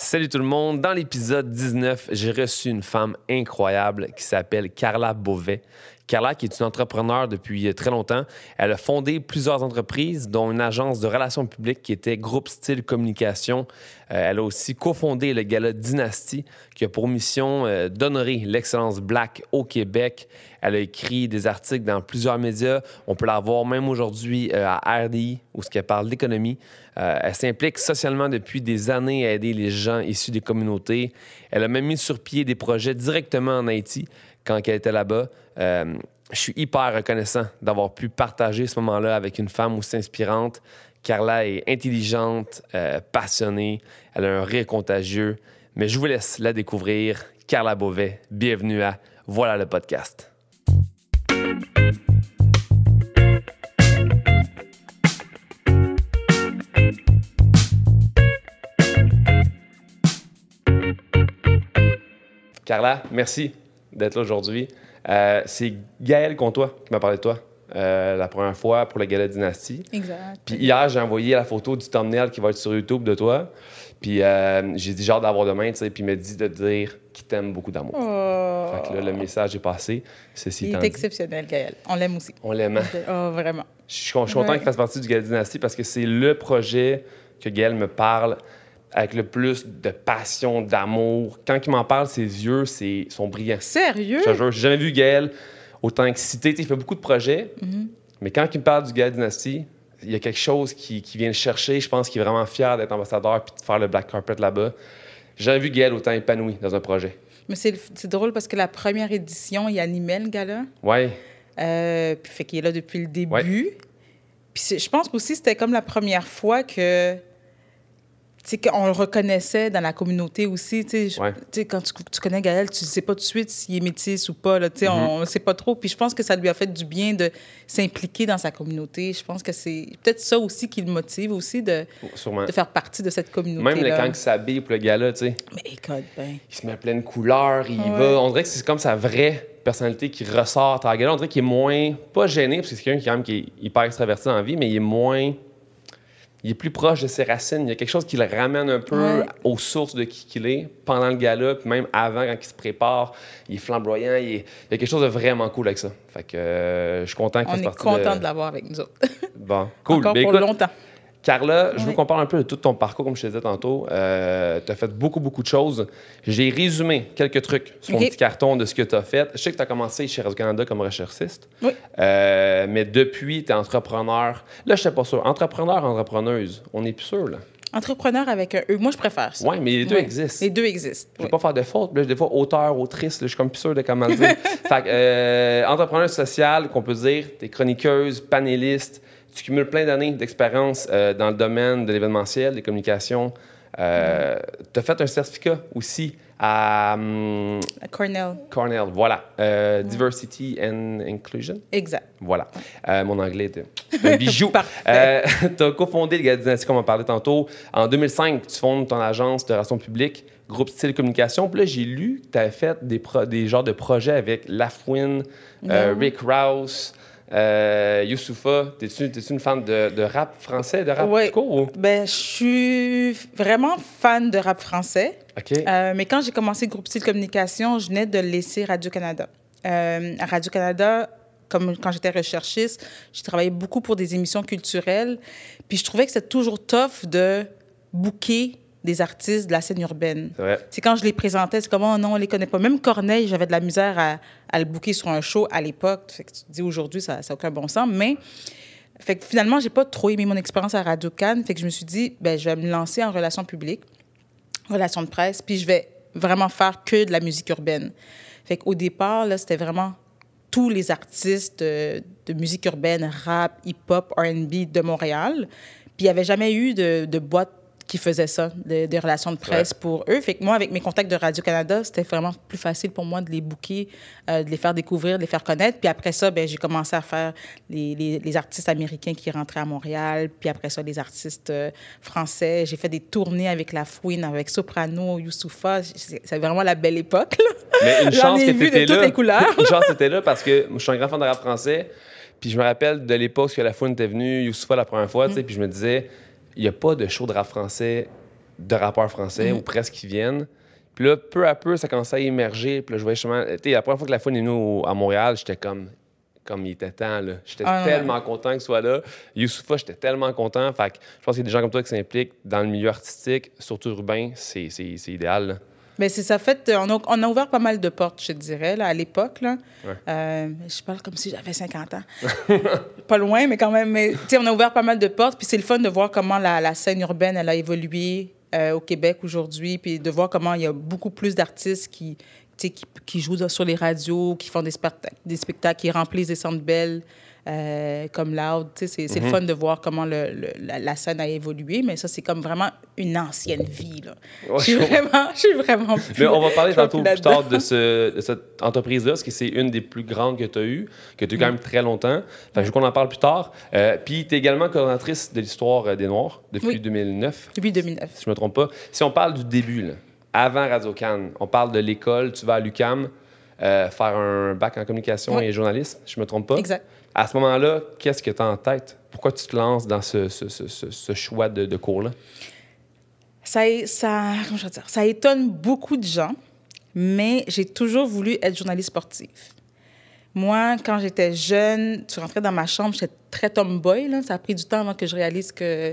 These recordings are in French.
Salut tout le monde. Dans l'épisode 19, j'ai reçu une femme incroyable qui s'appelle Carla Beauvais. Carla, qui est une entrepreneure depuis très longtemps, elle a fondé plusieurs entreprises, dont une agence de relations publiques qui était Groupe Style Communication. Elle a aussi cofondé le gala Dynasty, qui a pour mission d'honorer l'excellence Black au Québec. Elle a écrit des articles dans plusieurs médias. On peut la voir même aujourd'hui à RDI, où elle parle d'économie. Elle s'implique socialement depuis des années à aider les gens issus des communautés. Elle a même mis sur pied des projets directement en Haïti quand elle était là-bas. Je suis hyper reconnaissant d'avoir pu partager ce moment-là avec une femme aussi inspirante. Carla est intelligente, passionnée, elle a un rire contagieux. Mais je vous laisse la découvrir. Carla Beauvais, bienvenue à Voilà le podcast. Carla, merci d'être là aujourd'hui. C'est Gaël Comtois qui m'a parlé de toi la première fois pour le gala Dynasty. Exact. Puis hier, j'ai envoyé la photo du thumbnail qui va être sur YouTube de toi. Puis j'ai dit, j'ai hâte d'avoir demain, tu sais. Puis il m'a dit de te dire qu'il t'aime beaucoup d'amour. Oh. Fait que là, le message est passé. Il est exceptionnel, Gaël. On l'aime aussi. On l'aime. Oh, vraiment. Je suis content qu'il fasse partie du gala Dynasty parce que c'est le projet que Gaël me parle avec le plus de passion, d'amour. Quand il m'en parle, ses yeux sont brillants. Sérieux? Je te jure, j'ai jamais vu Gaël autant excité. Il fait beaucoup de projets, mais quand il me parle du Gala Dynasty, il y a quelque chose qui vient le chercher. Je pense qu'il est vraiment fier d'être ambassadeur et de faire le black carpet là-bas. J'ai jamais vu Gaël autant épanoui dans un projet. Mais c'est drôle parce que la première édition, il animait le gala. Oui. Puis fait qu'il est là depuis le début. Ouais. Puis je pense aussi c'était comme la première fois que... qu'on le reconnaissait dans la communauté aussi. Ouais. Quand tu connais Gaël, tu ne sais pas tout de suite s'il est métis ou pas. Là, on ne sait pas trop. Puis je pense que ça lui a fait du bien de s'impliquer dans sa communauté. Je pense que c'est peut-être ça aussi qui le motive aussi de faire partie de cette communauté-là. Même quand il s'habille pour le gala, tu sais. Mais écoute, ben... Il se met à pleine couleur, il va. On dirait que c'est comme sa vraie personnalité qui ressort à la gala. On dirait qu'il est moins... Pas gêné, parce que c'est quelqu'un qui est hyper extraverti dans la vie, mais il est moins... Il est plus proche de ses racines. Il y a quelque chose qui le ramène un peu aux sources de qui qu'il est pendant le gala, puis même avant, quand il se prépare. Il est flamboyant. Il y a quelque chose de vraiment cool avec ça. Fait que je suis content qu'il fasse partie de... On est content de l'avoir avec nous autres. Bon, cool. Encore pour longtemps. Carla, je veux qu'on parle un peu de tout ton parcours, comme je te disais tantôt. Tu as fait beaucoup de choses. J'ai résumé quelques trucs sur mon petit carton de ce que tu as fait. Je sais que tu as commencé chez Radio-Canada comme recherchiste. Oui. Mais depuis, tu es entrepreneur. Là, je ne sais pas sûr. Entrepreneur, entrepreneuse, on n'est plus sûr, là. Entrepreneur avec un E. Moi, je préfère ça. Oui, mais les deux existent. Les deux existent. Je ne vais pas faire de faute. Là, des fois, auteur, autrice, là, je suis comme plus sûr de comment le dire. Fait que, entrepreneur social, qu'on peut dire, tu es chroniqueuse, panéliste. Tu cumules plein d'années d'expérience dans le domaine de l'événementiel, des communications. Tu as fait un certificat aussi à Cornell, voilà. Diversity and Inclusion. Exact. Voilà. Mon anglais est un bijou. Parfait. Tu as cofondé le Gala Dynasty, comme on parlait tantôt. En 2005, tu fondes ton agence de relations publiques, Groupe Style Communication. Puis là, j'ai lu que tu avais fait des genres de projets avec Lafouine, Rick Rouse... Youssoupha, t'es-tu une fan de rap français, de rap tout court? Ben, je suis vraiment fan de rap français. OK. Mais quand j'ai commencé Groupe Style Communication, je venais de laisser Radio-Canada. À Radio-Canada, comme quand j'étais recherchiste, j'ai travaillé beaucoup pour des émissions culturelles. Puis je trouvais que c'était toujours tough de booker des artistes de la scène urbaine. C'est vrai. Quand je les présentais, c'est comme, oh non, on les connaît pas. Même Corneille, j'avais de la misère à le booker sur un show à l'époque. Fait que tu te dis aujourd'hui, ça n'a aucun bon sens. Mais fait que finalement, j'ai pas trop aimé mon expérience à Radio-Can. Fait que je me suis dit, ben, je vais me lancer en relations publiques, relations de presse, puis je vais vraiment faire que de la musique urbaine. Fait qu'au départ, là, c'était vraiment tous les artistes de musique urbaine, rap, hip-hop, R&B de Montréal. Puis il n'y avait jamais eu de boîte qui faisaient ça, des relations de presse pour eux. Fait que moi, avec mes contacts de Radio-Canada, c'était vraiment plus facile pour moi de les booker, de les faire découvrir, de les faire connaître. Puis après ça, ben, j'ai commencé à faire les artistes américains qui rentraient à Montréal. Puis après ça, les artistes français. J'ai fait des tournées avec Lafouine, avec Soprano, Youssoupha. C'est vraiment la belle époque, là. Mais une chance que tu étais là. Toutes les couleurs. Une chance que tu étais là parce que moi, je suis un grand fan de rap français. Puis je me rappelle de l'époque où Lafouine était venu, Youssoupha la première fois, tu sais, puis je me disais... Il n'y a pas de show de rap français de rappeurs français ou presque qui viennent. Puis là, peu à peu, ça commençait à émerger. Puis là, je voyais justement... Tu sais, la première fois que la Fouine est venue à Montréal, j'étais comme il était temps, là. J'étais tellement content qu'il soit là. Youssoufa, j'étais tellement content. Fait que je pense qu'il y a des gens comme toi qui s'impliquent dans le milieu artistique, surtout urbain. C'est idéal, là. Bien, c'est ça. Fait, on a ouvert pas mal de portes, je te dirais, là, à l'époque. Là. Ouais. Je parle comme si j'avais 50 ans. Pas loin, mais quand même. Mais, on a ouvert pas mal de portes. Puis c'est le fun de voir comment la scène urbaine, elle a évolué au Québec aujourd'hui. Puis de voir comment il y a beaucoup plus d'artistes qui jouent sur les radios, qui font des spectacles, qui remplissent des centres belles. Comme Loud, c'est le fun de voir comment la scène a évolué, mais ça, c'est comme vraiment une ancienne vie, là. Ouais, je suis vraiment mais on va parler tantôt plus tard de cette entreprise-là, parce que c'est une des plus grandes que tu as eues, que tu as eu quand même très longtemps. Fait que je veux qu'on en parle plus tard. Puis tu es également coordonnatrice de l'Histoire des Noirs depuis 2009. Depuis 2009. Si je me trompe pas. Si on parle du début, là, avant Radio-Can, on parle de l'école, tu vas à l'UQAM faire un bac en communication et journalisme, je me trompe pas. Exact. À ce moment-là, qu'est-ce que tu as en tête? Pourquoi tu te lances dans ce choix de cours-là? Comment je veux dire? Ça étonne beaucoup de gens, mais j'ai toujours voulu être journaliste sportif. Moi, quand j'étais jeune, tu rentrais dans ma chambre, j'étais très tomboy, là. Ça a pris du temps avant que je réalise que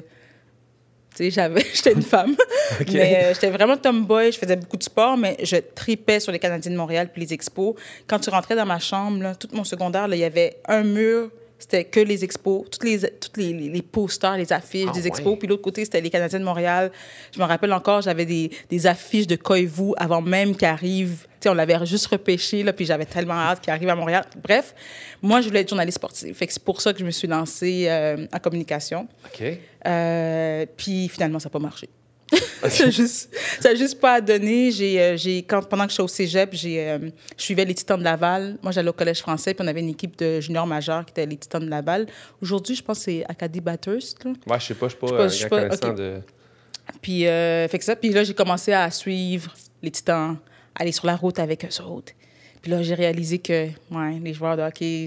j'étais une femme. Okay. Mais j'étais vraiment tomboy, je faisais beaucoup de sport, mais je tripais sur les Canadiens de Montréal puis les expos. Quand tu rentrais dans ma chambre, là, tout mon secondaire, là, il y avait un mur, c'était que les expos, tous les posters, les affiches des expos. Puis l'autre côté, c'était les Canadiens de Montréal. Je me rappelle encore, j'avais des affiches de Koivu avant même qu'ils arrivent. On l'avait juste repêché, là, puis j'avais tellement hâte qu'il arrive à Montréal. Bref, moi, je voulais être journaliste sportive. Fait que c'est pour ça que je me suis lancée en communication. OK. Puis finalement, ça n'a pas marché. Ça n'a juste pas donné. Pendant que j'étais au cégep, je suivais les Titans de Laval. Moi, j'allais au collège français, puis on avait une équipe de juniors majeurs qui était les Titans de Laval. Aujourd'hui, je pense que c'est Acadie Bathurst. Ouais, je sais pas, je suis pas connaissant de... Puis, fait que ça. Puis là, j'ai commencé à suivre les Titans, aller sur la route avec eux autres. Puis là, j'ai réalisé que les joueurs de hockey...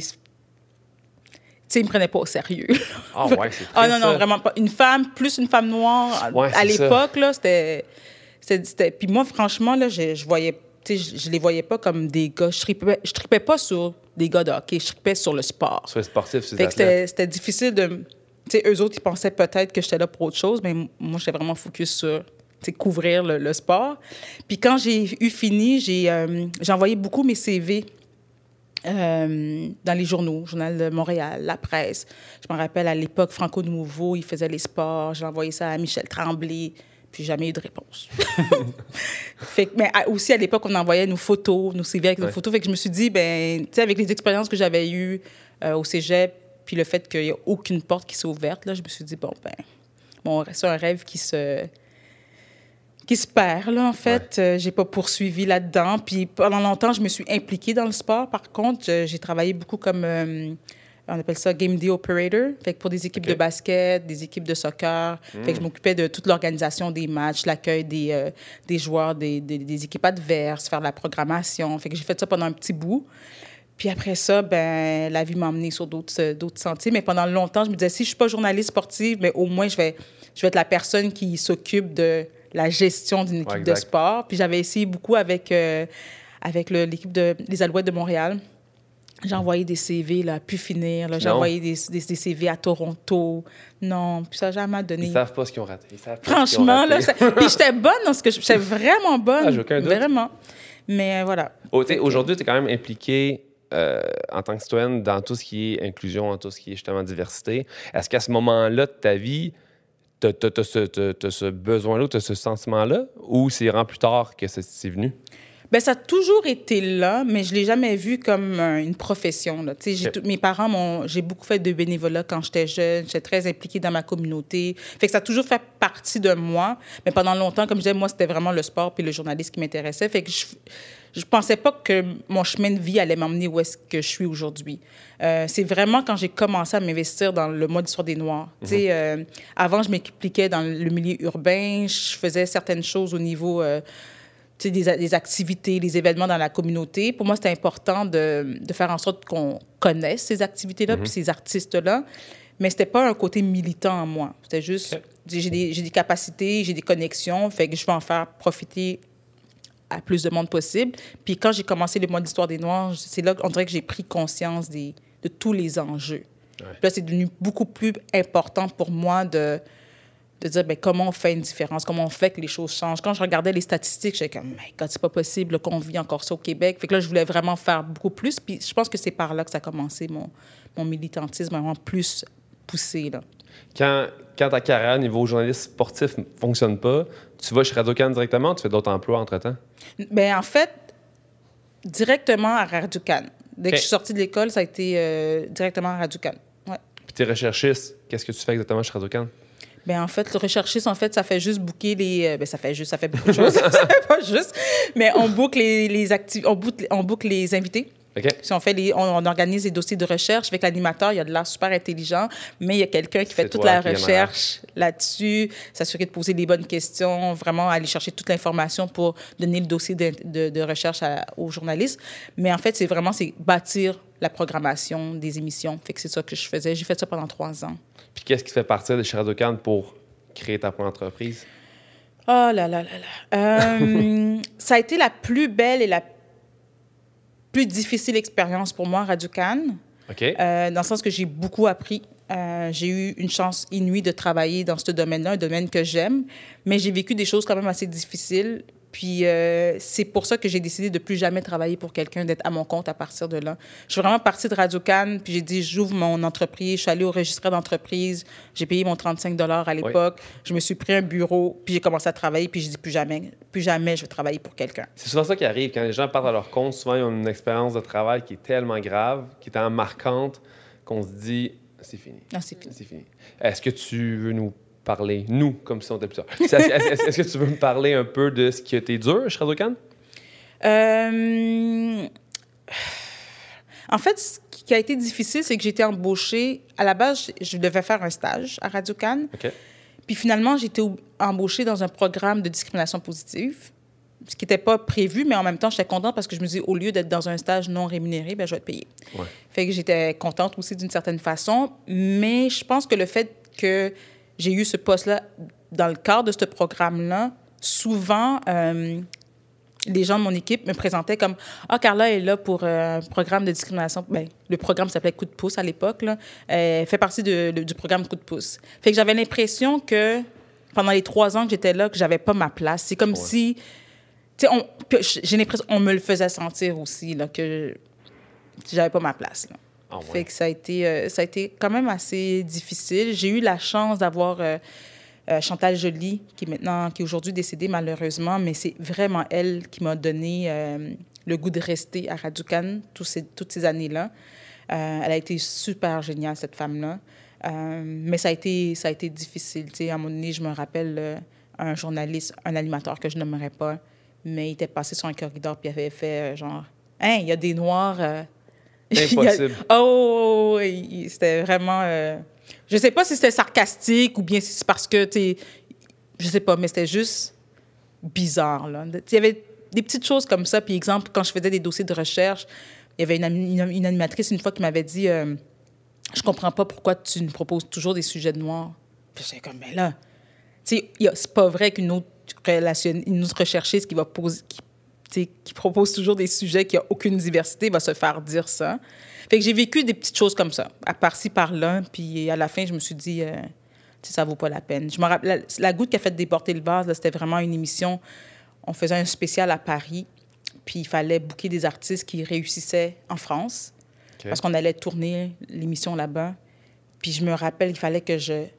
ils me prenaient pas au sérieux. Ah ouais, c'est triste, non, vraiment pas. Une femme, plus une femme noire, à l'époque, là, c'était... Puis moi, franchement, là, je voyais... je les voyais pas comme des gars... Je tripais pas sur des gars de hockey, je tripais sur le sport. Sur le sportif, c'est ça. C'était difficile de... eux autres, ils pensaient peut-être que j'étais là pour autre chose, mais moi, j'étais vraiment focus sur... couvrir le sport. Puis quand j'ai eu fini, j'ai envoyé beaucoup mes CV dans les journaux, Journal de Montréal, La Presse. Je me rappelle, à l'époque, Franco Nouveau, il faisait les sports. J'ai envoyé ça à Michel Tremblay, puis jamais eu de réponse. Mais aussi, à l'époque, on envoyait nos photos, nos CV avec nos photos. Fait que je me suis dit, avec les expériences que j'avais eues au cégep, puis le fait qu'il n'y a aucune porte qui s'est ouverte, là, je me suis dit, c'est un rêve qui se perd, là, en fait. J'ai pas poursuivi là-dedans. Puis pendant longtemps, je me suis impliquée dans le sport. Par contre, j'ai travaillé beaucoup comme, on appelle ça Game Day Operator. Fait que pour des équipes de basket, des équipes de soccer. Fait que je m'occupais de toute l'organisation des matchs, l'accueil des joueurs, des équipes adverses, faire de la programmation. Fait que j'ai fait ça pendant un petit bout. Puis après ça, la vie m'a emmenée sur d'autres sentiers. Mais pendant longtemps, je me disais, si je suis pas journaliste sportive, mais au moins, je vais être la personne qui s'occupe de la gestion d'une équipe de sport. Puis j'avais essayé beaucoup avec l'équipe des Alouettes de Montréal. J'ai envoyé des CV, là, à pu finir. Là. J'ai envoyé des CV à Toronto. Non, puis ça n'a jamais donné. Ils savent pas ce qu'ils ont raté. Franchement, là, puis j'étais bonne dans ce que j'étais vraiment bonne. J'ai aucun doute. Vraiment. Mais voilà. Aujourd'hui, tu es quand même impliquée en tant que citoyenne dans tout ce qui est inclusion, dans tout ce qui est justement diversité. Est-ce qu'à ce moment-là de ta vie, t'as ce besoin-là, t'as ce sentiment-là, ou c'est vraiment plus tard que c'est venu? Ça a toujours été là, mais je ne l'ai jamais vu comme une profession. Là. Mes parents, j'ai beaucoup fait de bénévolat quand j'étais jeune. J'étais très impliquée dans ma communauté. Fait que ça a toujours fait partie de moi. Mais pendant longtemps, comme je disais, moi, c'était vraiment le sport puis le journalisme qui m'intéressait. Fait que je pensais pas que mon chemin de vie allait m'emmener où est-ce que je suis aujourd'hui. C'est vraiment quand j'ai commencé à m'investir dans le mois d'histoire des Noirs. Avant, je m'impliquais dans le milieu urbain. Je faisais certaines choses au niveau... des activités, des événements dans la communauté. Pour moi, c'était important de faire en sorte qu'on connaisse ces activités-là puis ces artistes-là. Mais c'était pas un côté militant en moi. C'était juste j'ai des capacités, j'ai des connexions, fait que je vais en faire profiter à plus de monde possible. Puis quand j'ai commencé le mois d'histoire des Noirs, c'est là qu'on dirait que j'ai pris conscience de tous les enjeux. Ouais. Puis là, c'est devenu beaucoup plus important pour moi de dire ben, comment on fait une différence, comment on fait que les choses changent. Quand je regardais les statistiques, j'étais comme, my God, c'est pas possible là, qu'on vit encore ça au Québec. Fait que là, je voulais vraiment faire beaucoup plus. Puis je pense que c'est par là que ça a commencé, mon militantisme vraiment plus poussé. Là. Quand ta carrière au niveau journaliste sportif ne fonctionne pas, tu vas chez Radio-Can directement ou tu fais d'autres emplois entre-temps? Bien, en fait, directement à Radio-Can. Dès que je suis sortie de l'école, ça a été directement à Radio-Can. Ouais. Puis t'es recherchiste, qu'est-ce que tu fais exactement chez Radio-Can? Bien, en fait, le recherchiste, en fait, ça fait juste booker les... ça fait beaucoup de choses. Ça fait pas juste. Mais on boucle on boucle les invités. OK. Si on organise les dossiers de recherche avec l'animateur, il y a de l'air super intelligent, mais il y a quelqu'un qui fait toute la recherche là-dessus, s'assurer de poser les bonnes questions, vraiment aller chercher toute l'information pour donner le dossier de recherche aux journalistes. Mais en fait, c'est bâtir la programmation des émissions. Fait que c'est ça que je faisais. J'ai fait ça pendant 3 ans. Puis qu'est-ce qui te fait partir de chez Radio-Can pour créer ta propre entreprise? Oh là là là là. Ça a été la plus belle et la plus difficile expérience pour moi, Radio-Can. OK. Dans le sens que j'ai beaucoup appris. J'ai eu une chance inouïe de travailler dans ce domaine-là, un domaine que j'aime, mais j'ai vécu des choses quand même assez difficiles. Puis c'est pour ça que j'ai décidé de plus jamais travailler pour quelqu'un, d'être à mon compte à partir de là. Je suis vraiment partie de Radio-Can, puis j'ai dit, j'ouvre mon entreprise. Je suis allée au registre d'entreprise. J'ai payé mon 35 $ à l'époque. Oui. Je me suis pris un bureau, puis j'ai commencé à travailler, puis j'ai dit, plus jamais je vais travailler pour quelqu'un. C'est souvent ça qui arrive. Quand les gens partent à leur compte, souvent, ils ont une expérience de travail qui est tellement grave, qui est tellement marquante, qu'on se dit, c'est fini. Ah, c'est fini. C'est fini. Est-ce que tu veux nous parler, nous, comme si on était plus tard. Est-ce que tu veux me parler un peu de ce qui a été dur chez Radio-Can? En fait, ce qui a été difficile, c'est que j'ai été embauchée. À la base, je devais faire un stage à Radio-Can. OK. Puis finalement, j'ai été embauchée dans un programme de discrimination positive, ce qui n'était pas prévu, mais en même temps, j'étais contente parce que je me disais, au lieu d'être dans un stage non rémunéré, bien, je vais être payée. Ouais. Fait que j'étais contente aussi d'une certaine façon. Mais je pense que le fait que j'ai eu ce poste-là dans le cadre de ce programme-là, souvent, les gens de mon équipe me présentaient comme « Ah, Carla est là pour un programme de discrimination. » Bien, le programme s'appelait « Coup de pouce » à l'époque. Là. Elle fait partie du programme « Coup de pouce ». Fait que j'avais l'impression que pendant les 3 ans que j'étais là, que j'avais pas ma place. C'est comme si... Tu sais, j'ai l'impression qu'on me le faisait sentir aussi, là, que j'avais pas ma place, là. Oh, ouais. Fait que ça a été quand même assez difficile. J'ai eu la chance d'avoir Chantal Joly, qui est aujourd'hui décédée malheureusement, mais c'est vraiment elle qui m'a donné le goût de rester à Radio-Can toutes ces années-là. Elle a été super géniale, cette femme-là. Mais ça a été difficile. Tu sais, à un moment donné, je me rappelle un journaliste, un animateur que je n'aimerais pas, mais il était passé sur un corridor puis il avait fait genre « Hein, il y a des Noirs... Impossible. Oh, c'était vraiment... Je sais pas si c'était sarcastique ou bien si c'est parce que, tu sais, je sais pas, mais c'était juste bizarre, là. Il y avait des petites choses comme ça. Puis, exemple, quand je faisais des dossiers de recherche, il y avait une animatrice une fois qui m'avait dit je comprends pas pourquoi tu nous proposes toujours des sujets de noirs. Puis j'étais comme, mais là, tu sais, c'est pas vrai qu'une autre recherchiste qui va poser... qui propose toujours des sujets qui n'ont aucune diversité, va se faire dire ça. Fait que j'ai vécu des petites choses comme ça, à par-ci, par-là, puis à la fin, je me suis dit, ça vaut pas la peine. Je me rappelle, la goutte qui a fait déporter le vase, là, c'était vraiment une émission, on faisait un spécial à Paris, puis il fallait booker des artistes qui réussissaient en France, okay, parce qu'on allait tourner l'émission là-bas. Puis je me rappelle, il fallait que je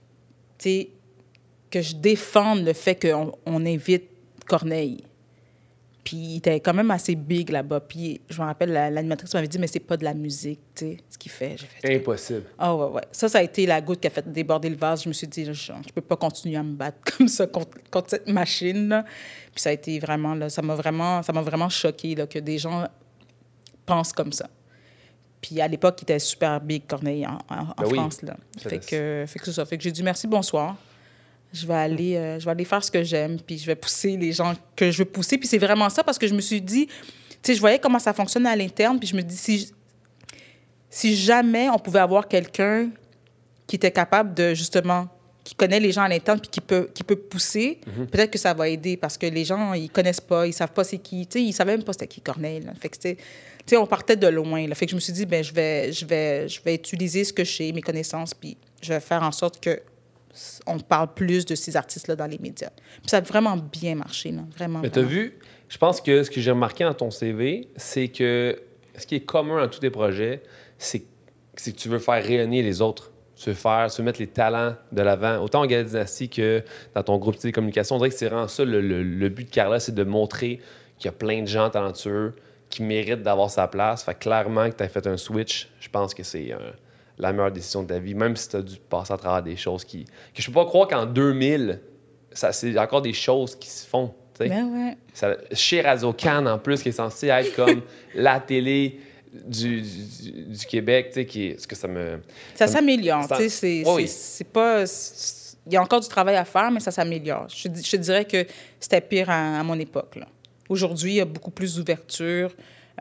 défende le fait qu'on invite Corneille. Puis il était quand même assez big là-bas. Puis je me rappelle, l'animatrice m'avait dit, mais c'est pas de la musique, tu sais, ce qu'il fait. J'ai fait impossible. Ah ouais. Ça a été la goutte qui a fait déborder le vase. Je me suis dit, je peux pas continuer à me battre comme ça contre cette machine-là. Puis ça a été vraiment, là, ça m'a vraiment choquée, là, que des gens pensent comme ça. Puis à l'époque, il était super big, Corneille, en France, là. Fait que c'est ça. Fait que j'ai dit merci, bonsoir. Je vais aller faire ce que j'aime, puis je vais pousser les gens que je veux pousser. Puis c'est vraiment ça, parce que je me suis dit, tu sais, je voyais comment ça fonctionne à l'interne, puis je me dis, si jamais on pouvait avoir quelqu'un qui était capable de, justement, qui connaît les gens à l'interne puis qui peut pousser, peut-être que ça va aider parce que les gens, ils connaissent pas, ils savent pas c'est qui. Tu sais, ils savaient même pas c'était qui Corneille. Là. Fait que tu sais, on partait de loin. Là. Fait que je me suis dit, ben je vais utiliser ce que je sais, mes connaissances, puis je vais faire en sorte que on parle plus de ces artistes-là dans les médias. Puis ça a vraiment bien marché, là. Vraiment. Mais tu as vu, je pense que ce que j'ai remarqué dans ton CV, c'est que ce qui est commun dans tous tes projets, c'est que tu veux faire rayonner les autres. Tu veux mettre les talents de l'avant. Autant en Gala Dynastie que dans ton groupe de communication. On dirait que c'est vraiment ça le but de Carla, c'est de montrer qu'il y a plein de gens talentueux qui méritent d'avoir sa place. Fait que clairement que tu as fait un switch, je pense que c'est la meilleure décision de ta vie, même si tu as dû passer à travers des choses que je peux pas croire qu'en 2000, c'est encore des choses qui se font. Ben ouais. Chez Radio-Can, en plus, qui est censé être comme la télé du Québec, tu sais, ce que ça me... Ça s'améliore, tu sais, oui. c'est pas... Il y a encore du travail à faire, mais ça s'améliore. Je te dirais que c'était pire à mon époque, là. Aujourd'hui, il y a beaucoup plus d'ouverture.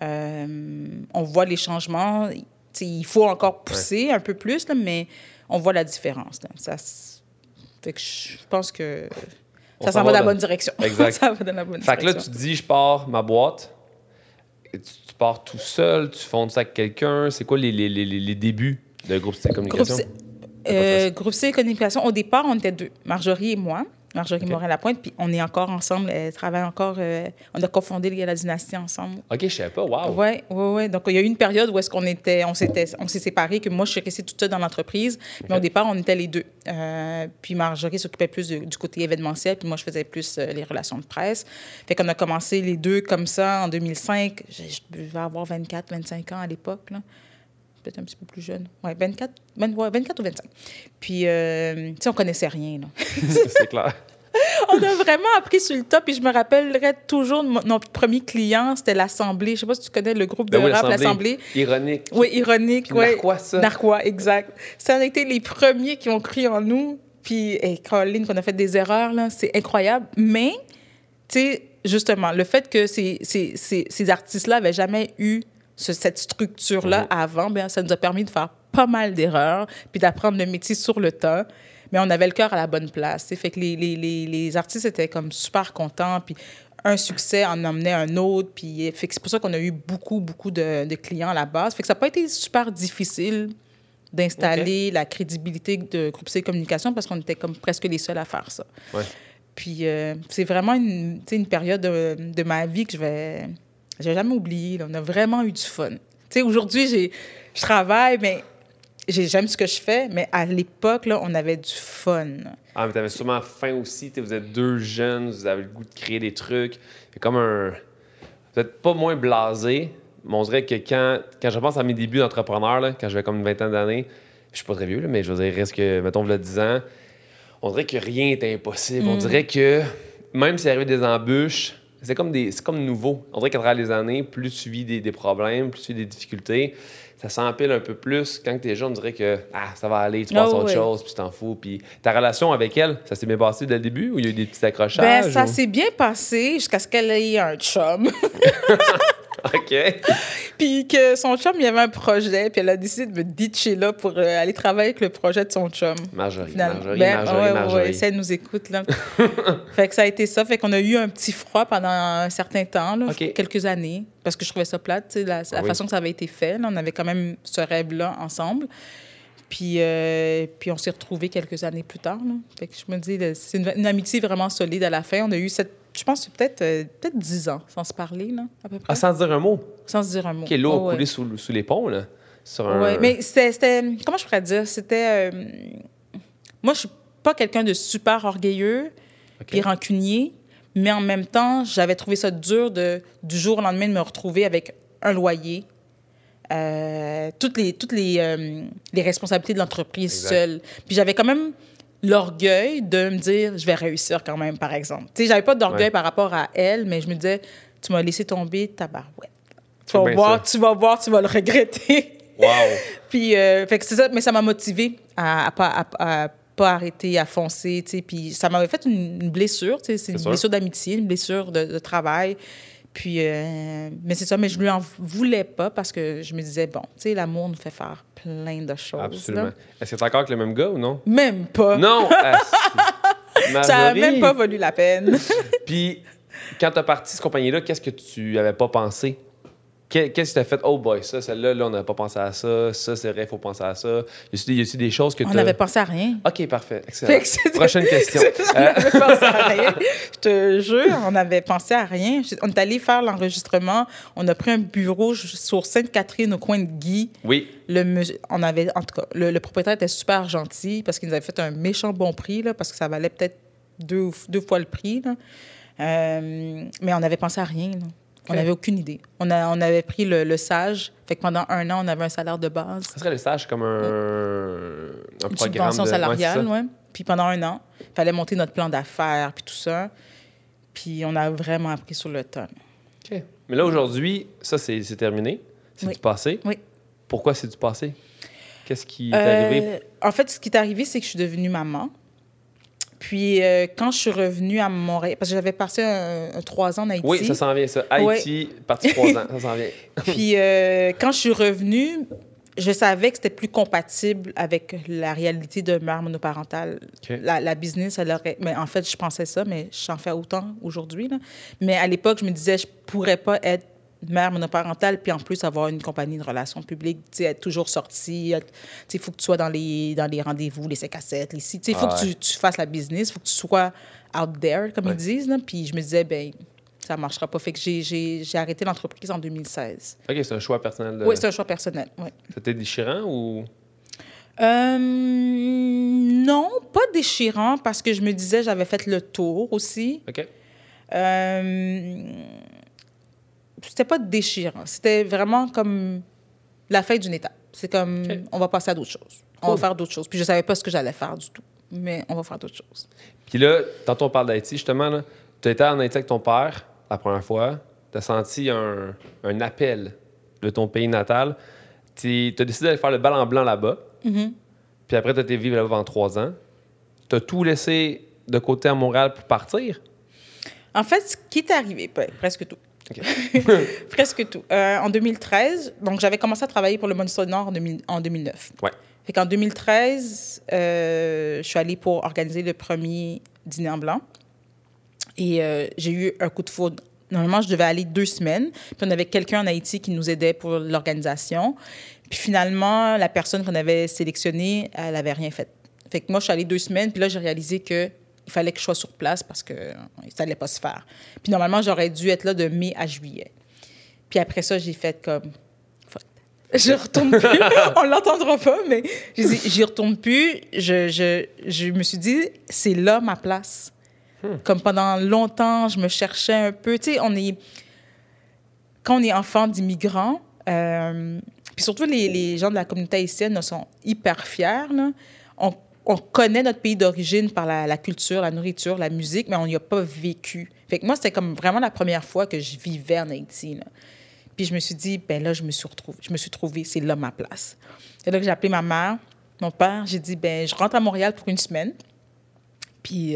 On voit les changements. T'sais, il faut encore pousser un peu plus, là, mais on voit la différence. Là. Fait que je pense que ça s'en va dans la bonne direction. Exact. Ça va dans la bonne fait direction. Que là, tu dis, je pars ma boîte. Tu pars tout seul, tu fondes ça avec quelqu'un. C'est quoi les débuts de Groupe C Communication? Groupe C Communication, au départ, on était 2, Marjorie et moi. Marjorie Morin-Lapointe, puis on est encore ensemble, elle travaille encore, on a cofondé la dynastie ensemble. OK, je savais pas, wow! Oui. Donc, il y a eu une période où est-ce on s'est séparés, que moi, je suis restée toute seule dans l'entreprise, mais au départ, on était les 2. Puis Marjorie s'occupait plus du côté événementiel, puis moi, je faisais plus les relations de presse. Fait qu'on a commencé les 2 comme ça en 2005. Je devais avoir 24, 25 ans à l'époque, là. Peut-être un petit peu plus jeune. Oui, 24 ou 25. Puis, tu sais, on connaissait rien, là. C'est clair. On a vraiment appris sur le top. Et je me rappellerai toujours de notre premier client, c'était l'Assemblée. Je ne sais pas si tu connais le groupe de rap, l'Assemblée. Ironique. Oui, Ironique. Puis Narquois, ça. Narquois, exact. Ça a été les premiers qui ont cru en nous. Puis, Caroline, qu'on a fait des erreurs, là, c'est incroyable. Mais, tu sais, justement, le fait que ces artistes-là n'avaient jamais eu cette structure-là avant, bien, ça nous a permis de faire pas mal d'erreurs puis d'apprendre le métier sur le tas. Mais on avait le cœur à la bonne place. T'sais. Fait que les artistes étaient comme super contents. Puis un succès en emmenait un autre. Puis fait que c'est pour ça qu'on a eu beaucoup de clients à la base. Fait que ça n'a pas été super difficile d'installer la crédibilité de Groupe C Communication parce qu'on était comme presque les seuls à faire ça. Ouais. Puis c'est vraiment une période de ma vie que j'ai jamais oublié. Là. On a vraiment eu du fun. Tu sais, aujourd'hui, je travaille, mais j'aime ce que je fais, mais à l'époque, là, on avait du fun. Ah, mais t'avais sûrement faim aussi. Vous êtes 2 jeunes, vous avez le goût de créer des trucs. C'est comme vous êtes pas moins blasé, mais on dirait que quand je pense à mes débuts d'entrepreneur, là, quand j'avais comme une vingtaine d'années, je suis pas très vieux, là, mais je veux dire, reste que, mettons, il y a 10 ans, on dirait que rien n'est impossible. On dirait que même s'il arrivait des embûches, c'est comme nouveau. On dirait qu'à travers les années, plus tu vis des problèmes, plus tu vis des difficultés, ça s'empile un peu plus. Quand tu es jeune, on dirait que ça va aller, tu passes à autre chose, puis tu t'en fous. Puis ta relation avec elle, ça s'est bien passé dès le début ou il y a eu des petits accrochages? Ben, ça s'est bien passé jusqu'à ce qu'elle ait un chum. OK. Puis que son chum, il y avait un projet, puis elle a décidé de me ditcher là pour aller travailler avec le projet de son chum. Marjorie. Ouais, ça, elle nous écoute, là. Fait que ça a été ça. Fait qu'on a eu un petit froid pendant un certain temps, là, quelques années, parce que je trouvais ça plate, tu sais, la façon que ça avait été fait. Là, on avait quand même ce rêve-là ensemble. Puis on s'est retrouvés quelques années plus tard. Là. Fait que je me dis, c'est une amitié vraiment solide à la fin. On a eu je pense que peut-être 10 ans sans se parler, là, à peu près. Ah, sans se dire un mot? Sans se dire un mot. OK, l'eau a coulé sous les ponts, là? Oui, mais c'était... Comment je pourrais dire? C'était... moi, je suis pas quelqu'un de super orgueilleux et rancunier, mais en même temps, j'avais trouvé ça dur du jour au lendemain de me retrouver avec un loyer, toutes les responsabilités de l'entreprise seule. Puis j'avais quand même l'orgueil de me dire, je vais réussir quand même, par exemple. Tu sais, j'avais pas d'orgueil par rapport à elle, mais je me disais, tu m'as laissé tomber ta barouette. Tu vas voir, tu vas le regretter. Wow! Puis, fait que c'est ça, mais ça m'a motivée à pas arrêter, à foncer, tu sais. Puis ça m'avait fait une blessure, tu sais. C'est une blessure d'amitié, une blessure de travail. Puis, mais c'est ça, mais je lui en voulais pas parce que je me disais, bon, tu sais, l'amour nous fait faire plein de choses. Absolument. Là. Est-ce que t'es encore avec le même gars ou non? Même pas. Non! Ça n'a même pas valu la peine. Puis, quand t'as parti cette compagnie-là, qu'est-ce que tu avais pas pensé? Qu'est-ce que t'as fait? Oh boy, celle-là, là, on n'avait pas pensé à ça. Ça, c'est vrai, il faut penser à ça. Y a-t-il des choses que On n'avait pensé à rien. OK, parfait. Excellent. Prochaine question. On n'avait pensé à rien. Je te jure, on n'avait pensé à rien. On est allé faire l'enregistrement. On a pris un bureau sur Sainte-Catherine, au coin de Guy. Oui. En tout cas, le propriétaire était super gentil parce qu'il nous avait fait un méchant bon prix, là, parce que ça valait peut-être deux fois le prix. Là. Mais on n'avait pensé à rien. Là. On n'avait aucune idée. On avait pris le stage. Fait que pendant 1 an, on avait un salaire de base. Ça serait le stage comme un Une programme subvention salariale, ouais. Puis pendant 1 an, il fallait monter notre plan d'affaires, puis tout ça. Puis on a vraiment appris sur le tas. OK. Mais là, aujourd'hui, ça, c'est terminé. C'est du passé. Oui. Pourquoi c'est du passé? Qu'est-ce qui est arrivé? En fait, ce qui est arrivé, c'est que je suis devenue maman. Puis, quand je suis revenue à Montréal, parce que j'avais passé 3 ans en Haïti. Oui, ça s'en vient, ça. Haïti, parti 3 ans, ça s'en vient. Puis, quand je suis revenue, je savais que c'était plus compatible avec la réalité de mère monoparentale. Okay. La business, elle aurait... Mais en fait, je pensais ça, mais j'en fais autant aujourd'hui. Là. Mais à l'époque, je me disais, je pourrais pas être mère monoparentale, puis en plus avoir une compagnie de relations publiques, tu sais, être toujours sortie, il faut que tu sois dans les rendez-vous, les 5 à 7, les 6, il faut que tu fasses la business, il faut que tu sois out there, comme ils disent, là. Puis je me disais, ben ça ne marchera pas. Fait que j'ai arrêté l'entreprise en 2016. OK, c'est un choix personnel. Oui, c'est un choix personnel, oui. C'était déchirant ou... Non, pas déchirant, parce que je me disais, j'avais fait le tour aussi. OK. C'était pas déchirant. C'était vraiment comme la fin d'une étape. C'est comme, on va passer à d'autres choses. On va faire d'autres choses. Puis je savais pas ce que j'allais faire du tout. Mais on va faire d'autres choses. Puis là, tantôt on parle d'Haïti, justement. Tu étais en Haïti avec ton père la première fois. Tu as senti un appel de ton pays natal. Tu as décidé d'aller faire le bal en blanc là-bas. Mm-hmm. Puis après, tu as été vivre là-bas pendant 3 ans. Tu as tout laissé de côté à Montréal pour partir? En fait, ce qui est arrivé, presque tout. Okay. Presque tout. En 2013, donc j'avais commencé à travailler pour le Moniteur du Nord en 2009. Ouais. Fait qu'en 2013, je suis allée pour organiser le premier dîner en blanc. Et j'ai eu un coup de foudre. Normalement, je devais aller 2 semaines. Puis on avait quelqu'un en Haïti qui nous aidait pour l'organisation. Puis finalement, la personne qu'on avait sélectionnée, elle n'avait rien fait. Fait que moi, je suis allée 2 semaines. Puis là, j'ai réalisé qu'il fallait que je sois sur place parce que ça n'allait pas se faire. Puis normalement, j'aurais dû être là de mai à juillet. Puis après ça, j'ai fait comme... Je retourne plus. On l'entendra pas, mais j'y retourne plus. Je me suis dit, c'est là ma place. Comme pendant longtemps, je me cherchais un peu. Tu sais, quand on est enfant d'immigrants, puis surtout les gens de la communauté haïtienne sont hyper fiers. Là. On connaît notre pays d'origine par la culture, la nourriture, la musique, mais on n'y a pas vécu. Fait que moi, c'était comme vraiment la première fois que je vivais en Haïti. Là. Puis je me suis dit, ben là, je me suis trouvée, c'est là ma place. C'est là que j'ai appelé ma mère, mon père. J'ai dit, ben je rentre à Montréal pour 1 semaine. Puis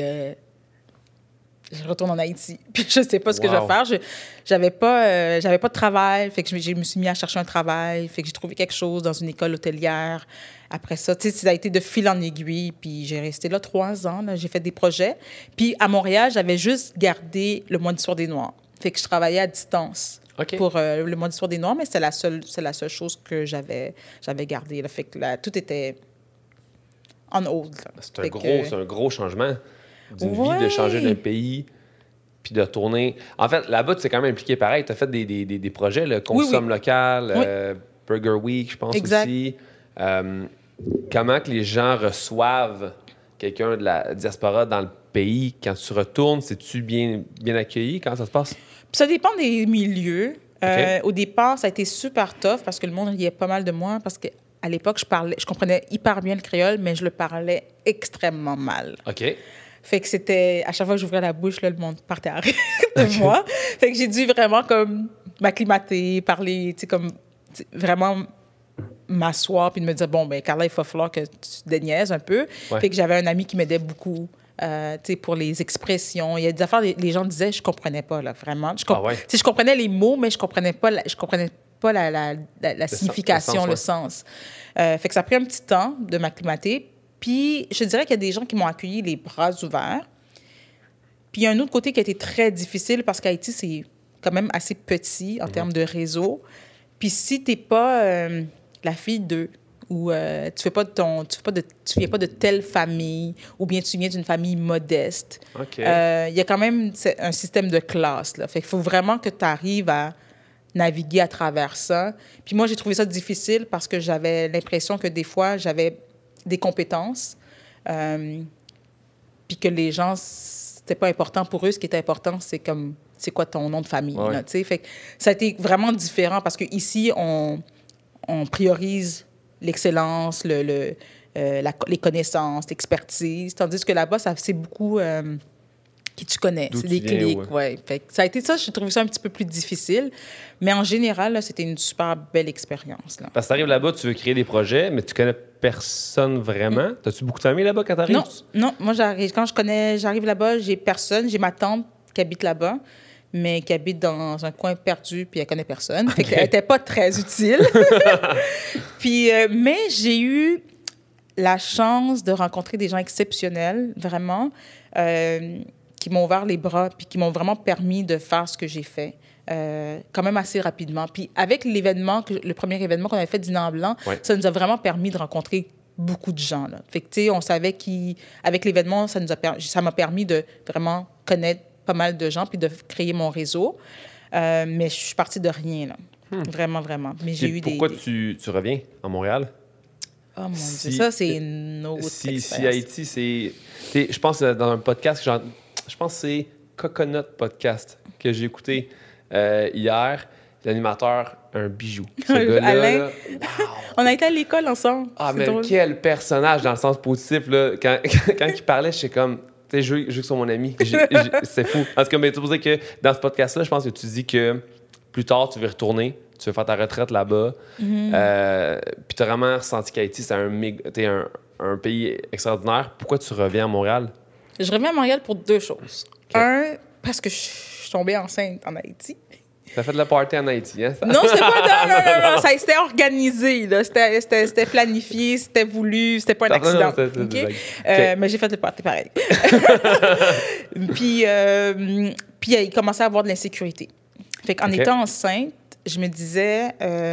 je retourne en Haïti. Puis je sais pas ce que je vais faire. J'avais pas de travail. Fait que je me suis mis à chercher un travail. Fait que j'ai trouvé quelque chose dans une école hôtelière. Après ça, tu sais, ça a été de fil en aiguille. Puis j'ai resté là 3 ans. Là. J'ai fait des projets. Puis à Montréal, j'avais juste gardé le mois d'histoire des Noirs. Fait que je travaillais à distance. Okay. Pour le mois d'histoire des Noirs, mais c'est la seule chose que j'avais gardée. Là. Fait que là, tout était on hold. C'est un gros changement d'une vie, de changer d'un pays, puis de retourner... En fait, là-bas, tu t'es quand même impliqué pareil. Tu as fait des projets, le Consomme local, Burger Week, je pense aussi. Comment que les gens reçoivent quelqu'un de la diaspora dans le pays? Quand tu retournes, c'est-tu bien accueilli? Comment ça se passe? Ça dépend des milieux. Au départ, ça a été super tough parce que le monde riait pas mal de moi parce qu'à l'époque, je comprenais hyper bien le créole, mais je le parlais extrêmement mal. OK. Fait que c'était... À chaque fois que j'ouvrais la bouche, là, le monde partait à rire de moi. Fait que j'ai dû vraiment comme m'acclimater, parler, tu sais, comme vraiment m'asseoir puis de me dire, bon, ben Carla, il va falloir que tu déniaises un peu. Ouais. Fait que j'avais un ami qui m'aidait beaucoup. Pour les expressions. Il y a des affaires, les gens disaient, je comprenais pas, là, vraiment. Je comprenais les mots, mais je comprenais pas pas la signification, le sens. Fait que ça a pris un petit temps de m'acclimater. Puis, je dirais qu'il y a des gens qui m'ont accueilli les bras ouverts. Puis, il y a un autre côté qui a été très difficile parce qu'Haïti, c'est quand même assez petit en termes de réseau. Puis, si tu n'es pas la fille d'eux, ou tu viens pas de telle famille, ou bien tu viens d'une famille modeste, il y a quand même un système de classe, là. Fait qu'il faut vraiment que tu arrives à naviguer à travers ça. Puis moi, j'ai trouvé ça difficile parce que j'avais l'impression que des fois, j'avais des compétences, puis que les gens, c'était pas important pour eux. Ce qui était important, c'est quoi ton nom de famille, là, tu sais. Fait que ça a été vraiment différent parce qu'ici, on priorise l'excellence, les connaissances, l'expertise, tandis que là-bas, c'est beaucoup qui tu connais. C'est des clics, ouais. Fait que ça a été ça, j'ai trouvé ça un petit peu plus difficile. Mais en général, là, c'était une super belle expérience. Là. Parce que tu arrives là-bas, tu veux créer des projets, mais tu connais personne vraiment. T'as-tu beaucoup de famille là-bas quand t'arrives? Non. Moi, j'arrive là-bas, j'ai personne. J'ai ma tante qui habite là-bas, mais qui habite dans un coin perdu, puis elle connaît personne. Fait qu'elle n'était pas très utile. Puis, mais j'ai eu la chance de rencontrer des gens exceptionnels, vraiment, qui m'ont ouvert les bras, puis qui m'ont vraiment permis de faire ce que j'ai fait, quand même assez rapidement. Puis avec le premier événement qu'on avait fait, Dîner en blanc, ça nous a vraiment permis de rencontrer beaucoup de gens, là. Fait que, tu sais, on savait avec l'événement, ça m'a permis de vraiment connaître pas mal de gens, puis de créer mon réseau. Mais je suis partie de rien, là. Vraiment, vraiment. Mais j'ai eu pourquoi tu reviens à Montréal? Oh mon Dieu, ça, c'est une autre expérience. Si Haïti, c'est... Je pense dans un podcast, je pense que c'est Coconut Podcast que j'ai écouté hier. L'animateur, un bijou. Ce gars-là, Alain, là, wow. On a été à l'école ensemble. Ah, mais drôle. Quel personnage dans le sens positif, là. Quand il parlait, je sais comme... Tu sais, je joue sur mon ami. C'est fou. En tout cas, mais tu sais que dans ce podcast-là, je pense que tu dis que plus tard, tu veux retourner, tu veux faire ta retraite là-bas. Puis tu as vraiment ressenti qu'Haïti, c'est un pays extraordinaire. Pourquoi tu reviens à Montréal? Je reviens à Montréal pour 2 choses. Un, parce que je suis tombée enceinte en Haïti. T'as fait de la party en Haïti, hein? Non, c'était pas... Non. C'était organisé, là. C'était planifié, c'était voulu, c'était pas un accident. Non, mais j'ai fait le party pareil. Puis il commençait à avoir de l'insécurité. Fait qu'en étant enceinte, je me disais...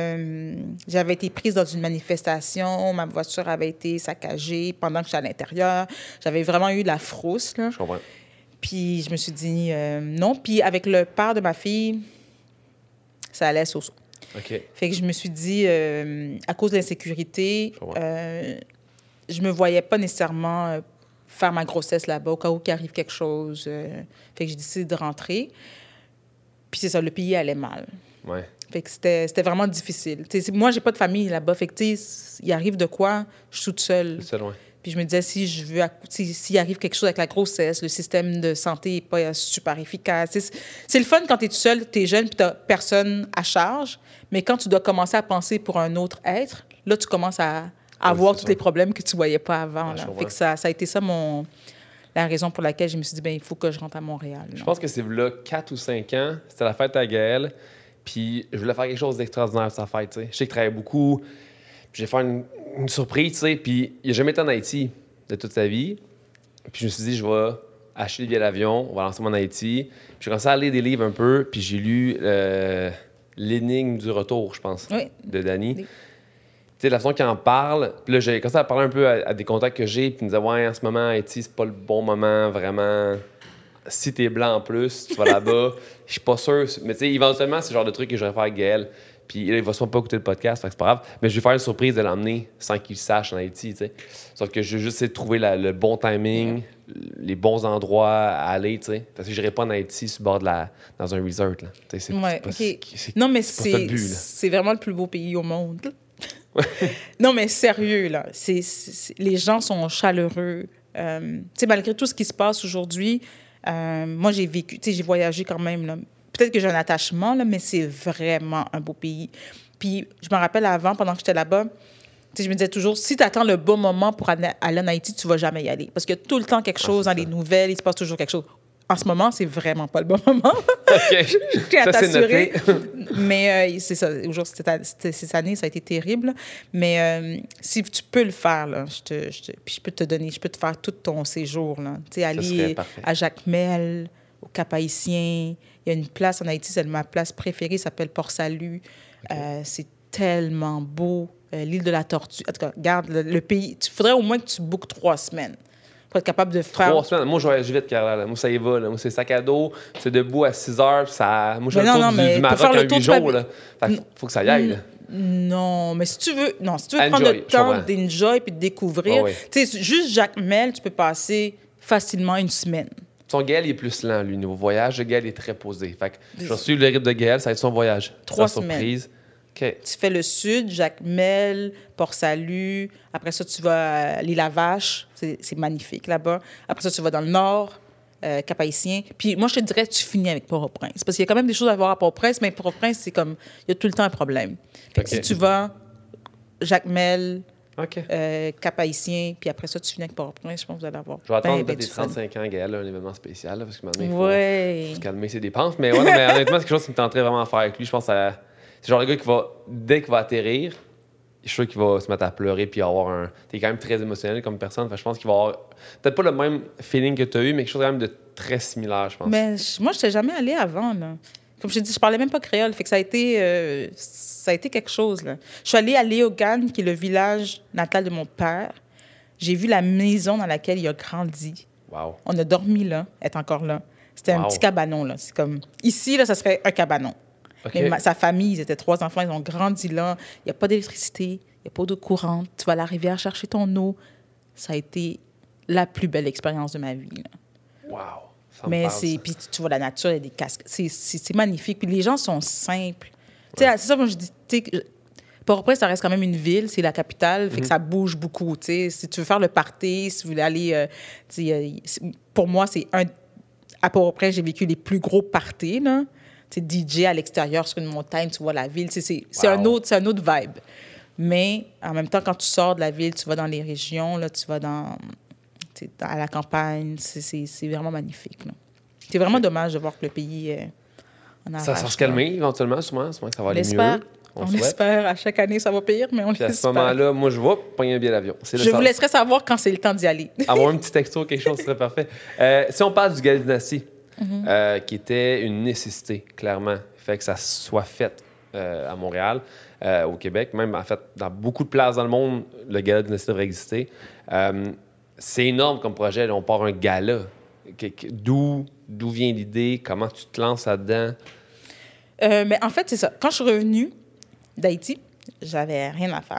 j'avais été prise dans une manifestation, ma voiture avait été saccagée pendant que j'étais à l'intérieur. J'avais vraiment eu de la frousse, là. Je comprends. Puis je me suis dit non. Puis avec le père de ma fille... ça allait so-so. Fait que je me suis dit, à cause de l'insécurité, je me voyais pas nécessairement faire ma grossesse là-bas, au cas où qu'il arrive quelque chose. Fait que j'ai décidé de rentrer. Puis c'est ça, le pays allait mal. Ouais. Fait que c'était vraiment difficile. Moi, j'ai pas de famille là-bas. Fait que, il arrive de quoi, je suis toute seule. Puis je me disais, s'il arrive quelque chose avec la grossesse, le système de santé n'est pas super efficace. C'est le fun quand tu es tout seul, tu es jeune, puis tu n'as personne à charge. Mais quand tu dois commencer à penser pour un autre être, là, tu commences à avoir tous les problèmes que tu ne voyais pas avant. Là. Fait que ça a été ça la raison pour laquelle je me suis dit, il faut que je rentre à Montréal. Je pense que c'est là 4 ou 5 ans, c'était la fête à Gaëlle, puis je voulais faire quelque chose d'extraordinaire pour sa fête. T'sais. Je sais qu'il travaillait beaucoup. J'ai fait une surprise, tu sais, puis il n'a jamais été en Haïti de toute sa vie. Puis je me suis dit, je vais acheter le billet d'avion, on va lancer en Haïti. Puis j'ai commencé à lire des livres un peu, puis j'ai lu L'énigme du retour, je pense, de Danny. Tu sais, la façon qu'il en parle, puis là, j'ai commencé à parler un peu à des contacts que j'ai, puis ils me disaient, ouais, en ce moment, Haïti, c'est pas le bon moment, vraiment. Si t'es blanc en plus, tu vas là-bas. Je suis pas sûr, mais tu sais, éventuellement, c'est le genre de truc que j'aurais fait avec Gaël. Puis il va sûrement pas écouter le podcast, fait que c'est pas grave. Mais je vais faire une surprise de l'emmener sans qu'il sache en Haïti, tu sais. Sauf que je vais juste essayer de trouver le bon timing, les bons endroits à aller, tu sais. Parce que j'irai pas en Haïti sur le bord dans un resort, là. Non, mais c'est vraiment le plus beau pays au monde. Non, mais sérieux, là. Les gens sont chaleureux. Tu sais, malgré tout ce qui se passe aujourd'hui, moi, j'ai vécu, tu sais, j'ai voyagé quand même, là. Peut-être que j'ai un attachement, là, mais c'est vraiment un beau pays. Puis, je me rappelle avant, pendant que j'étais là-bas, je me disais toujours, si tu attends le bon moment pour aller en Haïti, tu ne vas jamais y aller. Parce qu'il y a tout le temps quelque chose dans les nouvelles, il se passe toujours quelque chose. en ce moment, c'est vraiment pas le bon moment. OK. Je tiens à Ça, c'est t'assurer. noté. Mais c'est ça. Aujourd'hui, cette année, ça a été terrible. Mais si tu peux le faire, là, puis je peux te faire tout ton séjour. Là. Tu sais, aller à Jacmel, au Cap-Haïtien. Il y a une place en Haïti, c'est ma place préférée, ça s'appelle Port-Salut. Okay. C'est tellement beau. L'île de la Tortue. En tout cas, regarde, le pays. Il faudrait au moins que tu bookes 3 semaines pour être capable de faire... 3 semaines? Moi, je voyage vite, Carla. Moi, ça y va. Là. Moi, c'est sac à dos, c'est debout à 6 heures. Ça... Moi, je fais le tour du Maroc en 8 jours. Il faut que ça y aille. Là. Non, mais si tu veux prendre le temps d'enjoy puis de découvrir, tu sais, juste Jacmel, tu peux passer facilement une semaine. Son Gaël, il est plus lent, lui. Niveau voyage, le Gaël est très posé. Fait que je vais suivre le rythme de Gaël, ça va être son voyage. 3 semaines. Surprise. Okay. Tu fais le sud, Jacmel, Port-Salut. Après ça, tu vas à l'Île-à-Vache. C'est magnifique là-bas. Après ça, tu vas dans le nord, Cap-Haïtien. Puis moi, je te dirais, tu finis avec Port-au-Prince. Parce qu'il y a quand même des choses à voir à Port-au-Prince, mais Port-au-Prince, c'est comme... Il y a tout le temps un problème. Fait que si tu vas, Jacmel, Cap-Haïtien, puis après ça, tu finis avec Port-au-Prince, je pense que vous allez avoir... Je vais attendre peut-être tes 35 ans, Gaël, un événement spécial, là, parce que maintenant, il faut se calmer ses dépenses. Mais, ouais, mais honnêtement, c'est quelque chose qui me tenterait vraiment à faire avec lui. Je pense que c'est genre le gars qui va, dès qu'il va atterrir, je suis sûr qu'il va se mettre à pleurer puis avoir un... T'es quand même très émotionnel comme personne. Fait, je pense qu'il va avoir peut-être pas le même feeling que tu as eu, mais quelque chose quand même de très similaire, je pense. Mais moi, je n'étais jamais allée avant, là. Comme je t'ai dit, je parlais même pas créole. Fait que ça a été quelque chose, là. Je suis allée à Léogane, qui est le village natal de mon père. J'ai vu la maison dans laquelle il a grandi. Wow. On a dormi là, elle est encore là. C'était un petit cabanon, là. C'est comme... Ici, là, ça serait un cabanon. Okay. Mais sa famille, ils étaient 3 enfants, ils ont grandi là. Il n'y a pas d'électricité, il n'y a pas d'eau courante. Tu vas à la rivière chercher ton eau. Ça a été la plus belle expérience de ma vie, là. Wow! Mais puis tu vois la nature, il y a des casques. C'est magnifique. Puis les gens sont simples. Ouais. C'est ça, moi, je dis... Port-au-Prince, ça reste quand même une ville, c'est la capitale, fait que ça bouge beaucoup. Si tu veux faire le party, si vous voulez aller... pour moi, à Port-au-Prince, j'ai vécu les plus gros parties, là. DJ à l'extérieur sur une montagne, tu vois la ville. C'est un autre vibe. Mais en même temps, quand tu sors de la ville, tu vas dans les régions, là, tu vas à la campagne. C'est vraiment magnifique. Là. C'est vraiment dommage de voir que le pays en arrache. Ça va se calmer éventuellement, sûrement que ça va aller mieux. On espère. À chaque année, ça va pire, mais on l'espère. À ce moment-là, moi, je vais prendre un billet d'avion. Je vous laisserai savoir quand c'est le temps d'y aller. Avoir un petit texto, quelque chose serait parfait. Si on parle du Gala Dynastie, qui était une nécessité, clairement. Fait que ça soit fait à Montréal, au Québec, même en fait, dans beaucoup de places dans le monde, le Gala Dynastie devrait exister. C'est énorme comme projet. Là, on part un gala. D'où vient l'idée? Comment tu te lances là-dedans? Mais en fait, c'est ça. Quand je suis revenue d'Haïti, j'avais rien à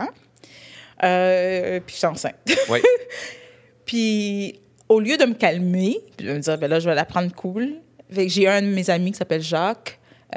faire. Puis j'étais enceinte. Oui. Puis au lieu de me calmer, puis de me dire, ben là, je vais la prendre cool. Fait que j'ai un de mes amis qui s'appelle Jacques.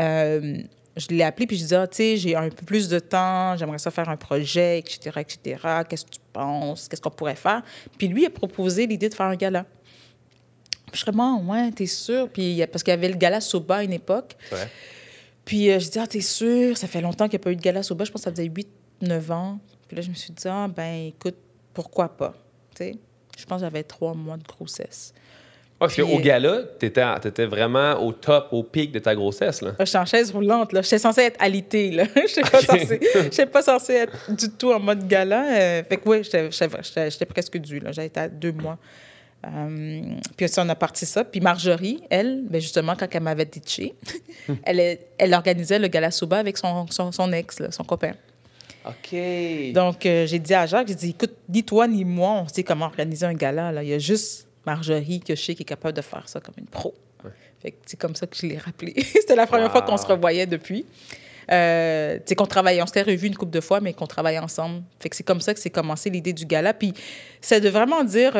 Je l'ai appelé, puis je disais, tu sais, j'ai un peu plus de temps, j'aimerais ça faire un projet, etc., etc. Qu'est-ce que tu penses? Qu'est-ce qu'on pourrait faire? Puis lui, il a proposé l'idée de faire un gala. Puis je serais, ouais, t'es sûr? Puis parce qu'il y avait le gala Soba à une époque. Ouais. Puis je dis, t'es sûr? Ça fait longtemps qu'il n'y a pas eu de gala Soba. Je pense que ça faisait 8-9 ans. Puis là, je me suis dit, écoute, pourquoi pas? Tu sais, je pense que j'avais 3 mois de grossesse. Parce qu'au gala, t'étais vraiment au top, au pic de ta grossesse, là. J'étais en chaise roulante, là. J'étais censée être alitée, là. J'étais pas censée être du tout en mode gala. Fait que oui, j'étais presque due, là. J'avais été à 2 mois. Puis aussi, on a parti ça. Puis Marjorie, elle, justement, quand elle m'avait ditché, elle organisait le gala Soba avec son ex, là, son copain. OK. Donc, j'ai dit à Jacques, écoute, ni toi ni moi, on sait comment organiser un gala, là. Il y a juste Marjorie que je sais qui est capable de faire ça comme une pro. Ouais. Fait que c'est comme ça que je l'ai rappelé. C'était la première fois qu'on se revoyait depuis. Qu'on travaillait, on s'était revus une couple de fois, mais qu'on travaillait ensemble. Fait que c'est comme ça que c'est commencé l'idée du gala. Puis c'est de vraiment dire...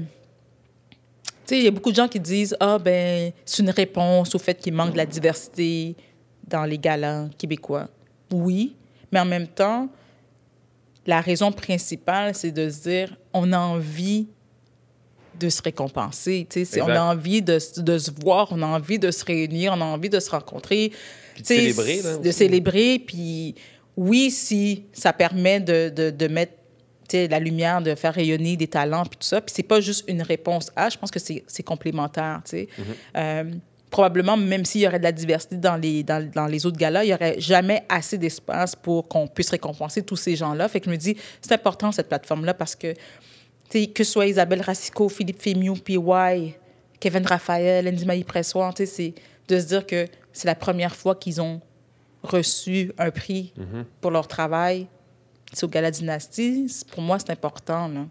il y a beaucoup de gens qui disent « c'est une réponse au fait qu'il manque de la diversité dans les galas québécois. » Oui, mais en même temps, la raison principale, c'est de se dire on a envie de se récompenser. On a envie de se voir, on a envie de se réunir, on a envie de se rencontrer. Puis de célébrer. Là, de célébrer. Puis oui, si ça permet de mettre la lumière, de faire rayonner des talents, puis tout ça. Puis c'est pas juste une réponse à, je pense que c'est complémentaire, tu sais. Probablement, même s'il y aurait de la diversité dans les autres galas, il n'y aurait jamais assez d'espace pour qu'on puisse récompenser tous ces gens-là. Fait que je me dis, c'est important, cette plateforme-là, parce que, que ce soit Isabelle Racicot, Philippe Fémiou, PY, Kevin Raphaël, Andy Mailly-Pressoir, c'est de se dire que c'est la première fois qu'ils ont reçu un prix pour leur travail. C'est au Gala Dynastie. Pour moi, c'est important, là.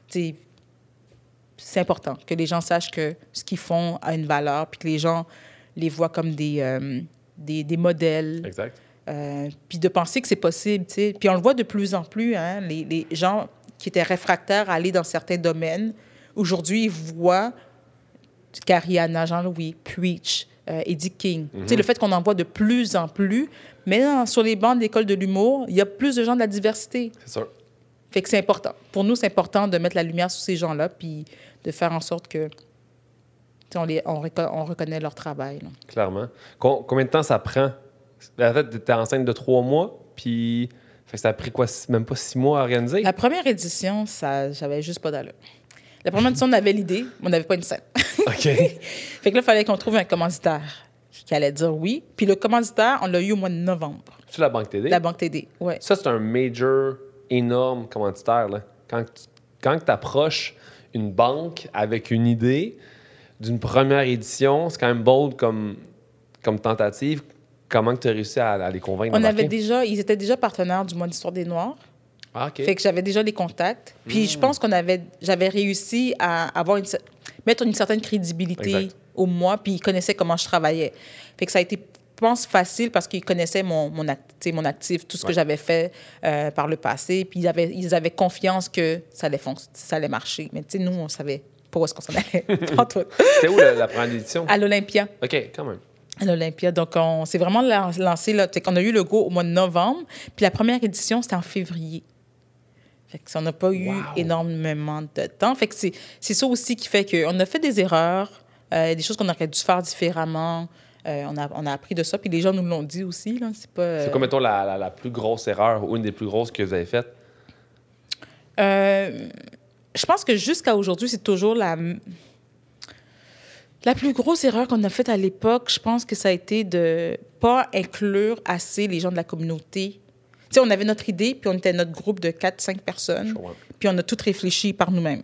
C'est important que les gens sachent que ce qu'ils font a une valeur, puis que les gens les voient comme des modèles. Exact. Puis de penser que c'est possible, tu sais. Puis on le voit de plus en plus, hein, les gens qui étaient réfractaires à aller dans certains domaines, aujourd'hui, ils voient Cariana, Jean-Louis, Preach, Eddie King. Tu sais, le fait qu'on en voit de plus en plus, mais sur les bancs de l'école de l'humour, il y a plus de gens de la diversité. C'est sûr. Fait que c'est important. Pour nous, c'est important de mettre la lumière sur ces gens-là, puis de faire en sorte que on reconnaît leur travail. Là. Clairement. Combien de temps ça prend? En fait, tu étais enceinte de 3 mois, puis fait que ça a pris quoi, même pas 6 mois à organiser? La première édition, j'avais juste pas d'allure. La première édition, on avait l'idée, mais on n'avait pas une scène. OK. Fait que là, il fallait qu'on trouve un commanditaire qui allait dire oui. Puis le commanditaire, on l'a eu au mois de novembre. C'est la Banque TD? La Banque TD, oui. Ça, c'est un major, énorme commanditaire, là. Quand tu approches une banque avec une idée d'une première édition, c'est quand même bold comme tentative. Comment tu as réussi à les convaincre d'embarquer? Ils étaient déjà partenaires du Mois d'Histoire des Noirs. Ah, OK. Fait que j'avais déjà les contacts. Puis je pense j'avais réussi à mettre une certaine crédibilité Exact. au mois, puis ils connaissaient comment je travaillais. Fait que ça a été, je pense, facile parce qu'ils connaissaient mon actif, tout ce que j'avais fait par le passé. Puis ils avaient confiance que ça allait marcher. Mais tu sais, nous, on savait pas où est-ce qu'on s'en allait. Pas tout. C'était où la première édition? À l'Olympia. OK, quand même. À l'Olympia. Donc, on s'est vraiment lancé là. On a eu le go au mois de novembre. Puis la première édition, c'était en février. Fait que ça, on n'a pas eu énormément de temps. Fait que c'est ça aussi qui fait qu'on a fait des erreurs, des choses qu'on aurait dû faire différemment. On a appris de ça, puis les gens nous l'ont dit aussi. Là. C'est quoi, mettons, la plus grosse erreur ou une des plus grosses que vous avez faites? Je pense que jusqu'à aujourd'hui, c'est toujours la plus grosse erreur qu'on a faite à l'époque. Je pense que ça a été de pas inclure assez les gens de la communauté. Tu sais, on avait notre idée, puis on était notre groupe de 4-5 personnes, puis on a tout réfléchi par nous-mêmes.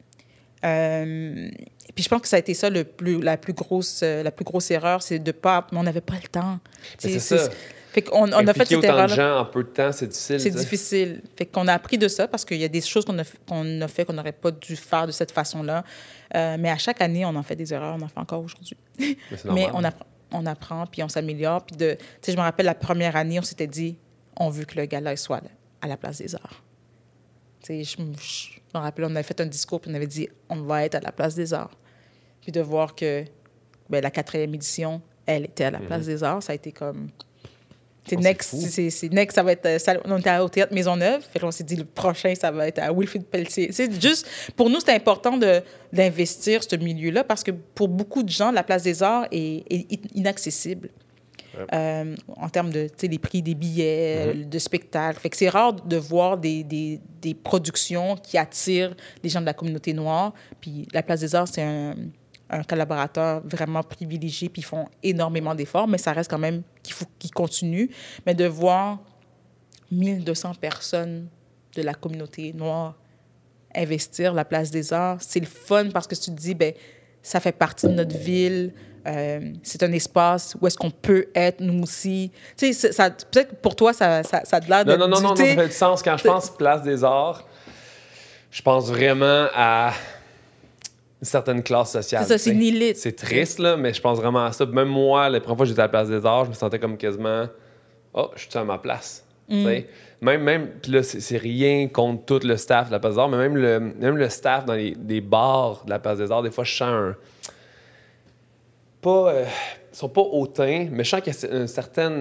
Puis je pense que ça a été ça la plus grosse erreur, c'est de pas... On n'avait pas le temps. C'est ça. Fait qu'on a fait cette erreur-là. Autant de gens en peu de temps, c'est difficile. C'est difficile. Fait qu'on a appris de ça parce qu'il y a des choses qu'on a fait qu'on n'aurait pas dû faire de cette façon-là. Mais à chaque année, on en fait des erreurs. On en fait encore aujourd'hui. Mais on apprend, puis on s'améliore. Puis je me rappelle, la première année, on s'était dit, on veut que le gala soit à la Place des Arts. Je me rappelle, on avait fait un discours, puis on avait dit, on va être à la Place des Arts. Puis de voir que la 4e édition, elle était à la Place des Arts, ça a été comme... C'est next, ça va être... on était au Théâtre Maisonneuve, fait qu'on s'est dit, le prochain, ça va être à Wilfrid Pelletier. C'est juste, pour nous, c'était important d'investir ce milieu-là, parce que pour beaucoup de gens, la Place des Arts est inaccessible. En termes de les prix des billets, de spectacles. Fait que c'est rare de voir des productions qui attirent les gens de la communauté noire. Puis la Place des Arts, c'est un collaborateur vraiment privilégié, puis ils font énormément d'efforts, mais ça reste quand même qu'il faut qu'ils continuent. Mais de voir 1200 personnes de la communauté noire investir la Place des Arts, c'est le fun parce que tu te dis, ça fait partie de notre ville. C'est un espace où est-ce qu'on peut être, nous aussi. Tu sais, peut-être que pour toi, ça a de l'air de... Non, ça fait du sens. Quand je pense Place des Arts, je pense vraiment à une certaine classe sociale. C'est ça, c'est une élite. C'est triste, là, mais je pense vraiment à ça. Même moi, la première fois que j'étais à la Place des Arts, je me sentais comme quasiment... Oh, je suis à ma place. Même puis là, c'est rien contre tout le staff de la Place des Arts, mais même le staff dans les bars de la Place des Arts, des fois, je sens ils sont pas hautains, mais je sens qu'il y a une certaine...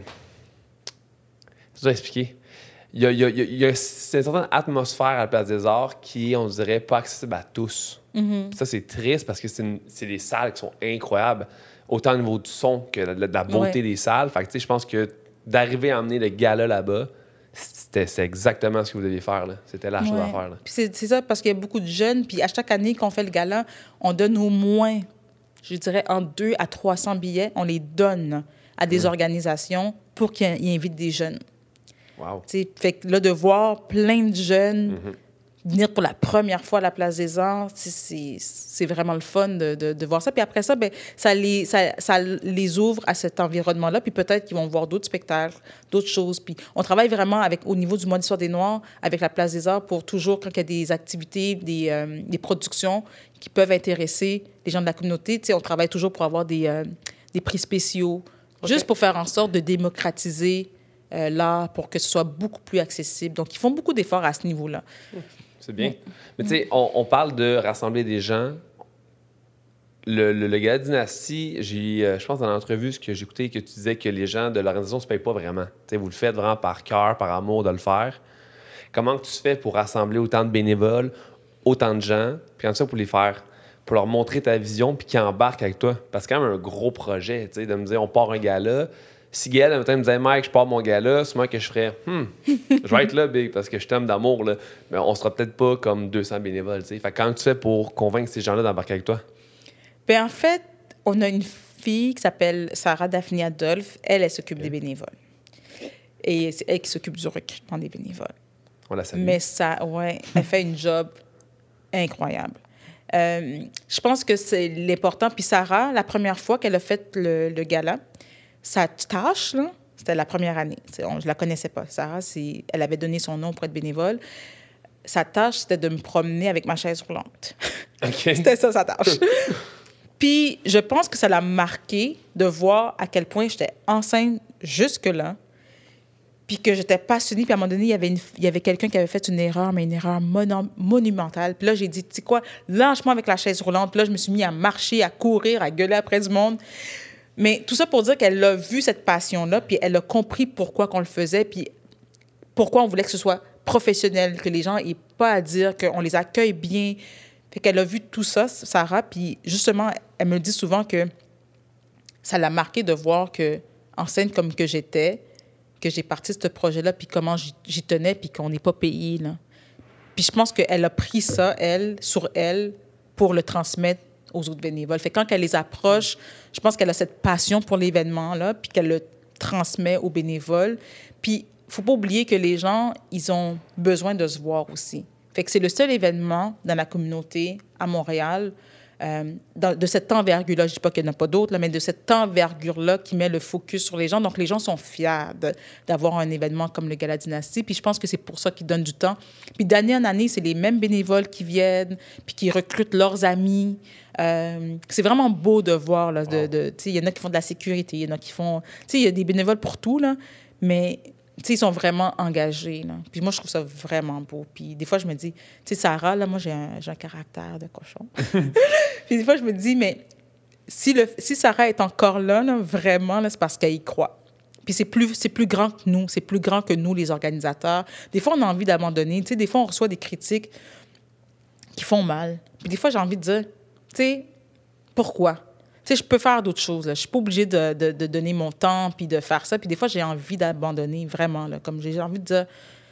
je dois expliquer. Il y a une certaine atmosphère à la Place des Arts qui est, on dirait, pas accessible à tous. Ça, c'est triste parce que c'est des salles qui sont incroyables, autant au niveau du son que de la beauté des salles. Fait que, tu sais, je pense que d'arriver à emmener le gala là-bas, c'est exactement ce que vous deviez faire, là. C'était la chose à Ouais. faire, là. Puis c'est ça, parce qu'il y a beaucoup de jeunes. Puis à chaque année qu'on fait le gala, on donne au moins, je dirais, entre 200 à 300 billets. On les donne à des organisations pour qu'ils invitent des jeunes. Wow. Tu sais, fait que là, de voir plein de jeunes venir pour la première fois à la Place des Arts, c'est vraiment le fun de voir ça. Puis après ça, ben, ça les ouvre à cet environnement-là. Puis peut-être qu'ils vont voir d'autres spectacles, d'autres choses. Puis on travaille vraiment au niveau du mois d'histoire des Noirs, avec la Place des Arts, pour toujours, quand il y a des activités, des productions qui peuvent intéresser les gens de la communauté, tu sais, on travaille toujours pour avoir des prix spéciaux, juste pour faire en sorte de démocratiser l'art pour que ce soit beaucoup plus accessible. Donc, ils font beaucoup d'efforts à ce niveau-là. C'est bien. Mais tu sais, on parle de rassembler des gens. Le gala Dynastie, je pense dans l'entrevue, ce que j'ai écouté, que tu disais que les gens de l'organisation ne se payent pas vraiment. Tu sais, vous le faites vraiment par cœur, par amour de le faire. Comment que tu fais pour rassembler autant de bénévoles, autant de gens, puis comme ça pour les faire, pour leur montrer ta vision, puis qu'ils embarquent avec toi? Parce que c'est quand même un gros projet, tu sais, de me dire, on part un gala. Si Gaël, un matin, me disait, Mike, je pars mon gala, c'est moi que je ferais, je vais être là, Big, parce que je t'aime d'amour, là. Mais on sera peut-être pas comme 200 bénévoles, tu sais. Fait que comment tu fais pour convaincre ces gens-là d'embarquer avec toi? Bien, en fait, on a une fille qui s'appelle Sarah Daphne Adolphe. Elle s'occupe des bénévoles. Et c'est elle qui s'occupe du recrutement des bénévoles. On la salue. Mais ça, ouais, elle fait une job incroyable. Je pense que c'est l'important. Puis Sarah, la première fois qu'elle a fait le gala, sa tâche, là, c'était la première année. Je ne la connaissais pas. Sarah, elle avait donné son nom pour être bénévole. Sa tâche, c'était de me promener avec ma chaise roulante. OK. C'était ça, sa tâche. Puis, je pense que ça l'a marqué de voir à quel point j'étais enceinte jusque-là, puis que j'étais passionnée. Puis, à un moment donné, il y avait quelqu'un qui avait fait une erreur, mais une erreur monumentale. Puis là, j'ai dit, tu sais quoi, lâche-moi avec la chaise roulante. Puis là, je me suis mis à marcher, à courir, à gueuler après du monde. Mais tout ça pour dire qu'elle a vu cette passion-là, puis elle a compris pourquoi qu'on le faisait, puis pourquoi on voulait que ce soit professionnel, que les gens n'aient pas à dire qu'on les accueille bien. Fait qu'elle a vu tout ça, Sarah, puis justement, elle me dit souvent que ça l'a marqué de voir que, enceinte comme que j'étais, que j'ai parti de ce projet-là, puis comment j'y tenais, puis qu'on n'est pas payé, là. Puis je pense qu'elle a pris ça, sur elle, pour le transmettre aux autres bénévoles. Fait que quand elle les approche, je pense qu'elle a cette passion pour l'événement-là, puis qu'elle le transmet aux bénévoles. Puis il faut pas oublier que les gens, ils ont besoin de se voir aussi. Fait que c'est le seul événement dans la communauté à Montréal de cette envergure-là. Je ne dis pas qu'il n'y en a pas d'autres, mais de cette envergure-là qui met le focus sur les gens. Donc, les gens sont fiers d'avoir un événement comme le Gala Dynastie. Puis je pense que c'est pour ça qu'ils donnent du temps. Puis d'année en année, c'est les mêmes bénévoles qui viennent, puis qui recrutent leurs amis. C'est vraiment beau de voir. Wow. Il y en a qui font de la sécurité, il y en a qui font... Il y a des bénévoles pour tout, là, mais... ils sont vraiment engagés. Là. Puis moi, je trouve ça vraiment beau. Puis des fois, je me dis, Sarah, là, moi, j'ai un caractère de cochon. Puis des fois, je me dis, mais si Sarah est encore là, vraiment, là, c'est parce qu'elle y croit. Puis c'est plus grand que nous. C'est plus grand que nous, les organisateurs. Des fois, on a envie d'abandonner. Des fois, on reçoit des critiques qui font mal. Puis des fois, j'ai envie de dire, pourquoi? Je peux faire d'autres choses. Là. Je ne suis pas obligée de donner mon temps puis de faire ça. Puis des fois, j'ai envie d'abandonner, vraiment. Là. Comme j'ai envie de dire,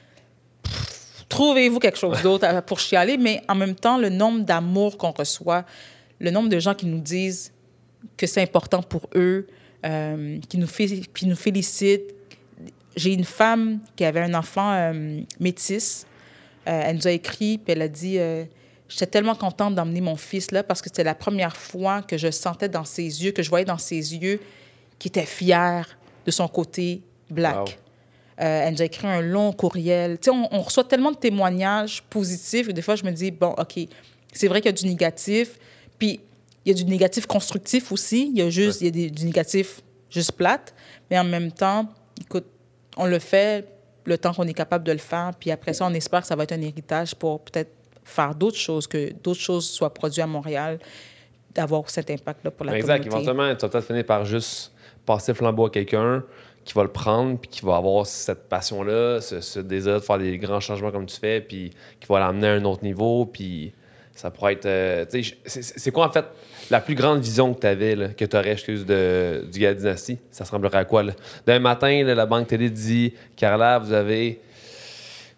trouvez-vous quelque chose d'autre pour chialer. Mais en même temps, le nombre d'amour qu'on reçoit, le nombre de gens qui nous disent que c'est important pour eux, qui nous félicitent. J'ai une femme qui avait un enfant métis. Elle nous a écrit, puis elle a dit... J'étais tellement contente d'emmener mon fils là parce que c'était la première fois que je sentais dans ses yeux, que je voyais dans ses yeux qu'il était fier de son côté black. Wow. Elle nous a écrit un long courriel. On reçoit tellement de témoignages positifs que des fois, je me dis, bon, OK, c'est vrai qu'il y a du négatif, puis il y a du négatif constructif aussi. Il y a du négatif juste plate, mais en même temps, écoute, on le fait le temps qu'on est capable de le faire, puis après ça, on espère que ça va être un héritage pour peut-être faire d'autres choses, que d'autres choses soient produites à Montréal, d'avoir cet impact-là pour la communauté. Exact. Éventuellement, tu vas peut-être finir par juste passer le flambeau à quelqu'un qui va le prendre, puis qui va avoir cette passion-là, ce désir de faire des grands changements comme tu fais, puis qui va l'amener à un autre niveau, puis ça pourrait être... c'est quoi, en fait, la plus grande vision que tu avais, là, que tu aurais, du Gala Dynastie? Ça ressemblerait à quoi, là? D'un matin, là, la Banque Télé dit, Carla, vous avez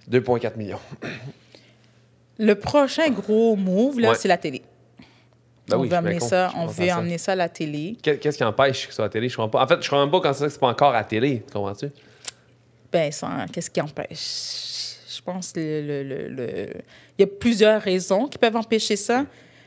2,4 millions. Le prochain gros move, là, Ouais. c'est la télé. Ben on oui, veut je suis bien amener con, ça, je on comprends veut ça. amener ça à la télé. Qu'est-ce qui empêche que ce soit à la télé? Je comprends pas. En fait, je comprends même pas quand c'est pas encore à la télé. Comprends-tu? Ben, ça, qu'est-ce qui empêche? Je pense il y a plusieurs raisons qui peuvent empêcher ça.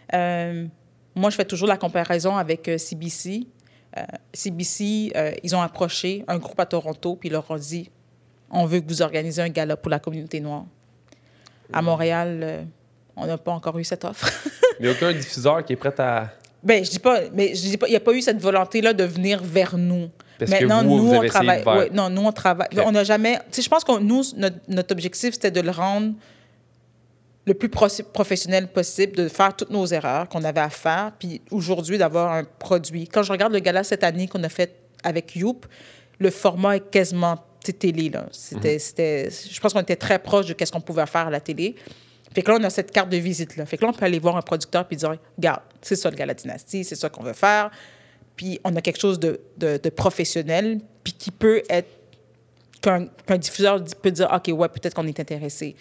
Moi, je fais toujours la comparaison avec CBC. CBC, ils ont approché un groupe à Toronto, puis ils leur ont dit, on veut que vous organisez un gala pour la communauté noire. À Montréal, on n'a pas encore eu cette offre. Mais aucun diffuseur qui est prêt à... Ben, je dis pas, il n'y a pas eu cette volonté-là de venir vers nous. Parce que Maintenant, vous nous, avez on essayé travaille. de faire- Ouais, non, nous, on travaille. Ok. On n'a jamais. Tu sais, je pense que nous, notre objectif, c'était de le rendre le plus professionnel possible, de faire toutes nos erreurs qu'on avait à faire, puis aujourd'hui, d'avoir un produit. Quand je regarde le gala cette année qu'on a fait avec Youp, le format est quasiment télé, là. Je pense qu'on était très proche de ce qu'on pouvait faire à la télé. Fait que là, on a cette carte de visite-là. Fait que là, on peut aller voir un producteur puis dire, regarde, c'est ça le Gala Dynastie, c'est ça qu'on veut faire. Puis on a quelque chose de professionnel, puis qui peut être, qu'un diffuseur peut dire, OK, ouais, peut-être qu'on est intéressé.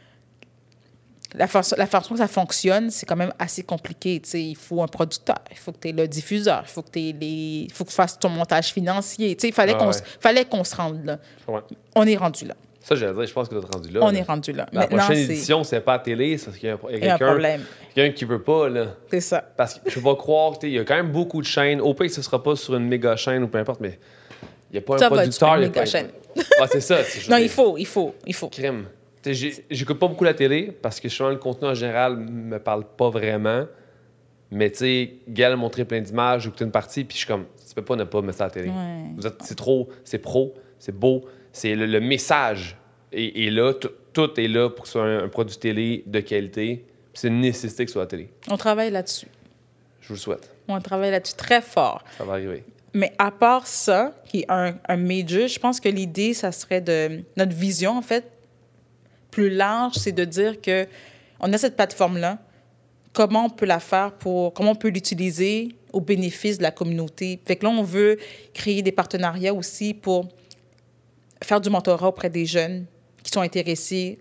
La façon que ça fonctionne, c'est quand même assez compliqué. Tu sais, il faut un producteur, il faut que tu aies le diffuseur, il faut que tu fasses ton montage financier. Tu sais, il fallait qu'on se rende là. Ouais. On est rendu là. Ça, j'allais dire, je pense que vous êtes rendu là. On là. est rendu là. La Maintenant, prochaine édition, c'est pas à télé, c'est parce qu'il y a il y a un problème. quelqu'un qui veut pas, là. C'est ça. Parce que je peux pas croire, il y a quand même beaucoup de chaînes. Au pire, ce sera pas sur une méga chaîne ou peu importe, mais il n'y a pas Ça un va être sur producteur. une il y a pas méga chaîne. Ah, c'est ça. Non, il faut. Crime. J'écoute pas beaucoup la télé parce que souvent le contenu en général me parle pas vraiment. Mais tu sais, Gaël a montré plein d'images, j'ai écouté une partie, puis je suis comme, tu peux pas ne pas mettre ça à la télé. Ouais. C'est trop, c'est pro, c'est beau, c'est le message est là, tout est là pour que ce soit un produit télé de qualité. Puis c'est une nécessité que ce soit à la télé. On travaille là-dessus. Je vous le souhaite. On travaille là-dessus très fort. Ça va arriver. Mais à part ça, qui est un major, je pense que l'idée, ça serait de... Notre vision, en fait, plus large, c'est de dire que on a cette plateforme-là, comment on peut la faire comment on peut l'utiliser au bénéfice de la communauté. Fait que là, on veut créer des partenariats aussi pour faire du mentorat auprès des jeunes qui sont intéressés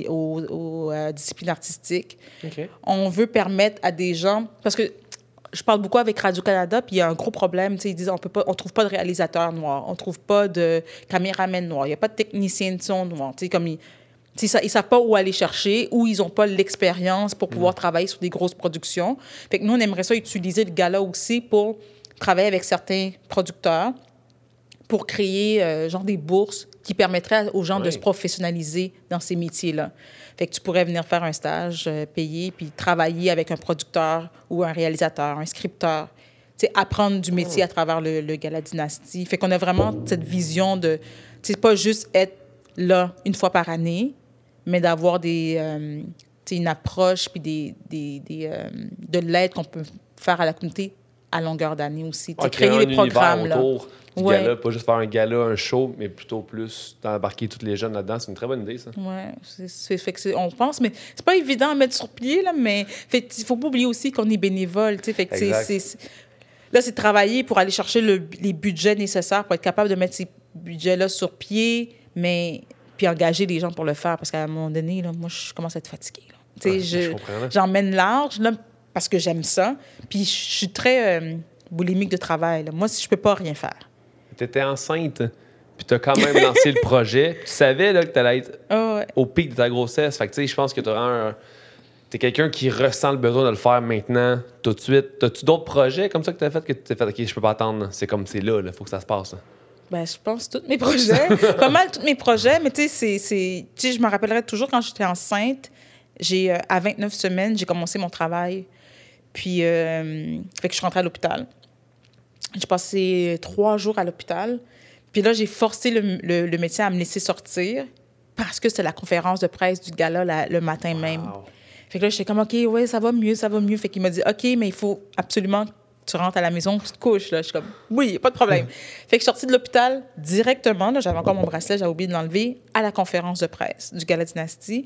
aux disciplines artistiques. OK. On veut permettre à des gens... Parce que je parle beaucoup avec Radio-Canada, puis il y a un gros problème. Ils disent on trouve pas de réalisateur noir, on trouve pas de caméraman noir, il n'y a pas de technicien de son noir. Comme ils ne savent pas où aller chercher, ou ils n'ont pas l'expérience pour pouvoir travailler sur des grosses productions. Fait que nous, on aimerait ça utiliser le gala aussi pour travailler avec certains producteurs pour créer genre des bourses qui permettraient aux gens de se professionnaliser dans ces métiers-là. Fait que tu pourrais venir faire un stage payé puis travailler avec un producteur ou un réalisateur, un scripteur. Tu sais, apprendre du métier à travers le Gala Dynastie. Fait qu'on a vraiment cette vision de... Tu sais, pas juste être là une fois par année, mais d'avoir une approche puis de l'aide qu'on peut faire à la communauté à longueur d'année aussi. Créer des programmes là. autour du gala, pas juste faire un gala, un show, mais plutôt plus d'embarquer tous les jeunes là-dedans. C'est une très bonne idée, ça. Oui, fait que on pense, mais c'est pas évident à mettre sur pied, là, mais il faut pas oublier aussi qu'on est bénévole. Fait que là, c'est travailler pour aller chercher les budgets nécessaires pour être capable de mettre ces budgets-là sur pied, mais puis engager les gens pour le faire, parce qu'à un moment donné, là, moi, je commence à être fatiguée. Je comprends. J'emmène large, là, parce que j'aime ça, puis je suis très boulimique de travail. Là. Moi, je peux pas rien faire. Tu étais enceinte, puis tu as quand même lancé le projet. Tu savais là, que tu allais être au pic de ta grossesse. Fait que, tu sais, je pense que tu es quelqu'un qui ressent le besoin de le faire maintenant, tout de suite. As-tu d'autres projets comme ça que tu as fait que tu t'es fait, OK, je peux pas attendre. C'est comme c'est là, il faut que ça se passe. Ben, je pense tous mes projets, pas mal tous mes projets, mais tu sais, je me rappellerai toujours quand j'étais enceinte, à 29 semaines, j'ai commencé mon travail. Puis, fait que je suis rentrée à l'hôpital. J'ai passé 3 jours à l'hôpital. Puis là, j'ai forcé le médecin à me laisser sortir parce que c'était la conférence de presse du gala le matin même. Fait que là, j'étais comme, OK, ouais, ça va mieux. Fait qu'il m'a dit, OK, mais il faut absolument que tu rentres à la maison, tu te couches. Là. Je suis comme, oui, pas de problème. Fait que je suis sortie de l'hôpital directement. Là, j'avais encore mon bracelet, j'avais oublié de l'enlever, à la conférence de presse du Gala Dynastie.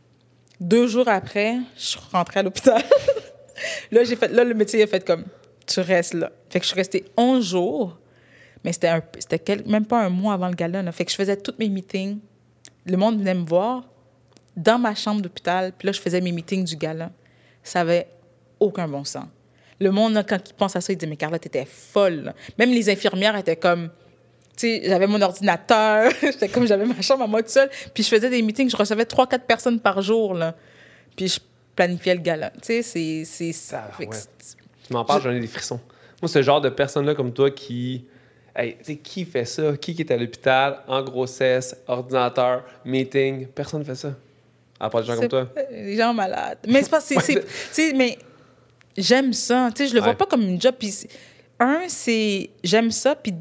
2 jours après, je suis rentrée à l'hôpital. Là, le médecin a fait comme, tu restes là. Fait que je suis restée 11 jours, mais c'était même pas un mois avant le gala. Là. Fait que je faisais tous mes meetings. Le monde venait me voir, dans ma chambre d'hôpital, puis là, je faisais mes meetings du gala. Ça avait aucun bon sens. Le monde, là, quand il pense à ça, il dit « Mais Carla, t'étais folle. » là. Même les infirmières étaient comme... Tu sais, j'avais mon ordinateur, j'avais ma chambre à moi toute seule, puis je faisais des meetings, je recevais 3-4 personnes par jour, là. Puis je planifiais le gala. Tu sais, c'est ça. Ouais. Tu m'en parles, j'en ai des frissons. Moi, ce genre de personne-là comme toi qui... Hey, tu sais, qui fait ça? Qui est à l'hôpital, en grossesse, ordinateur, meeting? Personne ne fait ça. À part des gens comme toi. Les gens malades. Mais c'est pas... Tu sais, mais j'aime ça. Tu sais, je le vois pas comme une job. Puis, c'est... J'aime ça, puis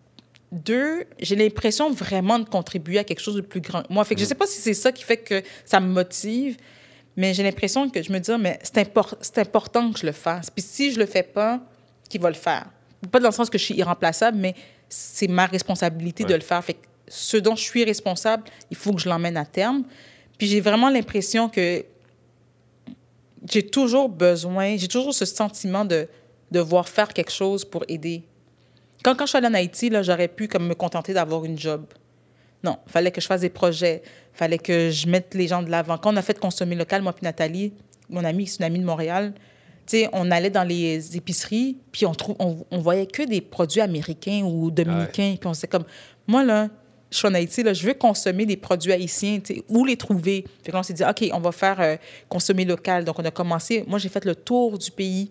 2, j'ai l'impression vraiment de contribuer à quelque chose de plus grand que moi. Fait que je sais pas si c'est ça qui fait que ça me motive, mais j'ai l'impression que je me dis, mais c'est important que je le fasse. Puis si je le fais pas, qui va le faire? Pas dans le sens que je suis irremplaçable, mais c'est ma responsabilité de le faire. Fait que ce dont je suis responsable, il faut que je l'emmène à terme. Puis j'ai vraiment l'impression que j'ai toujours ce sentiment de devoir faire quelque chose pour aider. Quand je suis allée en Haïti, là, j'aurais pu comme me contenter d'avoir une job. Non, il fallait que je fasse des projets. Il fallait que je mette les gens de l'avant. Quand on a fait Consommer local, moi puis Nathalie, mon amie, c'est une amie de Montréal, tu sais, on allait dans les épiceries, puis on voyait que des produits américains ou dominicains. Puis on s'était comme, moi, là, je suis en Haïti, là, je veux consommer des produits haïtiens, tu sais, où les trouver. Fait qu'on s'est dit, OK, on va faire Consommer local. Donc, on a commencé, moi, j'ai fait le tour du pays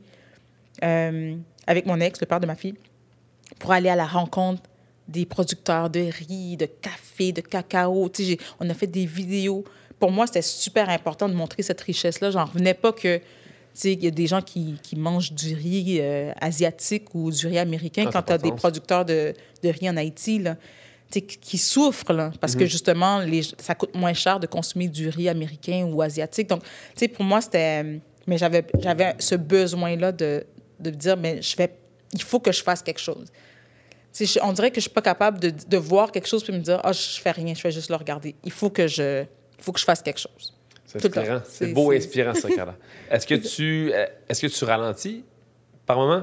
avec mon ex, le père de ma fille, pour aller à la rencontre des producteurs de riz, de café, de cacao. Tu sais, on a fait des vidéos. Pour moi, c'était super important de montrer cette richesse-là. J'en revenais pas que, tu sais, il y a des gens qui mangent du riz asiatique ou du riz américain quand tu as des producteurs de riz en Haïti, là, tu sais, qui souffrent, là, parce que, justement, ça coûte moins cher de consommer du riz américain ou asiatique. Donc, tu sais, pour moi, c'était... Mais j'avais ce besoin-là de dire, mais il faut que je fasse quelque chose. On dirait que je suis pas capable de voir quelque chose puis me dire, je fais rien, je fais juste le regarder. Il faut que je fasse quelque chose. C'est inspirant. C'est beau et inspirant, ça, Carla. Est-ce que tu ralentis par moment?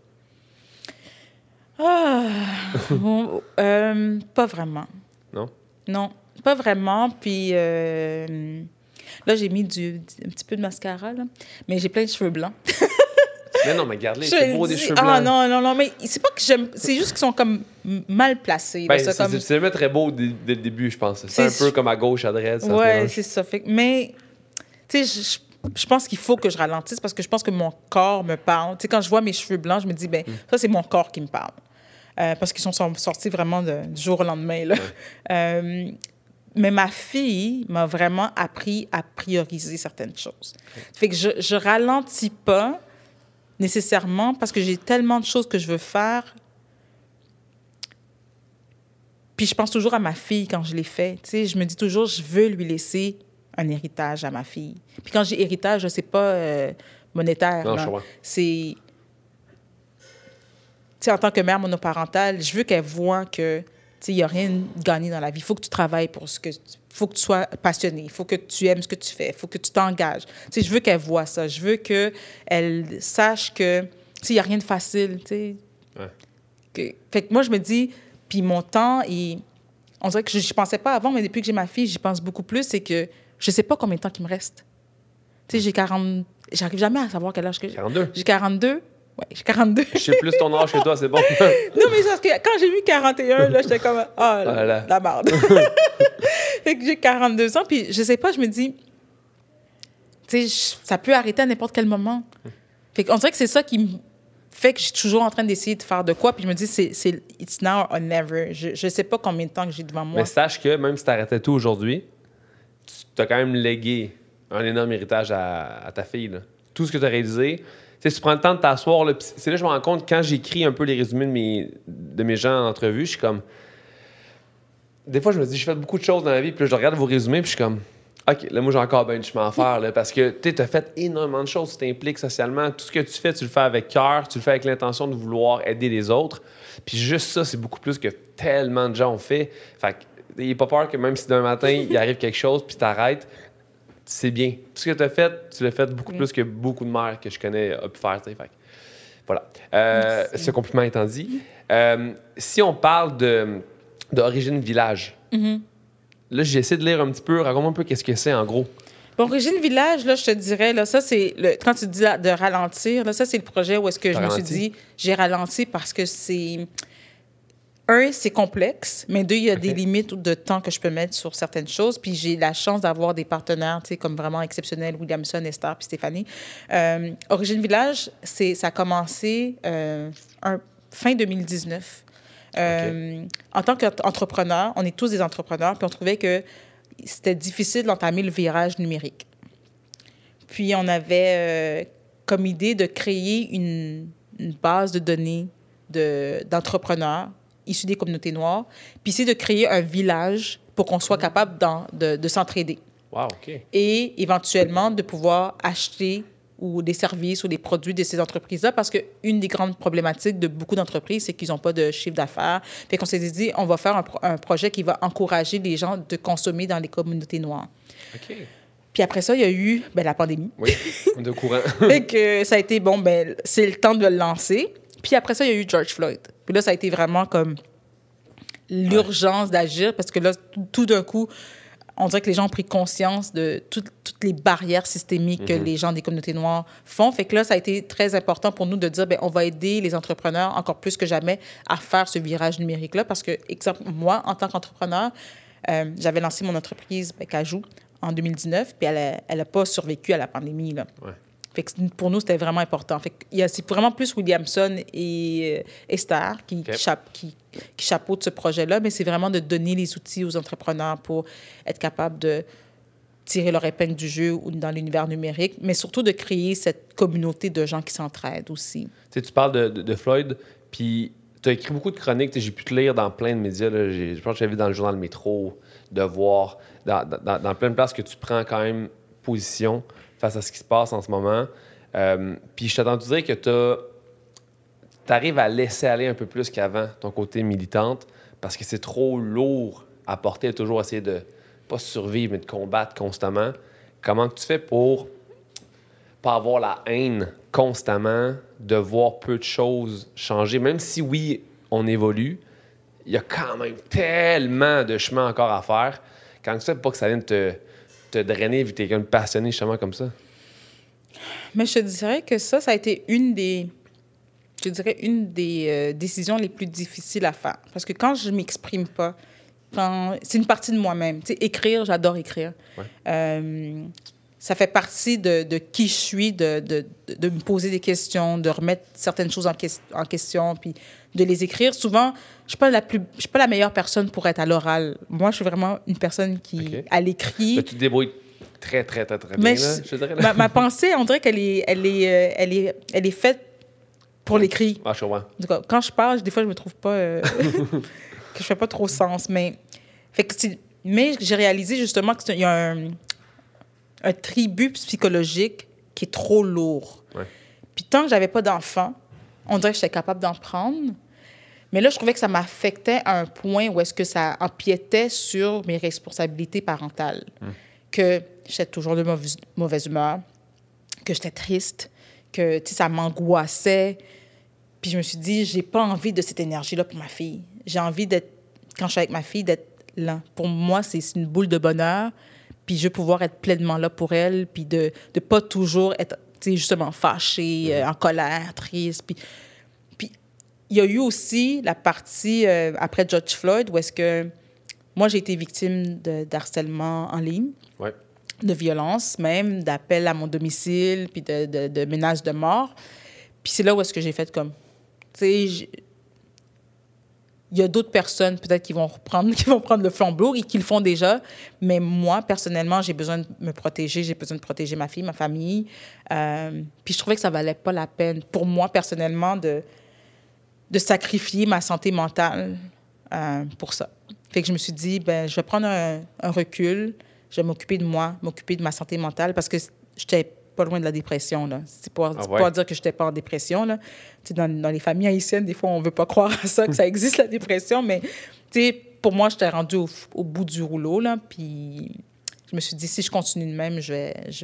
Pas vraiment. Non? Non, pas vraiment. Puis là, j'ai mis un petit peu de mascara, là. Mais j'ai plein de cheveux blants. Mais non, mais garde-les, c'est beau des cheveux blancs. Ah non, mais c'est pas que j'aime... C'est juste qu'ils sont comme mal placés. Ben, c'est vraiment très beau dès le début, je pense. C'est un peu comme à gauche, à droite. Ouais, c'est ça. Mais, tu sais, je pense qu'il faut que je ralentisse parce que je pense que mon corps me parle. Tu sais, quand je vois mes cheveux blancs, je me dis, ben ça, c'est mon corps qui me parle. Parce qu'ils sont sortis vraiment du jour au lendemain, là. Ouais. Mais ma fille m'a vraiment appris à prioriser certaines choses. Fait que je ralentis pas nécessairement parce que j'ai tellement de choses que je veux faire. Puis je pense toujours à ma fille quand je l'ai fait. Tu sais, je me dis toujours, je veux lui laisser un héritage à ma fille. Puis quand j'ai héritage, c'est pas monétaire. Non, là. je vois. C'est... Tu sais, en tant que mère monoparentale, je veux qu'elle voie que, tu sais, il n'y a rien de gagné dans la vie. Il faut que tu travailles pour ce que... Il faut que tu sois passionné. Il faut que tu aimes ce que tu fais. Il faut que tu t'engages. Tu sais, je veux qu'elle voie ça. Je veux qu'elle sache que, tu sais, il n'y a rien de facile, tu sais. Ouais. Fait que moi, je me dis... Puis mon temps, on dirait que je n'y pensais pas avant, mais depuis que j'ai ma fille, j'y pense beaucoup plus. C'est que je ne sais pas combien de temps il me reste. Tu sais, j'ai 40... J'arrive jamais à savoir quel âge que j'ai. 42? J'ai 42. Oui, j'ai 42. Je sais plus ton âge que toi, c'est bon. Non, mais parce que quand j'ai vu 41, là, j'étais comme, la merde. Fait que j'ai 42 ans, puis je sais pas, je me dis, tu sais, ça peut arrêter à n'importe quel moment. Fait qu'on dirait que c'est ça qui me fait que je suis toujours en train d'essayer de faire de quoi, puis je me dis, c'est it's now or never. Je sais pas combien de temps que j'ai devant moi. Mais sache que même si tu arrêtais tout aujourd'hui, tu as quand même légué un énorme héritage à ta fille, là. Tout ce que tu as réalisé. Tu sais, tu prends le temps de t'asseoir, là, c'est là que je me rends compte, quand j'écris un peu les résumés de mes gens en entrevue, je suis comme... Des fois, je me dis, j'ai fait beaucoup de choses dans la vie, puis là, je regarde vos résumés, puis je suis comme... OK, là, moi, j'ai encore bien du chemin à faire, là, parce que tu as fait énormément de choses, tu t'impliques socialement. Tout ce que tu fais, tu le fais avec cœur, tu le fais avec l'intention de vouloir aider les autres. Puis juste ça, c'est beaucoup plus que tellement de gens ont fait. Fait que, n'ayez pas peur que même si d'un matin, il arrive quelque chose, puis t'arrêtes, c'est bien. Tout ce que tu as fait, tu l'as fait beaucoup plus que beaucoup de mères que je connais ont pu faire, tu sais. Fait que, voilà. Ce compliment étant dit, si on parle d'origine village, Là, j'ai essayé de lire un petit peu. Raconte-moi un peu qu'est-ce que c'est, en gros. Bon, Régine Village, là, je te dirais, là, ça, c'est... Quand tu dis de ralentir, là, ça, c'est le projet où est-ce que je me suis dit, j'ai ralenti parce que c'est... Un, c'est complexe, mais deux, il y a des limites de temps que je peux mettre sur certaines choses. Puis j'ai la chance d'avoir des partenaires, tu sais, comme vraiment exceptionnels, Williamson, Esther, puis Stéphanie. Origine Village, ça a commencé fin 2019. En tant qu'entrepreneur, on est tous des entrepreneurs, puis on trouvait que c'était difficile d'entamer le virage numérique. Puis on avait comme idée de créer une base de données d'entrepreneurs issus des communautés noires, puis c'est de créer un village pour qu'on soit capable de s'entraider. Wow, OK. Et éventuellement de pouvoir acheter ou des services ou des produits de ces entreprises-là, parce qu'une des grandes problématiques de beaucoup d'entreprises, c'est qu'ils n'ont pas de chiffre d'affaires. Fait qu'on s'est dit, on va faire un projet qui va encourager les gens de consommer dans les communautés noires. OK. Puis après ça, il y a eu la pandémie. Oui, on est au courant. Fait que ça a été, c'est le temps de le lancer. Puis après ça, il y a eu George Floyd. Puis là, ça a été vraiment comme l'urgence d'agir, parce que là, tout d'un coup, on dirait que les gens ont pris conscience de toutes les barrières systémiques que les gens des communautés noires font. Fait que là, ça a été très important pour nous de dire, on va aider les entrepreneurs encore plus que jamais à faire ce virage numérique-là. Parce que, exemple, moi, en tant qu'entrepreneur, j'avais lancé mon entreprise, Cajou, en 2019, puis elle n'a pas survécu à la pandémie, là. Ouais. Fait que pour nous, c'était vraiment important. Fait que c'est vraiment plus Williamson et Esther qui chapeautent ce projet-là, mais c'est vraiment de donner les outils aux entrepreneurs pour être capables de tirer leur épingle du jeu ou dans l'univers numérique, mais surtout de créer cette communauté de gens qui s'entraident aussi. Tu sais, tu parles de Floyd, puis tu as écrit beaucoup de chroniques. J'ai pu te lire dans plein de médias. Là. Je pense que j'avais vu dans le journal Métro, Devoir, dans plein de places que tu prends quand même position face à ce qui se passe en ce moment. Puis je t'ai entendu dire que tu arrives à laisser aller un peu plus qu'avant ton côté militante parce que c'est trop lourd à porter, toujours essayer de pas survivre, mais de combattre constamment. Comment tu fais pour pas avoir la haine constamment, de voir peu de choses changer? Même si, oui, on évolue, il y a quand même tellement de chemin encore à faire. Quand tu fais pour pas que ça vienne te drainer vu que tu es passionné justement comme ça? Mais je te dirais que ça a été une des décisions les plus difficiles à faire. Parce que quand je m'exprime pas, c'est une partie de moi-même. Tu sais, écrire, j'adore écrire. Ouais. Ça fait partie de qui je suis, de me poser des questions, de remettre certaines choses en question, puis de les écrire. Souvent, je suis pas la meilleure personne pour être à l'oral. Moi, je suis vraiment une personne qui, à l'écrit... Tu te débrouilles très, très, très, très bien, mais là, je dirais. Ma pensée, on dirait qu'elle est faite pour l'écrit. Ah, je comprends. En tout cas, quand je parle, des fois, je me trouve pas... que je fais pas trop sens, mais j'ai réalisé justement qu'il y a un tribut psychologique qui est trop lourd. Ouais. Puis tant que j'avais pas d'enfant, on dirait que j'étais capable d'en prendre. Mais là, je trouvais que ça m'affectait à un point où est-ce que ça empiétait sur mes responsabilités parentales. Que j'étais toujours de mauvaise humeur, que j'étais triste, que ça m'angoissait. Puis je me suis dit, j'ai pas envie de cette énergie-là pour ma fille. J'ai envie d'être, quand je suis avec ma fille, d'être là. Pour moi, c'est une boule de bonheur. Puis je veux pouvoir être pleinement là pour elle, puis de pas toujours être, justement, fâchée, en colère, triste. Puis il y a eu aussi la partie, après George Floyd, où est-ce que moi, j'ai été victime d'harcèlement en ligne, ouais. de violence même, d'appels à mon domicile, puis de menaces de mort. Puis c'est là où est-ce que j'ai fait comme... Tu sais, il y a d'autres personnes peut-être qui vont prendre le flambeau et qui le font déjà. Mais moi, personnellement, j'ai besoin de me protéger. J'ai besoin de protéger ma fille, ma famille. Puis je trouvais que ça valait pas la peine, pour moi, personnellement, de sacrifier ma santé mentale pour ça. Fait que je me suis dit, je vais prendre un recul. Je vais m'occuper de moi, m'occuper de ma santé mentale parce que j'étais pas loin de la dépression, là. C'est pas dire que j'étais pas en dépression, là. Tu sais, dans les familles haïtiennes, des fois, on veut pas croire à ça, que ça existe, la dépression, mais, tu sais, pour moi, j'étais rendue au bout du rouleau, là, puis je me suis dit, si je continue de même, je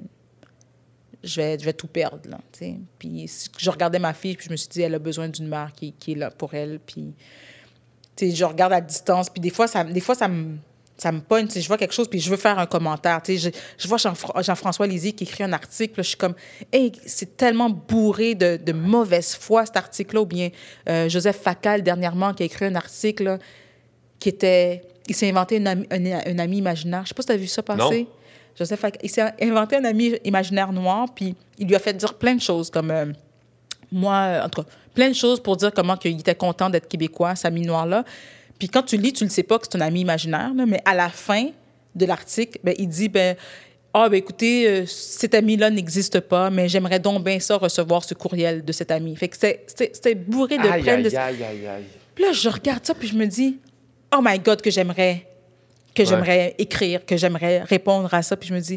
vais tout perdre, là, tu sais. Puis je regardais ma fille, puis je me suis dit, elle a besoin d'une mère qui est là pour elle, puis, tu sais, je regarde à distance, puis des fois, ça ça me pogne, tu sais, je vois quelque chose, puis je veux faire un commentaire. Tu sais, je vois Jean-François Lisée qui écrit un article, là, je suis comme, hey, c'est tellement bourré de mauvaise foi, cet article-là, ou bien Joseph Facal, dernièrement, qui a écrit un article là, qui était... Il s'est inventé un ami imaginaire. Je sais pas si tu as vu ça passer. Non. Joseph Facal, il s'est inventé un ami imaginaire noir, puis il lui a fait dire plein de choses, comme... moi, en tout cas, plein de choses pour dire comment il était content d'être québécois, cet ami noir-là. Puis quand tu lis, tu ne le sais pas que c'est un ami imaginaire, là, mais à la fin de l'article, ben, il dit, écoutez, cet ami-là n'existe pas, mais j'aimerais donc bien ça recevoir ce courriel de cet ami. Fait que c'était bourré de plein de... Aïe. Puis là, je regarde ça, puis je me dis, oh my God, que j'aimerais écrire, que j'aimerais répondre à ça. Puis je me dis,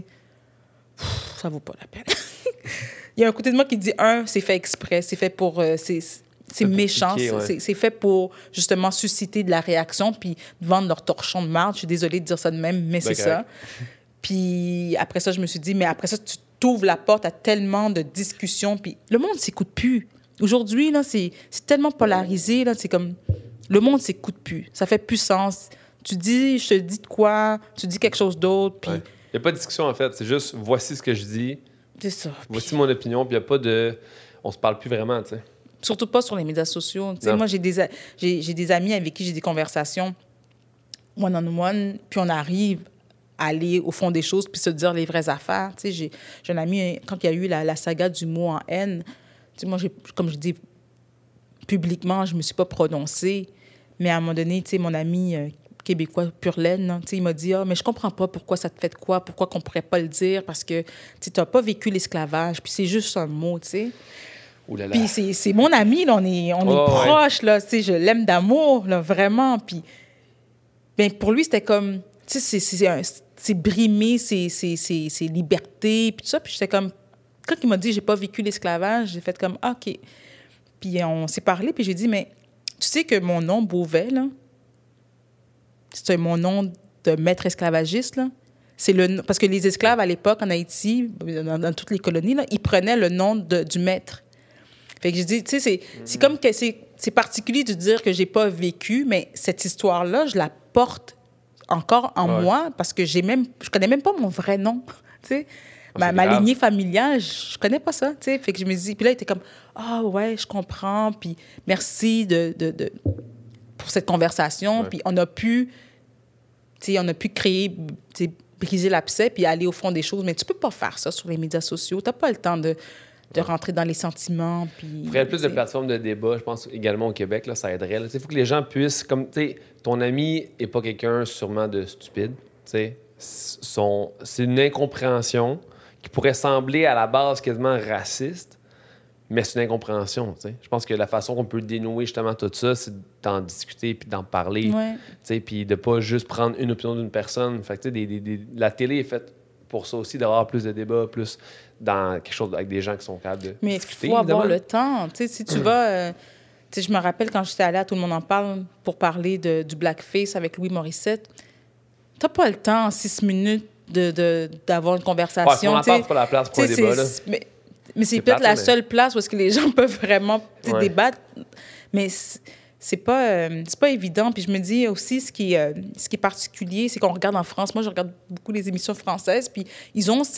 ça vaut pas la peine. Il y a un côté de moi qui dit, c'est fait exprès, c'est fait pour... c'est méchant, piquer, c'est fait pour justement susciter de la réaction puis vendre leur torchon de marde. Je suis désolée de dire ça de même, mais c'est ça. Puis après ça, je me suis dit, mais après ça, tu t'ouvres la porte à tellement de discussions. Puis le monde s'écoute plus. Aujourd'hui, là, c'est tellement polarisé. Là, c'est comme, le monde s'écoute plus. Ça fait plus sens. Je te dis de quoi, tu dis quelque chose d'autre. Puis... Il n'y a pas de discussion, en fait. C'est juste, voici ce que je dis. C'est ça. Voici mon opinion. Puis il n'y a pas de... On se parle plus vraiment, tu sais. Surtout pas sur les médias sociaux. Moi, j'ai des amis avec qui j'ai des conversations one-on-one, puis on arrive à aller au fond des choses puis se dire les vraies affaires. J'ai un ami, quand il y a eu la saga du mot en haine, moi, comme je dis publiquement, je me suis pas prononcée, mais à un moment donné, mon ami québécois pur laine, il m'a dit « Ah, mais je comprends pas pourquoi ça te fait de quoi, pourquoi qu'on pourrait pas le dire, parce que tu n'as pas vécu l'esclavage, puis c'est juste un mot, tu sais. » Puis c'est mon ami, là, on est proches, là, je l'aime d'amour, là, vraiment. Puis ben, pour lui, c'était comme, c'est brimer ses libertés, puis tout ça. Puis j'étais comme, quand il m'a dit, j'ai pas vécu l'esclavage, j'ai fait comme, ah, OK. Puis on s'est parlé, puis j'ai dit, mais tu sais que mon nom, Beauvais, là, c'est mon nom de maître esclavagiste, là. Parce que les esclaves, à l'époque, en Haïti, dans toutes les colonies, là, ils prenaient le nom du maître. Fait que je dis, tu sais, c'est comme que c'est particulier de dire que j'ai pas vécu, mais cette histoire-là, je la porte encore en moi parce que je connais même pas mon vrai nom, tu sais. Ma lignée familiale, je connais pas ça, tu sais. Fait que je me dis, puis là, il était comme, ah ouais, je comprends, puis merci pour cette conversation, puis on a pu créer, briser l'abcès, puis aller au fond des choses, mais tu peux pas faire ça sur les médias sociaux, t'as pas le temps de rentrer dans les sentiments. Il faudrait plus de plateformes de débat, je pense, également au Québec, là, ça aiderait. Il faut que les gens puissent, comme, tu sais, ton ami n'est pas quelqu'un sûrement de stupide, tu sais. C'est une incompréhension qui pourrait sembler à la base quasiment raciste, mais c'est une incompréhension, tu sais. Je pense que la façon qu'on peut dénouer justement tout ça, c'est d'en discuter puis d'en parler, tu sais, puis de pas juste prendre une opinion d'une personne. Fait que, tu sais, la télé est faite pour ça aussi, d'avoir plus de débats, plus dans quelque chose avec des gens qui sont capables de discuter. Mais il faut avoir le temps. Tu sais, si tu vas... tu sais, je me rappelle quand j'étais allée à Tout le monde en parle pour parler du blackface avec Louis Morissette. T'as pas le temps en 6 minutes d'avoir une conversation. Ouais, si on en parle, c'est pas la place pour un débat, là. Mais c'est peut-être la seule place où est-ce que les gens peuvent vraiment débattre. Mais c'est pas évident. Puis je me dis aussi, ce qui est particulier, c'est qu'on regarde en France. Moi, je regarde beaucoup les émissions françaises, puis ils ont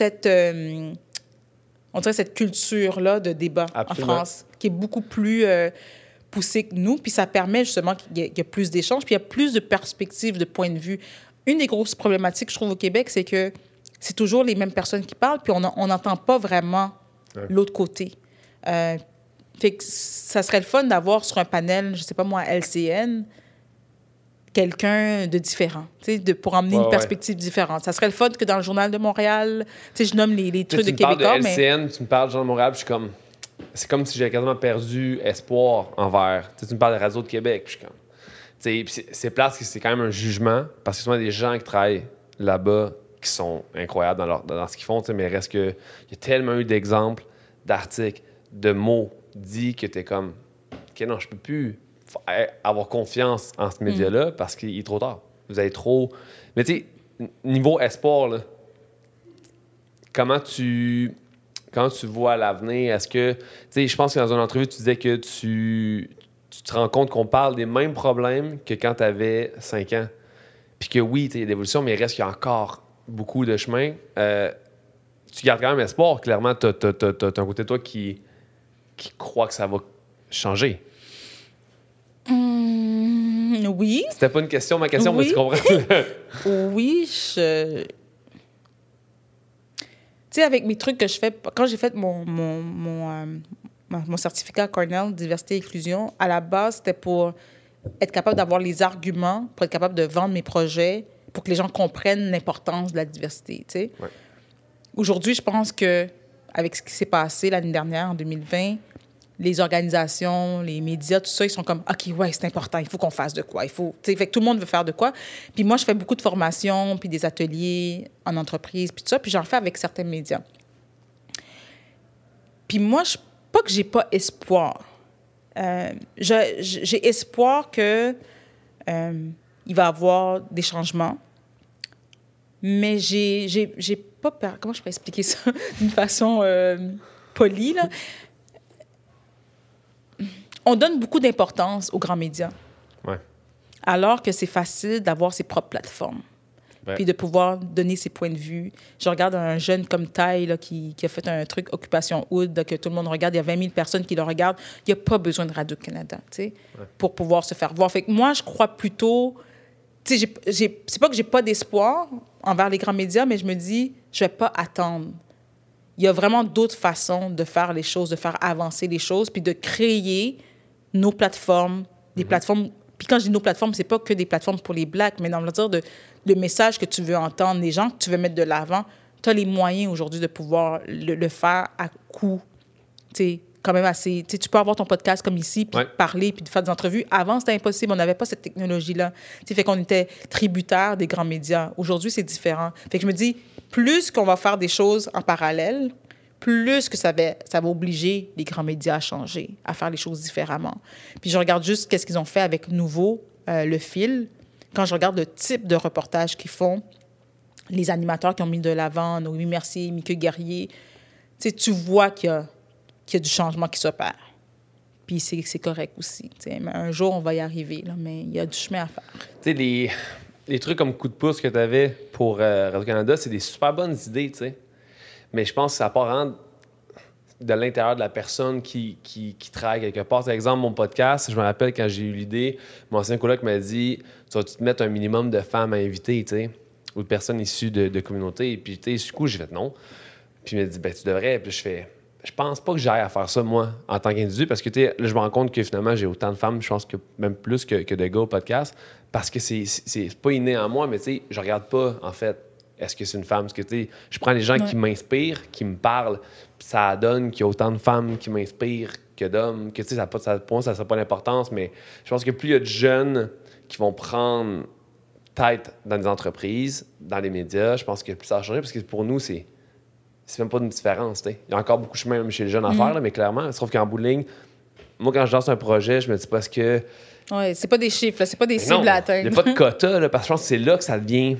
on dirait cette culture-là de débat en France, qui est beaucoup plus poussée que nous. Puis ça permet justement qu'il y ait plus d'échanges, puis il y a plus de perspectives, de points de vue. Une des grosses problématiques, je trouve, au Québec, c'est que c'est toujours les mêmes personnes qui parlent, puis on n'entend pas vraiment l'autre côté. Fait que ça serait le fun d'avoir sur un panel, je sais pas moi, LCN, quelqu'un de différent, pour emmener une perspective différente. Ça serait le fun que dans le Journal de Montréal, je nomme les trucs de Québécois, mais... LCN, tu me parles du Journal de Montréal, puis je suis comme... C'est comme si j'avais quasiment perdu espoir envers... Tu me parles de Radio de Québec, puis je suis comme... C'est plate que c'est quand même un jugement, parce que souvent des gens qui travaillent là-bas qui sont incroyables dans ce qu'ils font, mais reste que... Il y a tellement eu d'exemples, d'articles, de mots dit que t'es comme, OK, non, je peux plus avoir confiance en ce média-là parce qu'il est trop tard. Vous avez trop... Mais tu sais, niveau espoir, là, comment tu vois l'avenir? Est-ce que... Tu sais, je pense que dans une entrevue, tu disais que tu te rends compte qu'on parle des mêmes problèmes que quand tu avais 5 ans. Puis que oui, il y a l'évolution, mais il reste qu'il y a encore beaucoup de chemin. Tu gardes quand même espoir. Clairement, t'as un côté de toi qui croit que ça va changer. Oui. C'était pas une question, ma question, Oui. mais tu comprends? Oui, tu sais, avec mes trucs que je fais, quand j'ai fait mon certificat à Cornell, diversité et inclusion, à la base, c'était pour être capable d'avoir les arguments, pour être capable de vendre mes projets, pour que les gens comprennent l'importance de la diversité, tu sais. Ouais. Aujourd'hui, je pense que avec ce qui s'est passé l'année dernière, en 2020, les organisations, les médias, tout ça, ils sont comme, OK, ouais, c'est important, il faut qu'on fasse de quoi. Il faut, tu sais, fait que tout le monde veut faire de quoi. Puis moi, je fais beaucoup de formations, puis des ateliers en entreprise, puis tout ça, puis j'en fais avec certains médias. Puis moi, pas que j'ai pas espoir. J'ai espoir que il va y avoir des changements, mais j'ai pas peur. Comment je pourrais expliquer ça d'une façon polie, là? On donne beaucoup d'importance aux grands médias. Ouais. Alors que c'est facile d'avoir ses propres plateformes. Ouais. Puis de pouvoir donner ses points de vue. Je regarde un jeune comme Ty là, qui a fait un truc Occupation Hood, là, que tout le monde regarde. Il y a 20 000 personnes qui le regardent. Il n'y a pas besoin de Radio-Canada, tu sais, pour pouvoir se faire voir. Fait que moi, je crois plutôt... Tu sais, c'est pas que j'ai pas d'espoir envers les grands médias, mais je me dis, je vais pas attendre. Il y a vraiment d'autres façons de faire les choses, de faire avancer les choses, puis de créer nos plateformes, des plateformes... Puis quand je dis nos plateformes, c'est pas que des plateformes pour les Blacks, mais dans le dire de le message que tu veux entendre, les gens que tu veux mettre de l'avant, tu as les moyens aujourd'hui de pouvoir le faire à coût, tu sais, quand même assez... Tu sais, tu peux avoir ton podcast comme ici, puis parler, puis faire des entrevues. Avant, c'était impossible. On n'avait pas cette technologie-là. Tu sais, fait qu'on était tributaire des grands médias. Aujourd'hui, c'est différent. Fait que je me dis, plus qu'on va faire des choses en parallèle, plus que ça va obliger les grands médias à changer, à faire les choses différemment. Puis je regarde juste qu'est-ce qu'ils ont fait avec Nouveau, Le Fil. Quand je regarde le type de reportage qu'ils font, les animateurs qui ont mis de l'avant, Noémie Mercier, Mickey Guerrier, tu vois qu'il y a du changement qui s'opère. Puis c'est correct aussi. Mais un jour, on va y arriver, là, mais il y a du chemin à faire. Tu sais, les trucs comme coup de pouce que tu avais pour Radio-Canada, c'est des super bonnes idées, tu sais. Mais je pense que ça part vraiment de l'intérieur de la personne qui travaille quelque part. Par exemple, mon podcast, je me rappelle quand j'ai eu l'idée, mon ancien coloc m'a dit « Tu vas te mettre un minimum de femmes à inviter, tu sais, ou de personnes issues de communautés. » Puis, tu sais, du coup, j'ai fait « Non. » Puis il m'a dit « Ben, tu devrais. » Puis je fais « Je pense pas que j'aille à faire ça, moi, en tant qu'individu, parce que, tu sais, là, je me rends compte que finalement, j'ai autant de femmes, je pense que même plus que de gars au podcast, parce que c'est pas inné en moi, mais tu sais, je regarde pas, en fait, est-ce que c'est une femme? Parce que, tu sais, je prends les gens qui m'inspirent, qui me parlent, puis ça donne qu'il y a autant de femmes qui m'inspirent que d'hommes, que, tu sais, pour moi, ça n'a pas d'importance, mais je pense que plus il y a de jeunes qui vont prendre tête dans des entreprises, dans les médias, je pense que plus ça va changer, parce que pour nous, c'est même pas une différence, tu sais. Il y a encore beaucoup de chemin même chez les jeunes à faire, là, mais clairement, il se trouve qu'en bout de ligne, moi, quand je lance un projet, je me dis parce que... Oui, c'est pas des chiffres, là, c'est pas des cibles à atteindre. Il n'y a pas de quota, là, parce que je pense que c'est là que ça devient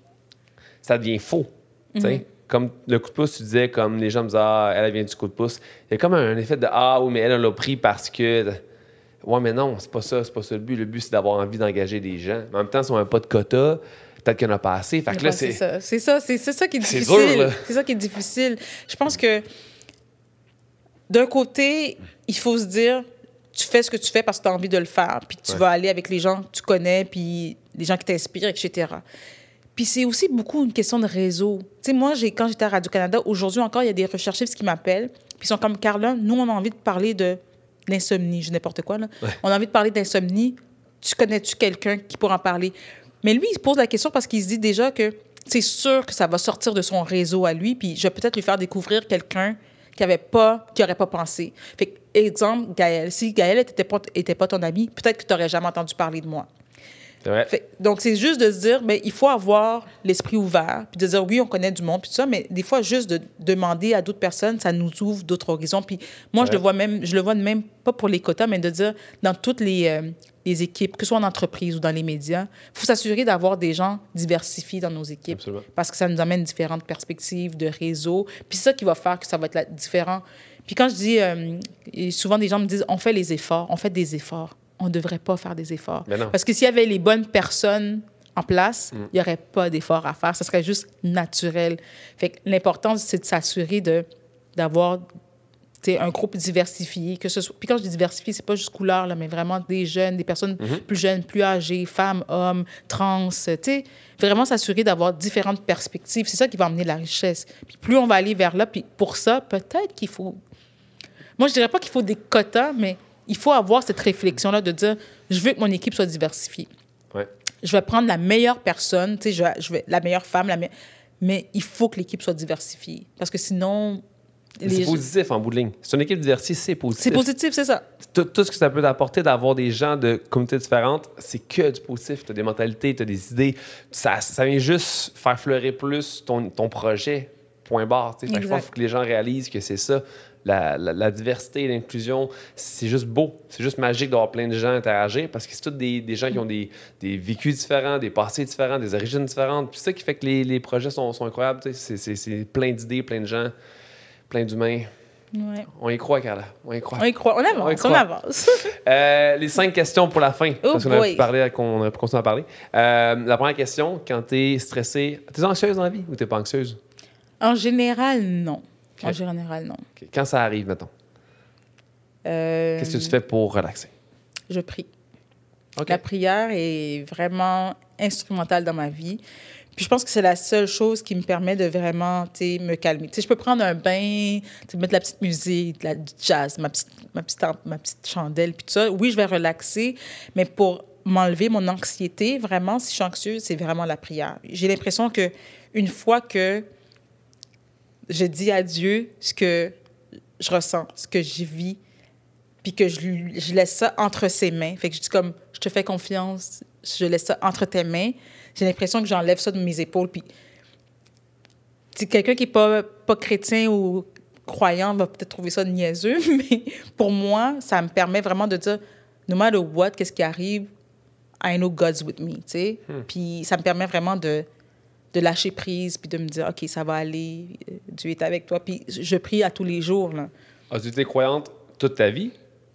faux. Comme le coup de pouce, tu disais, comme les gens me disaient, ah, elle vient du coup de pouce. Il y a comme un effet de, ah oui, mais elle l'a pris parce que. Ouais, mais non, c'est pas ça le but. Le but, c'est d'avoir envie d'engager des gens. Mais en même temps, si on n'a pas de quota, peut-être qu'il n'y en a pas assez. Fait que là, c'est ça qui est difficile. Dur, c'est ça qui est difficile. Je pense que d'un côté, il faut se dire, tu fais ce que tu fais parce que tu as envie de le faire. Puis tu vas aller avec les gens que tu connais, puis les gens qui t'inspirent, etc. Puis c'est aussi beaucoup une question de réseau. Tu sais, moi, quand j'étais à Radio-Canada, aujourd'hui encore, il y a des recherchistes qui m'appellent, puis ils sont comme, Carla, nous, on a envie de parler de l'insomnie, je n'importe quoi, là. Ouais. On a envie de parler d'insomnie. Tu connais-tu quelqu'un qui pourra en parler? Mais lui, il se pose la question parce qu'il se dit déjà que c'est sûr que ça va sortir de son réseau à lui, puis je vais peut-être lui faire découvrir quelqu'un qui n'aurait pas pensé. Fait que, exemple, Gaëlle. Si Gaëlle n'était pas ton ami, peut-être que tu n'aurais jamais entendu parler de moi. Donc, c'est juste de se dire, bien, il faut avoir l'esprit ouvert, puis de dire, oui, on connaît du monde, puis tout ça, mais des fois, juste de demander à d'autres personnes, ça nous ouvre d'autres horizons. Puis moi, je le vois même pas pour les quotas, mais de dire, dans toutes les équipes, que ce soit en entreprise ou dans les médias, il faut s'assurer d'avoir des gens diversifiés dans nos équipes. Absolument. Parce que ça nous amène différentes perspectives de réseau. Puis c'est ça qui va faire que ça va être différent. Puis quand je dis, souvent des gens me disent, on fait des efforts. On ne devrait pas faire des efforts. Parce que s'il y avait les bonnes personnes en place, il n'y aurait pas d'effort à faire. Ce serait juste naturel. Fait que l'important, c'est de s'assurer d'avoir un groupe diversifié. Que ce soit, puis quand je dis diversifié, c'est pas juste couleur, là, mais vraiment des jeunes, des personnes plus jeunes, plus âgées, femmes, hommes, trans. Vraiment s'assurer d'avoir différentes perspectives. C'est ça qui va amener la richesse. Puis plus on va aller vers là, puis pour ça, peut-être qu'il faut... Moi, je dirais pas qu'il faut des quotas, mais il faut avoir cette réflexion-là de dire, je veux que mon équipe soit diversifiée. Ouais. Je vais prendre la meilleure personne, je vais, la meilleure femme, mais il faut que l'équipe soit diversifiée. Parce que sinon... C'est positif en bout de ligne. C'est une équipe diversifiée, c'est positif. C'est positif, c'est ça. Tout ce que ça peut t'apporter d'avoir des gens de communautés différentes, c'est que du positif. Tu as des mentalités, tu as des idées. Ça vient juste faire fleurir plus ton projet, point barre. Je pense qu'il faut que les gens réalisent que c'est ça. La diversité et l'inclusion, c'est juste beau. C'est juste magique d'avoir plein de gens interagir parce que c'est tous des gens qui ont des vécus différents, des passés différents, des origines différentes. Puis c'est ça qui fait que les projets sont incroyables. C'est plein d'idées, plein de gens, plein d'humains. Ouais. On y croit, Carla. On y croit. On avance. Les 5 questions pour la fin. Parce qu'on a pu continuer à parler. La première question, quand tu es stressée, t'es anxieuse dans la vie ou t'es pas anxieuse? En général, non. Okay. En général, non. Okay. Quand ça arrive, mettons, qu'est-ce que tu fais pour relaxer? Je prie. Okay. La prière est vraiment instrumentale dans ma vie. Puis je pense que c'est la seule chose qui me permet de vraiment, me calmer. Je peux prendre un bain, mettre de la petite musique, du jazz, ma petite chandelle, puis tout ça. Oui, je vais relaxer, mais pour m'enlever mon anxiété, vraiment, si je suis anxieuse, c'est vraiment la prière. J'ai l'impression que une fois que je dis à Dieu ce que je ressens, ce que je vis, puis que je laisse ça entre ses mains. Fait que je dis comme, je te fais confiance, je laisse ça entre tes mains. J'ai l'impression que j'enlève ça de mes épaules. Puis, quelqu'un qui n'est pas chrétien ou croyant va peut-être trouver ça niaiseux, mais pour moi, ça me permet vraiment de dire, no matter what, qu'est-ce qui arrive, I know God's with me, tu sais. Puis ça me permet vraiment de lâcher prise, puis de me dire, OK, ça va aller, Dieu est avec toi. Puis je prie à tous les jours, là. As-tu été croyante toute ta vie?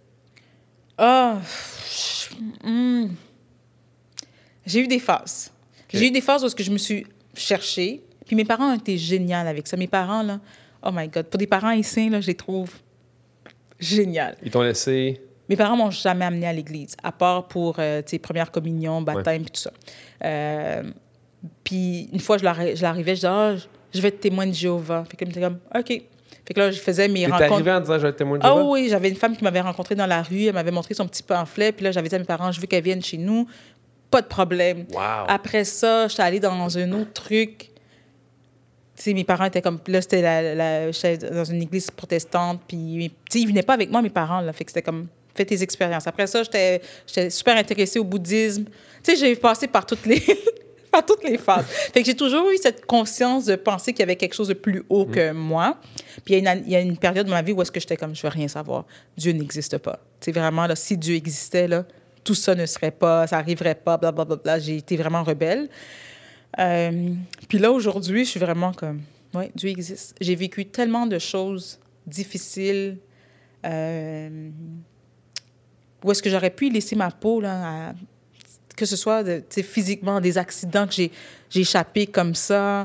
J'ai eu des phases. Okay. J'ai eu des phases où je me suis cherchée. Puis mes parents ont été géniaux avec ça. Mes parents, là, oh my God, pour des parents haïtiens, là, je les trouve géniaux. Ils t'ont laissé... Mes parents m'ont jamais amenée à l'église, à part pour, première communion, baptême, puis tout ça. Puis une fois, je l'arrivais, je disais, je vais être témoin de Jéhovah. Fait que j'étais comme, OK. Fait que là, je faisais mes rencontres. T'es arrivé en disant, je vais être témoin de Jéhovah? Ah oui, j'avais une femme qui m'avait rencontrée dans la rue. Elle m'avait montré son petit pamphlet. Puis là, j'avais dit à mes parents, je veux qu'elle vienne chez nous. Pas de problème. Wow. Après ça, j'étais allée dans un autre truc. Tu sais, mes parents étaient comme... Là, j'étais dans une église protestante. Puis, tu sais, ils venaient pas avec moi, mes parents. Là, fait que c'était comme, fais tes expériences. Après ça, j'étais super intéressée au bouddhisme. Tu sais, j'ai passé par toutes les... par toutes les phases. Fait que j'ai toujours eu cette conscience de penser qu'il y avait quelque chose de plus haut que moi. Puis il y a une période de ma vie où est-ce que j'étais comme, je veux rien savoir. Dieu n'existe pas. Tu sais, vraiment, là, si Dieu existait, là, tout ça ne serait pas, ça n'arriverait pas, blablabla. J'ai été vraiment rebelle. Puis là, aujourd'hui, je suis vraiment comme, ouais, Dieu existe. J'ai vécu tellement de choses difficiles. Où est-ce que j'aurais pu laisser ma peau, là, que ce soit physiquement, des accidents que j'ai échappé comme ça,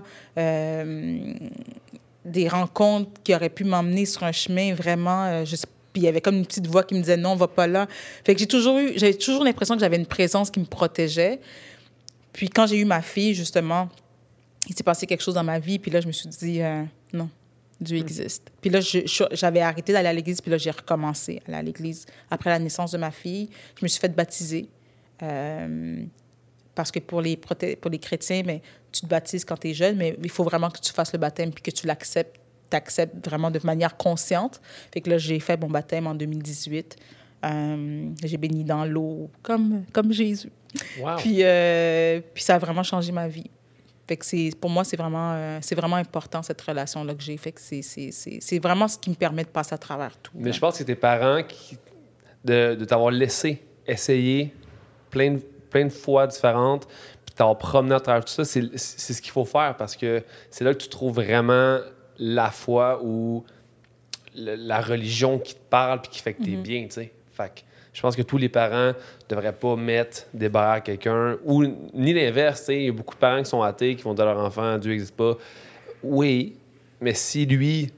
des rencontres qui auraient pu m'emmener sur un chemin vraiment... puis il y avait comme une petite voix qui me disait « Non, on va pas là ». Fait que j'avais toujours l'impression que j'avais une présence qui me protégeait. Puis quand j'ai eu ma fille, justement, il s'est passé quelque chose dans ma vie. Puis là, je me suis dit « Non, Dieu existe ». Puis là, j'avais arrêté d'aller à l'église. Puis là, j'ai recommencé à aller à l'église. Après la naissance de ma fille, je me suis fait baptiser. Parce que pour les chrétiens, mais tu te baptises quand tu es jeune, mais il faut vraiment que tu fasses le baptême puis que tu l'acceptes, t'acceptes vraiment de manière consciente. Fait que là, j'ai fait mon baptême en 2018. J'ai béni dans l'eau comme Jésus. Wow. Puis ça a vraiment changé ma vie. Fait que pour moi, c'est vraiment important, cette relation-là que j'ai. Fait que c'est vraiment ce qui me permet de passer à travers tout. Mais je pense que tes parents, de t'avoir laissé essayer plein de fois différentes, puis t'avoir promené à travers tout ça, c'est ce qu'il faut faire parce que c'est là que tu trouves vraiment la foi ou la religion qui te parle puis qui fait que t'es bien, tu sais. Fait que Je pense que tous les parents ne devraient pas mettre des barrières à quelqu'un, ou ni l'inverse. Il y a beaucoup de parents qui sont athées, qui vont dire à leur enfant, Dieu n'existe pas. Oui, mais si lui,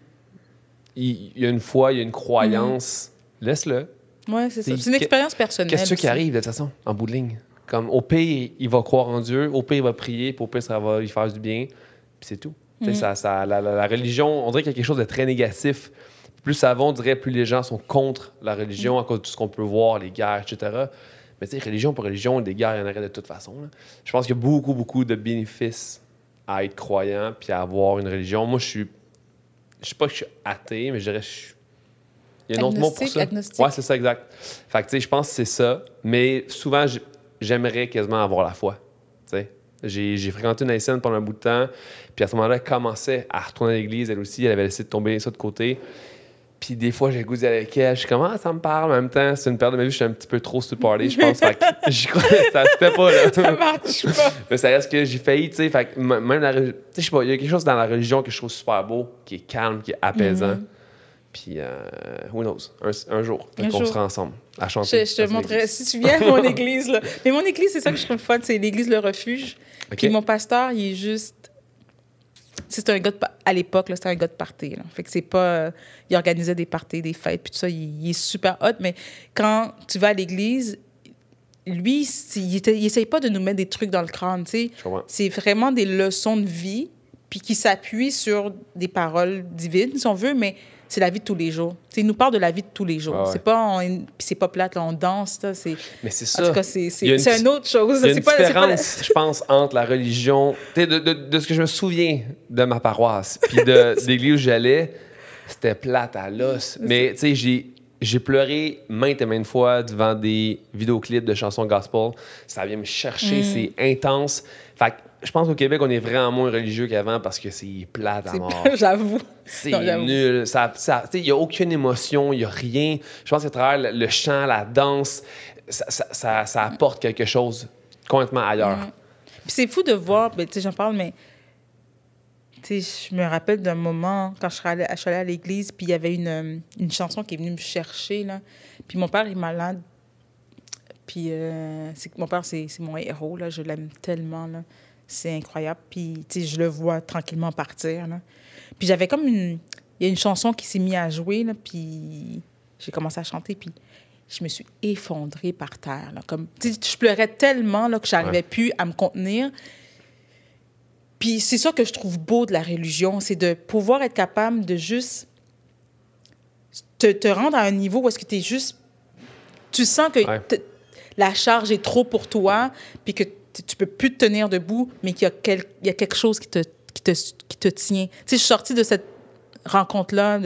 il y a une foi, il y a une croyance, laisse-le. Oui, c'est ça. C'est une expérience personnelle. Qu'est-ce qui arrive de toute façon, en bout de ligne? Comme au pire, il va croire en Dieu, au pire, il va prier, puis au pire, ça va lui faire du bien, puis c'est tout. La religion, on dirait qu'il y a quelque chose de très négatif. Plus ça va, on dirait plus les gens sont contre la religion à cause de tout ce qu'on peut voir, les guerres, etc. Mais tu sais, religion pour religion, des guerres, il y en aurait de toute façon. Là. Je pense qu'il y a beaucoup, beaucoup de bénéfices à être croyant puis à avoir une religion. Moi, je sais pas que je suis athée, mais je dirais il y a un autre mot pour ça. Agnostique. Ouais, c'est ça, exact. Fait que, tu sais, je pense que c'est ça. Mais souvent, j'aimerais quasiment avoir la foi. Tu sais. J'ai fréquenté une haïtienne pendant un bout de temps. Puis à ce moment-là, elle commençait à retourner à l'église. Elle aussi, elle avait laissé tomber ça de côté. Puis des fois, j'ai le goût d'y aller avec elle. Je suis comme, ça me parle. En même temps, c'est une période de ma vie, je suis un petit peu trop sur le party, je pense. Fait que j'y croyais, ça c'était pas, là. Ça marche pas. Mais ça reste que j'ai failli, tu sais. Fait que même tu sais, je sais pas, il y a quelque chose dans la religion que je trouve super beau, qui est calme, qui est apaisant. Puis, who knows, un jour, on sera ensemble à chanter. Je te montrerai, si tu viens à mon église, là. Mais mon église, c'est ça que je trouve fun, c'est l'église Le Refuge. Okay. Puis mon pasteur, il est juste... C'est un gars à l'époque, là, c'était un gars de party. Là. Fait que c'est pas... il organisait des parties, des fêtes, puis tout ça, il est super hot. Mais quand tu vas à l'église, lui, il essaye pas de nous mettre des trucs dans le crâne, tu sais. C'est vraiment des leçons de vie, puis qui s'appuient sur des paroles divines, si on veut, mais c'est la vie de tous les jours. T'sais, il nous parle de la vie de tous les jours. Ouais. C'est pas plate, là, on danse. Là, mais c'est ça. En tout cas, c'est une autre chose. Il y a une différence, je pense, entre la religion... De ce que je me souviens de ma paroisse, puis de l'église où j'allais, c'était plate à l'os. Mais tu sais, j'ai pleuré maintes et maintes fois devant des vidéoclips de chansons gospel. Ça vient me chercher, c'est intense. Fait que je pense qu'au Québec, on est vraiment moins religieux qu'avant parce que c'est plate à mort. J'avoue. C'est nul. Il n'y a aucune émotion, il n'y a rien. Je pense qu'à travers le chant, la danse, ça apporte quelque chose complètement ailleurs. Puis c'est fou de voir, ben, j'en parle, mais je me rappelle d'un moment quand je suis allée à l'église, puis il y avait une chanson qui est venue me chercher. Là. Puis mon père est malade. Puis mon père, c'est mon héros. Là. Je l'aime tellement. Là. C'est incroyable. Puis je le vois tranquillement partir. Là. Puis j'avais comme il y a une chanson qui s'est mise à jouer. Là, puis j'ai commencé à chanter. Puis je me suis effondrée par terre. Là, comme, je pleurais tellement là, que je n'arrivais plus à me contenir. Puis c'est ça que je trouve beau de la religion, c'est de pouvoir être capable de juste te rendre à un niveau où est-ce que tu es juste... Tu sens que la charge est trop pour toi, puis que tu peux plus te tenir debout, mais qu'il y a quelque chose qui te tient. Tu sais, je suis sortie de cette rencontre-là,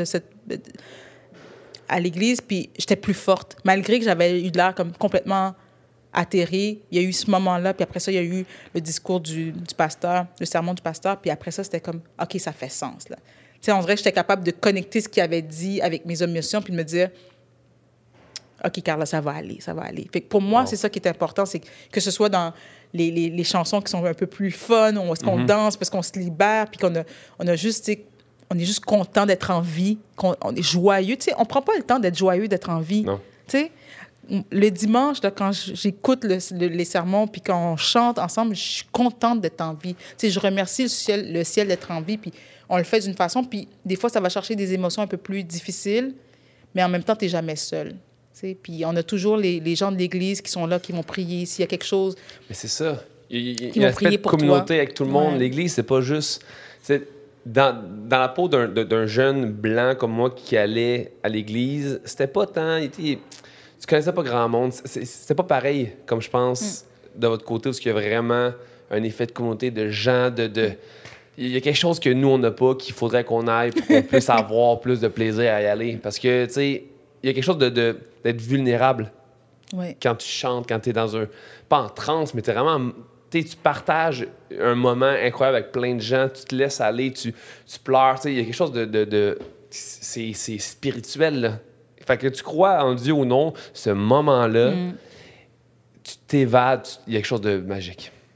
à l'église, puis j'étais plus forte. Malgré que j'avais eu de l'air comme complètement atterrée, il y a eu ce moment-là, puis après ça, il y a eu le discours du pasteur, le sermon du pasteur, puis après ça, c'était comme, OK, ça fait sens, là. Tu sais, on dirait que j'étais capable de connecter ce qu'il avait dit avec mes émotions, puis de me dire, OK, Carla, ça va aller, ça va aller. Fait que pour moi, c'est ça qui est important, c'est que ce soit dans les chansons qui sont un peu plus fun, où est-ce qu'on danse, parce qu'on se libère, puis qu'on a juste, on est juste content d'être en vie, on est joyeux. Tu sais, on prend pas le temps d'être joyeux, d'être en vie. Non. Tu sais, le dimanche, là, quand j'écoute les sermons, puis quand on chante ensemble, je suis contente d'être en vie. Tu sais, je remercie le ciel d'être en vie, puis on le fait d'une façon, puis des fois, ça va chercher des émotions un peu plus difficiles, mais en même temps, tu n'es jamais seul. Puis on a toujours les gens de l'Église qui sont là, qui vont prier s'il y a quelque chose. Mais c'est ça. Il y a l'aspect de communauté avec tout le monde. L'Église, c'est pas juste... Dans la peau d'un jeune blanc comme moi qui allait à l'église, c'était pas tant... Tu connaissais pas grand monde. C'est pas pareil, comme je pense, de votre côté, où il y a vraiment un effet de communauté, de gens, Il y a quelque chose que nous, on n'a pas, qu'il faudrait qu'on aille pour qu'on puisse avoir plus de plaisir à y aller. Parce que, tu sais, il y a quelque chose d'être vulnérable. Ouais. Quand tu chantes, quand tu es dans un... Pas en transe, mais tu es vraiment... Tu partages un moment incroyable avec plein de gens, tu te laisses aller, tu pleures. Il y a quelque chose de c'est spirituel, là. Fait que tu crois en Dieu ou non, ce moment-là, tu t'évades, il y a quelque chose de magique.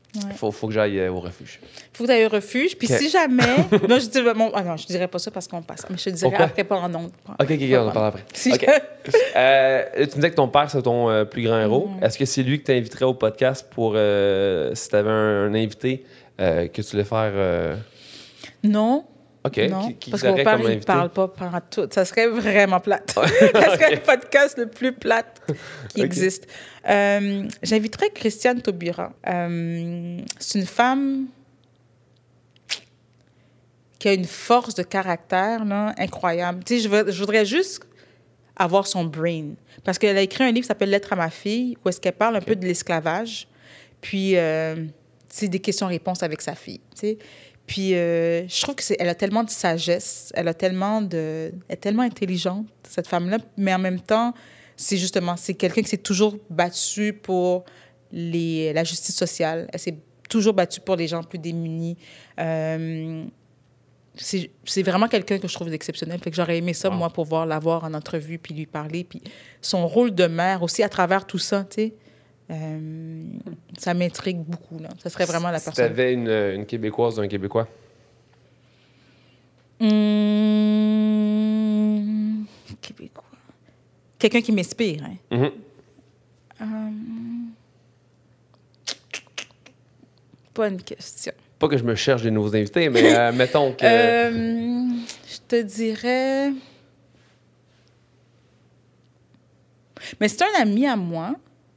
Ouais. Faut que j'aille au refuge. Faut que tu ailles au refuge. Puis si jamais... non, je dirais pas ça parce qu'on passe. Mais je te dirais Pourquoi? après, pas en ondes. OK, on en parle après. Si OK. Tu me disais que ton père, c'est ton plus grand héros. Est-ce que c'est lui que tu inviterais au podcast pour, si tu avais un invité, que tu voulais faire... Non. OK. Non, Qui parce que mon serait père, comme il ne invité? parle pas pendant tout. Ça serait vraiment plate. Ça serait le podcast le plus plate qui existe. J'inviterais Christiane Taubira. C'est une femme qui a une force de caractère là, incroyable. Tu sais, je voudrais juste avoir son brain. Parce qu'elle a écrit un livre qui s'appelle « Lettre à ma fille », où est-ce qu'elle parle un peu de l'esclavage. Puis, c'est des questions-réponses avec sa fille, tu sais. Puis, je trouve qu'elle a tellement de sagesse, elle est tellement intelligente, cette femme-là, mais en même temps, c'est quelqu'un qui s'est toujours battu pour la justice sociale. Elle s'est toujours battue pour les gens plus démunis. C'est vraiment quelqu'un que je trouve exceptionnel. Fait que j'aurais aimé ça, moi, pouvoir l'avoir en entrevue puis lui parler. Puis son rôle de mère aussi à travers tout ça, tu sais. Ça m'intrigue beaucoup. Là. Ça serait vraiment la personne. Si tu avais une Québécoise ou un Québécois? Québécois. Quelqu'un qui m'inspire. Hein? Bonne question. Pas que je me cherche des nouveaux invités, mais mettons que... Je te dirais... Mais c'est un ami à moi.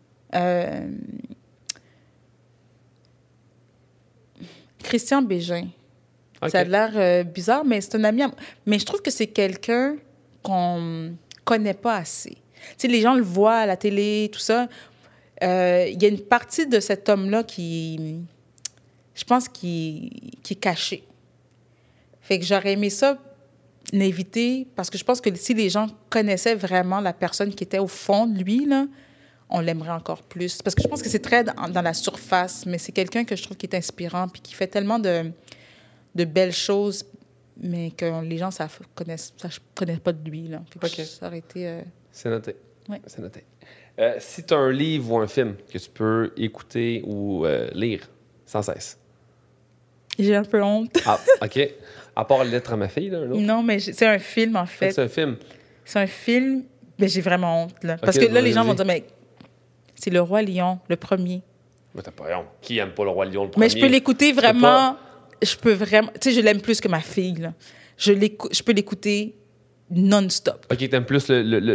Christian Bégin. Okay. Ça a l'air bizarre, mais c'est un ami à moi. Mais je trouve que c'est quelqu'un qu'on connaît pas assez. Tu sais, les gens le voient à la télé, tout ça. Il y a une partie de cet homme-là qui... Je pense qui est caché. Fait que j'aurais aimé ça l'inviter parce que je pense que si les gens connaissaient vraiment la personne qui était au fond de lui, là, on l'aimerait encore plus. Parce que je pense que c'est très dans la surface, mais c'est quelqu'un que je trouve qui est inspirant puis qui fait tellement de belles choses, mais que les gens ne connaissent pas de lui. Là. Fait que OK. Ça aurait été... C'est noté. Ouais. C'est noté. Si tu as un livre ou un film que tu peux écouter ou lire sans cesse. J'ai un peu honte. Ah, OK. À part Lettre à ma fille, là, un autre? Non, mais c'est un film, en fait. C'est un film? C'est un film, mais j'ai vraiment honte. Là. Parce que là, les gens vont dire, mais c'est Le Roi Lion, le premier. Mais t'as pas honte. Qui aime pas Le Roi Lion, le premier? Mais je peux l'écouter vraiment... Je peux vraiment... Tu sais, je l'aime plus que ma fille, là. Je peux l'écouter non-stop. OK, t'aimes plus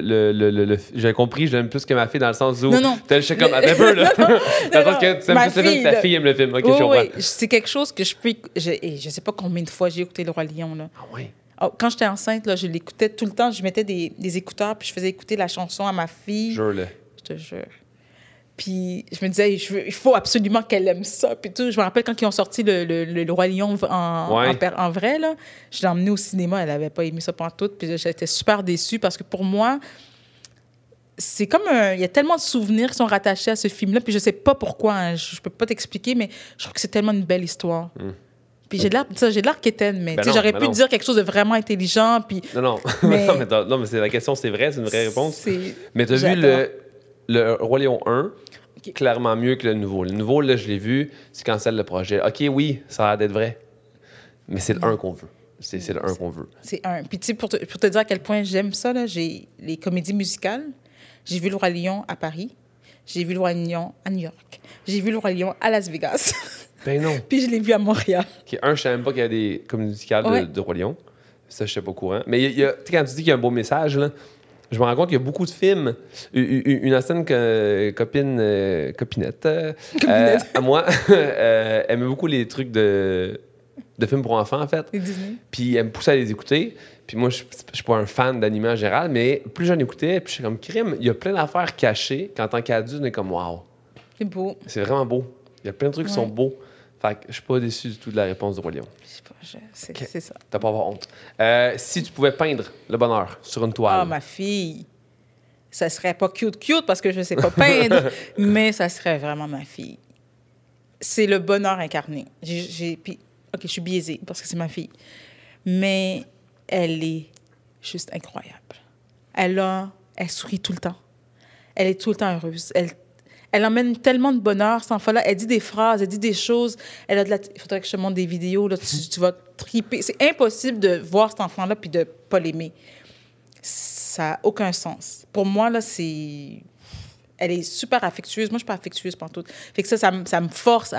j'ai compris, je l'aime plus que ma fille dans le sens où... Non. Je sais comme... Attends un peu, là. Dans le sens que tu aimes plus le film, ta fille aime le film. OK, je comprends. Oui, c'est quelque chose que je peux... Je sais pas combien de fois j'ai écouté Le Roi Lion, là. Ah oui? Quand j'étais enceinte, là, je l'écoutais tout le temps. Je mettais des écouteurs, puis je faisais écouter la chanson à ma fille. Jure-le. Je te jure. Puis je me disais, il faut absolument qu'elle aime ça. Puis tout. Je me rappelle quand ils ont sorti le Roi Lion en vrai, là, je l'ai emmenée au cinéma. Elle n'avait pas aimé ça pantoute. Puis j'étais super déçue parce que pour moi, c'est comme il y a tellement de souvenirs qui sont rattachés à ce film-là. Puis je sais pas pourquoi. Hein, je peux pas t'expliquer, mais je trouve que c'est tellement une belle histoire. Puis j'ai de l'air quétaine, mais j'aurais pu dire quelque chose de vraiment intelligent. Puis, Non. Mais, non, mais c'est la question, c'est vrai, c'est une vraie réponse. Mais tu as vu le Roi Lion 1, clairement mieux que le nouveau. Le nouveau, là, je l'ai vu, tu cancelles le projet. OK, oui, ça a l'air d'être vrai. Mais c'est le 1 qu'on veut. C'est le 1 qu'on veut. C'est 1. Puis, tu sais, pour te dire à quel point j'aime ça, là, j'ai les comédies musicales. J'ai vu Le Roi Lion à Paris. J'ai vu Le Roi Lion à New York. J'ai vu Le Roi Lion à Las Vegas. Ben non. Puis je l'ai vu à Montréal. OK, je savais même pas qu'il y a des comédies musicales de Roi Lion. Ça, je sais pas au courant. Mais tu sais, quand tu dis qu'il y a un beau message, là, je me rends compte qu'il y a beaucoup de films. Une ancienne copinette à moi aimait beaucoup les trucs de films pour enfants, en fait. Puis elle me poussait à les écouter. Puis moi, je suis pas un fan d'anime en général, mais plus j'en écoutais, puis je suis comme crime. Il y a plein d'affaires cachées qu'en tant qu'adulte, on est comme wow. C'est beau. C'est vraiment beau. Il y a plein de trucs qui sont beaux. Fait que je suis pas déçu du tout de la réponse de Roi Lion. C'est ça. T'as pas à avoir honte. Si tu pouvais peindre le bonheur sur une toile. Ah, ma fille. Ça serait pas cute parce que je sais pas peindre, mais ça serait vraiment ma fille. C'est le bonheur incarné. Puis, OK, je suis biaisée parce que c'est ma fille. Mais elle est juste incroyable. Elle sourit tout le temps. Elle est tout le temps heureuse. Elle emmène tellement de bonheur, cette enfant-là. Elle dit des phrases, elle dit des choses. Elle a de la... Il faudrait que je te montre des vidéos. Là, tu vas triper. C'est impossible de voir cet enfant-là puis de pas l'aimer. Ça n'a aucun sens. Pour moi, là, c'est... Elle est super affectueuse. Moi, je ne suis pas affectueuse pantoute. Fait que ça me force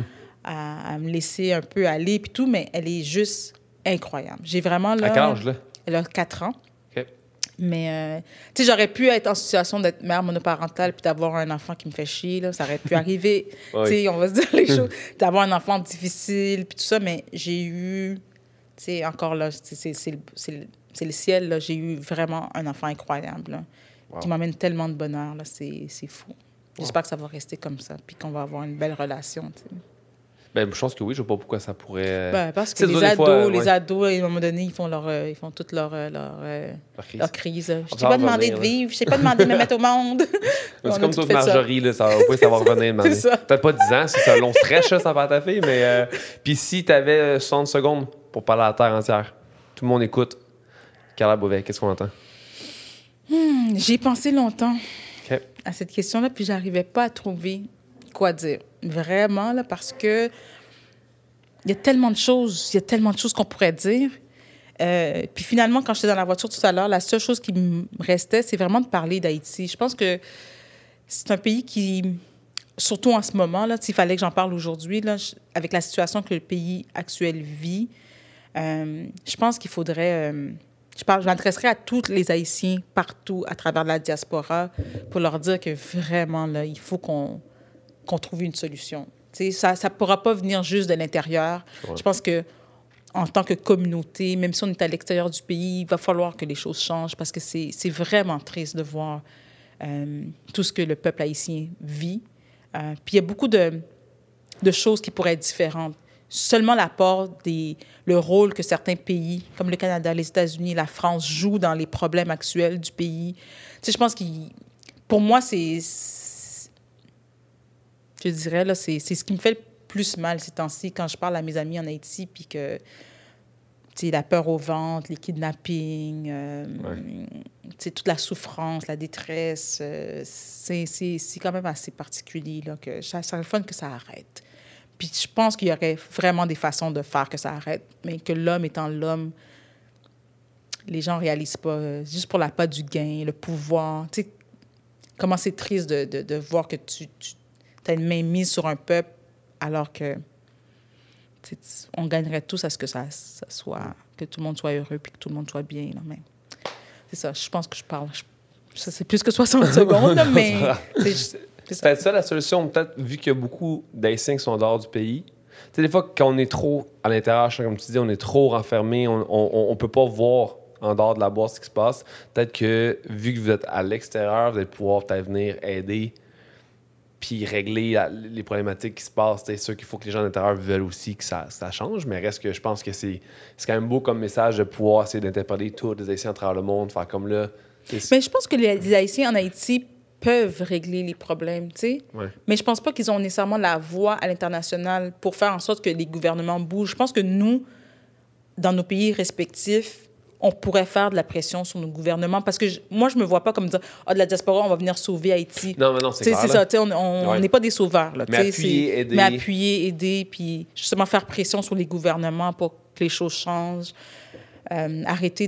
à me laisser un peu aller puis tout, mais elle est juste incroyable. J'ai vraiment, là... À quel âge, là? Elle a 4 ans. OK. Mais, tu sais, j'aurais pu être en situation d'être mère monoparentale puis d'avoir un enfant qui me fait chier, là. Ça aurait pu arriver. Oui. Tu sais, on va se dire les choses. D'avoir un enfant difficile puis tout ça, mais j'ai eu... Tu sais, encore là, c'est le ciel, là. J'ai eu vraiment un enfant incroyable, là, qui m'amène tellement de bonheur, là. C'est fou. J'espère que ça va rester comme ça puis qu'on va avoir une belle relation, tu sais. Ben, je pense que oui, je ne vois pas pourquoi ça pourrait... Ben, parce que C'est dur, des fois, les ados, à un moment donné, ils font toute leur crise. Je t'ai pas demandé de vivre, je t'ai pas demandé de me mettre au monde. C'est comme toute Marjorie, là, ça va pas savoir revenir. Peut-être pas 10 ans, c'est un long stretch, ça part ta fille, mais... Puis si tu avais 60 secondes pour parler à la Terre entière, tout le monde écoute. Carla Beauvais, qu'est-ce qu'on entend? J'y ai pensé longtemps OK. à cette question-là, puis j'arrivais pas à trouver quoi dire. Vraiment, là, parce que il y a tellement de choses qu'on pourrait dire. Puis finalement, quand j'étais dans la voiture tout à l'heure, la seule chose qui me restait, c'est vraiment de parler d'Haïti. Je pense que c'est un pays qui, surtout en ce moment, là, s'il fallait que j'en parle aujourd'hui, là, avec la situation que le pays actuel vit, je pense qu'il faudrait... je m'adresserais à tous les Haïtiens partout à travers la diaspora pour leur dire que vraiment, là, il faut qu'on trouve une solution. T'sais, ça ne pourra pas venir juste de l'intérieur. Ouais. Je pense que en tant que communauté, même si on est à l'extérieur du pays, il va falloir que les choses changent parce que c'est vraiment triste de voir tout ce que le peuple haïtien vit. Puis il y a beaucoup de choses qui pourraient être différentes. Seulement l'apport le rôle que certains pays, comme le Canada, les États-Unis, la France, jouent dans les problèmes actuels du pays. Je pense que pour moi, je dirais, là, c'est ce qui me fait le plus mal ces temps-ci quand je parle à mes amis en Haïti, puis que, tu sais, la peur au ventre, les kidnappings, toute la souffrance, la détresse, c'est quand même assez particulier, là, que ça serait le fun que ça arrête. Puis je pense qu'il y aurait vraiment des façons de faire que ça arrête, mais que l'homme étant l'homme, les gens ne réalisent pas, juste pour l'appât du gain, le pouvoir. Tu sais, comment c'est triste de voir que tu as une main mise sur un peuple alors que on gagnerait tous à ce que ça soit, que tout le monde soit heureux puis que tout le monde soit bien. Là. Mais c'est ça, je pense que je parle. Ça, c'est plus que 60 secondes, là, mais... C'est peut-être ça la solution, peut-être, vu qu'il y a beaucoup d'Haïtiens qui sont dehors du pays. Tu sais, des fois, quand on est trop à l'intérieur, comme tu dis, on est trop renfermé, on peut pas voir en dehors de la boîte ce qui se passe. Peut-être que, vu que vous êtes à l'extérieur, vous allez pouvoir peut-être venir aider puis régler les problématiques qui se passent. C'est sûr qu'il faut que les gens à l'intérieur veulent aussi que ça change, mais reste que je pense que c'est quand même beau comme message de pouvoir essayer d'interpeller tous les Haïtiens à travers le monde, faire comme là... Mais je pense que les Haïtiens en Haïti peuvent régler les problèmes, tu sais. Ouais. Mais je pense pas qu'ils ont nécessairement la voix à l'international pour faire en sorte que les gouvernements bougent. Je pense que nous, dans nos pays respectifs, on pourrait faire de la pression sur nos gouvernements parce que moi, je me vois pas comme dire « de la diaspora, on va venir sauver Haïti. » Non, mais non, c'est clair. C'est ça, on n'est pas des sauveurs. Là, mais appuyer, aider. Mais appuyer, aider, puis justement faire pression sur les gouvernements pour que les choses changent. Arrêter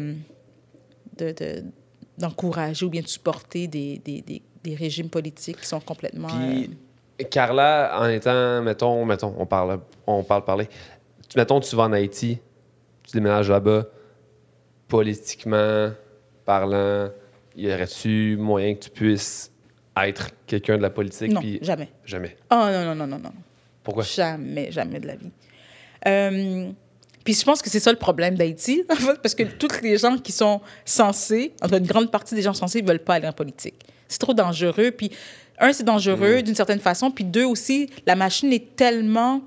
d'encourager ou bien de supporter des régimes politiques qui sont complètement... Puis, Carla, en étant, mettons, on parle parler. Mettons, tu vas en Haïti, tu déménages là-bas, politiquement parlant, y aurait-tu moyen que tu puisses être quelqu'un de la politique? Non, puis... jamais. Jamais? Oh non. Pourquoi? Jamais de la vie. Puis je pense que c'est ça le problème d'Haïti, en fait, parce que tous les gens qui sont censés, en tout cas une grande partie des gens censés, ne veulent pas aller en politique. C'est trop dangereux. Puis, c'est dangereux d'une certaine façon. Puis 2, aussi, la machine est tellement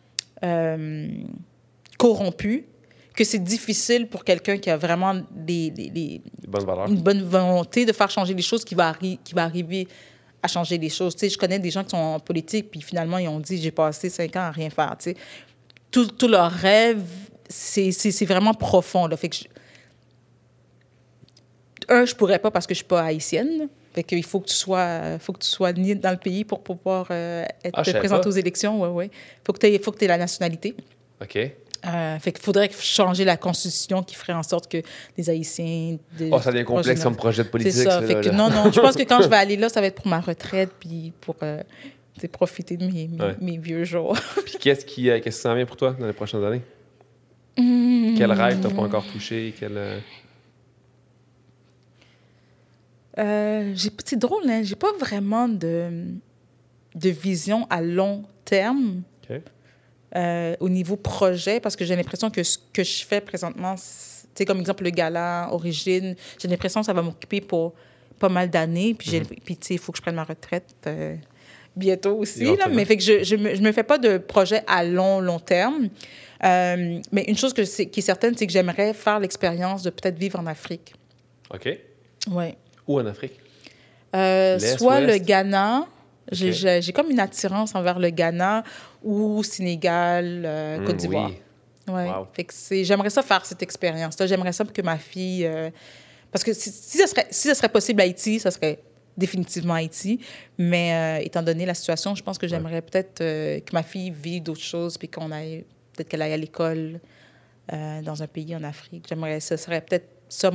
corrompue que c'est difficile pour quelqu'un qui a vraiment une bonne volonté de faire changer les choses qui va arriver à changer les choses. Tu sais, je connais des gens qui sont en politique, puis finalement, ils ont dit « j'ai passé 5 ans à rien faire ». Tu sais, tout leur rêve, c'est vraiment profond. Là. Fait que je pourrais pas parce que je suis pas haïtienne. Fait qu'il faut que tu sois né dans le pays pour pouvoir te présenter aux élections. Ouais. Faut que tu aies la nationalité. OK. Fait qu'il faudrait changer la Constitution qui ferait en sorte que les Haïtiens... ça devient complexe comme projet de politique. C'est ça. Fait que non, je pense que quand je vais aller là, ça va être pour ma retraite puis pour profiter de mes vieux jours. Puis qu'est-ce qui s'en vient pour toi dans les prochaines années? Quel rêve t'as pas encore touché? C'est drôle, hein? J'ai pas vraiment de vision à long terme au niveau projet, parce que j'ai l'impression que ce que je fais présentement, comme exemple le gala Origine, j'ai l'impression que ça va m'occuper pour pas mal d'années. Puis, il faut que je prenne ma retraite bientôt aussi. Là, mais fait que je me fais pas de projet à long terme. Mais une chose qui est certaine, c'est que j'aimerais faire l'expérience de peut-être vivre en Afrique. OK. Oui. Où en Afrique? Soit le Ghana. Okay. J'ai comme une attirance envers le Ghana ou Sénégal, Côte d'Ivoire. Oui. Ouais. Wow. Fait que j'aimerais ça faire cette expérience-là. J'aimerais ça pour que ma fille... parce que si ça serait possible Haïti, ça serait définitivement Haïti. Mais étant donné la situation, je pense que j'aimerais peut-être que ma fille vive d'autres choses puis peut-être qu'elle aille à l'école dans un pays en Afrique. Ce serait peut-être ça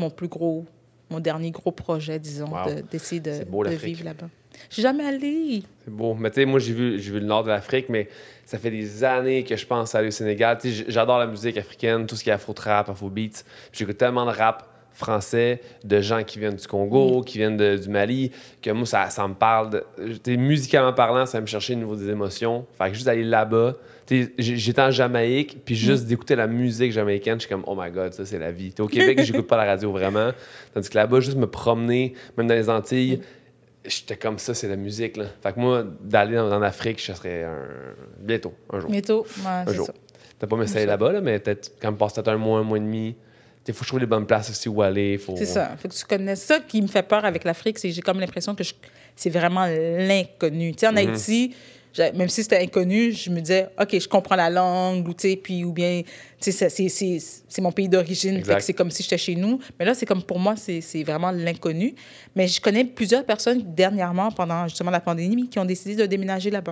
mon dernier gros projet, disons, d'essayer de vivre là-bas. Je suis jamais allée. C'est beau. Mais tu sais, moi, j'ai vu le nord de l'Afrique, mais ça fait des années que je pense aller au Sénégal. Tu sais, j'adore la musique africaine, tout ce qui est afro-trap, afro-beat. J'écoute tellement de rap français, de gens qui viennent du Congo, qui viennent du Mali, que moi, ça me parle. Musicalement parlant, ça va me chercher au niveau des émotions. Fait que juste aller là-bas. J'étais en Jamaïque, puis juste d'écouter la musique jamaïcaine, je suis comme, oh my God, ça, c'est la vie. Au Québec, j'écoute pas la radio vraiment. Tandis que là-bas, juste me promener, même dans les Antilles, j'étais comme ça, c'est la musique. Là. Fait que moi, d'aller en Afrique, je serais bientôt, un jour. Bientôt, c'est ça. T'as pas m'essayer là-bas, là, mais peut-être quand me passe peut-être un mois et demi. Il faut que je trouve les bonnes places aussi où aller. C'est ça. Faut que tu connaisses ça qui me fait peur avec l'Afrique, c'est que j'ai comme l'impression que c'est vraiment l'inconnu. Tu sais, en Haïti, même si c'était inconnu, je me disais, OK, je comprends la langue, ou bien, tu sais, c'est mon pays d'origine, fait que c'est comme si j'étais chez nous. Mais là, c'est comme pour moi, c'est vraiment l'inconnu. Mais je connais plusieurs personnes dernièrement, pendant justement la pandémie, qui ont décidé de déménager là-bas.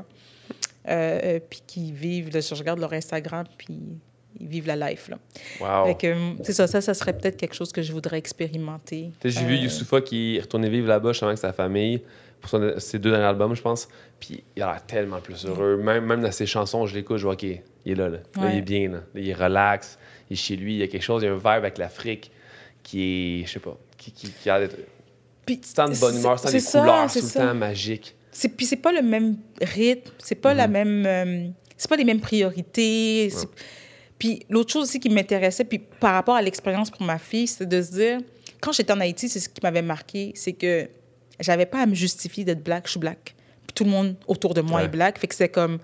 Puis qui vivent, là, je regarde leur Instagram, puis ils vivent la life, là. Wow. Fait que, c'est ça serait peut-être quelque chose que je voudrais expérimenter. J'ai vu Youssoupha qui est retourné vivre là-bas, justement, avec sa famille, pour ses 2 derniers albums, je pense. Puis il a l'air tellement plus heureux. Même dans ses chansons, je l'écoute, je vois qu'il est là. Là, il est bien. Là, il est relax. Il est chez lui. Il y a quelque chose, il y a un vibe avec l'Afrique qui est, je sais pas, qui a d'être... Puis, tant de bonne humeur, tant des couleurs, tout le temps magique. Puis c'est pas le même rythme, c'est pas la même... c'est pas les mêmes priorités. Ouais. Puis l'autre chose aussi qui m'intéressait, puis par rapport à l'expérience pour ma fille, c'est de se dire... Quand j'étais en Haïti, c'est ce qui m'avait marqué, c'est que j'avais pas à me justifier d'être black, je suis black. Puis tout le monde autour de moi est black. Fait que c'est comme...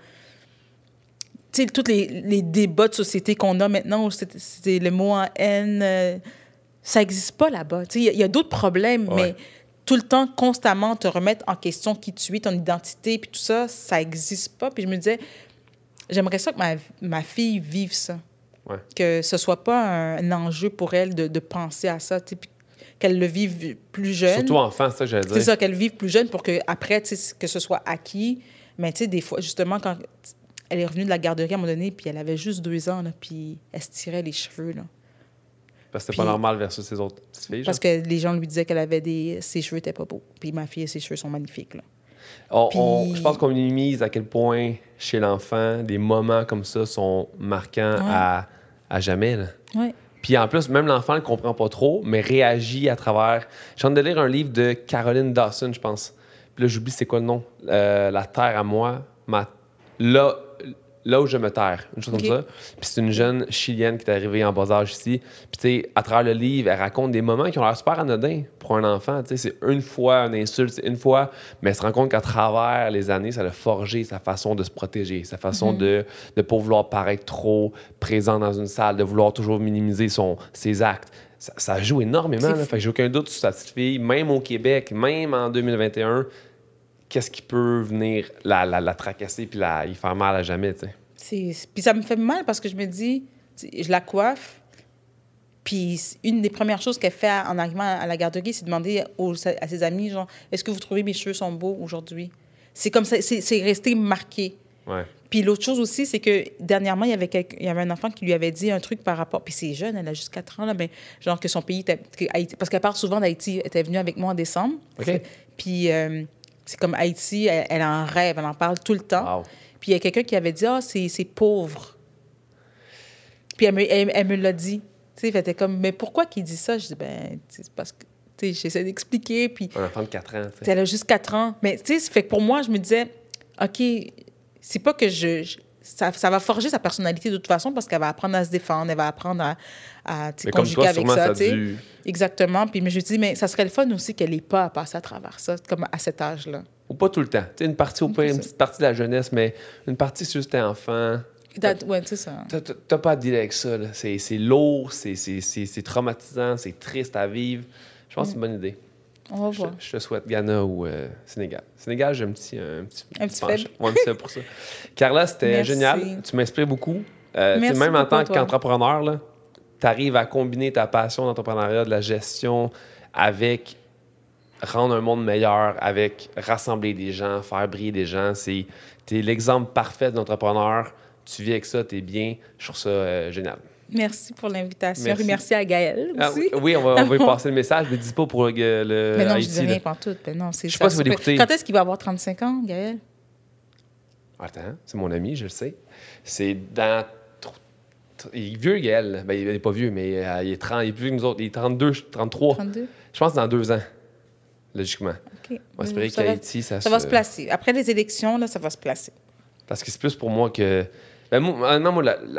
Tu sais, tous les débats de société qu'on a maintenant, c'est le mot en haine, ça n'existe pas là-bas. Tu sais, il y a d'autres problèmes, mais tout le temps, constamment, te remettre en question qui tu es, ton identité, puis tout ça, ça n'existe pas. Puis je me disais, j'aimerais ça que ma fille vive ça. Ouais. Que ce soit pas un enjeu pour elle de penser à ça, tu sais, puis qu'elle le vive plus jeune. Surtout enfant, c'est ça que j'allais dire. C'est ça, qu'elle vive plus jeune pour qu'après, tu sais, que ce soit acquis. Mais tu sais, des fois, justement, quand elle est revenue de la garderie à un moment donné, puis elle avait juste 2 ans, là, puis elle se tirait les cheveux, là. Parce que c'était pas normal versus ses autres petites filles. Parce que les gens lui disaient qu'elle avait ses cheveux n'étaient pas beaux. Puis ma fille, ses cheveux sont magnifiques, là. Je pense qu'on minimise à quel point, chez l'enfant, des moments comme ça sont marquants à jamais, là. Ouais. Puis en plus, même l'enfant ne le comprend pas trop, mais réagit à travers... Je viens de lire un livre de Caroline Dawson, je pense. Puis là, j'oublie c'est quoi le nom. La terre à moi, là où je me terre, une chose comme ça. Puis c'est une jeune Chilienne qui est arrivée en bas âge ici. Puis tu sais, à travers le livre, elle raconte des moments qui ont l'air super anodins pour un enfant. Tu sais, c'est une fois une insulte, c'est une fois, mais elle se rend compte qu'à travers les années, ça a forgé sa façon de se protéger, sa façon de ne pas vouloir paraître trop présent dans une salle, de vouloir toujours minimiser ses actes. Ça joue énormément. Là. Fait que j'ai aucun doute sur sa petite fille, même au Québec, même en 2021. Qu'est-ce qui peut venir la tracasser puis y faire mal à jamais, tu sais. Puis ça me fait mal parce que je me dis, je la coiffe, puis Puis une des premières choses qu'elle fait en arrivant à la garderie, c'est demander à ses amis, genre, est-ce que vous trouvez mes cheveux sont beaux aujourd'hui? C'est comme ça, c'est resté marqué. Ouais. Puis l'autre chose aussi, c'est que dernièrement, il y avait un enfant qui lui avait dit un truc par rapport... Puis c'est jeune, elle a juste 4 ans, là, mais genre que son pays était... Haïti, parce qu'elle parle souvent d'Haïti. Elle était venue avec moi en décembre. OK. Puis c'est comme Haïti, elle en rêve, elle en parle tout le temps. Wow. Puis il y a quelqu'un qui avait dit « Ah, c'est pauvre. » Puis elle me l'a dit. Tu sais, elle était comme « Mais pourquoi qu'il dit ça? » Je dis « Ben, c'est parce que... » Tu sais, j'essaie d'expliquer, puis... Un enfant de 4 ans, tu sais. Elle a juste 4 ans. Mais tu sais, fait que pour moi, je me disais « OK... » C'est pas que ça va forger sa personnalité de toute façon parce qu'elle va apprendre à se défendre, elle va apprendre à conjuguer avec ça. Exactement. Puis mais je dis, mais ça serait le fun aussi qu'elle n'ait pas à passer à travers ça, comme à cet âge-là. Ou pas tout le temps. Tu sais, une petite partie de la jeunesse, mais une partie, c'est juste t'es enfant. Ouais, c'est ça. T'as pas à dealer avec ça. Là. C'est lourd, c'est traumatisant, c'est triste à vivre. Je pense que c'est une bonne idée. On va voir. Je te souhaite Ghana ou Sénégal. Sénégal, j'ai un petit faible. Ouais, un petit faible pour ça. Carla, c'était génial. Tu m'inspires beaucoup. Merci même en tant toi. qu'entrepreneur, tu arrives à combiner ta passion d'entrepreneuriat, de la gestion, avec rendre un monde meilleur, avec rassembler des gens, faire briller des gens. Tu es l'exemple parfait d'entrepreneur. Tu vis avec ça, tu es bien. Je trouve ça génial. Merci pour l'invitation. Merci à Gaël aussi. Oui, on va lui passer le message, mais dis pas pour le mais non, Haïti, je dis rien pour tout. Mais non, c'est je sais pas si vous l'écoutez. Quand est-ce qu'il va avoir 35 ans, Gaël? Attends, c'est mon ami, je le sais. C'est dans... Il est vieux, Gaël. Ben, il n'est pas vieux, mais il est plus vieux que nous autres. Il est 32, 33. 32? Je pense que dans 2 ans, logiquement. OK. On va espérer qu'Haïti, ça va se placer. Après les élections, là, ça va se placer. Parce que c'est plus pour moi que... Ben, moi,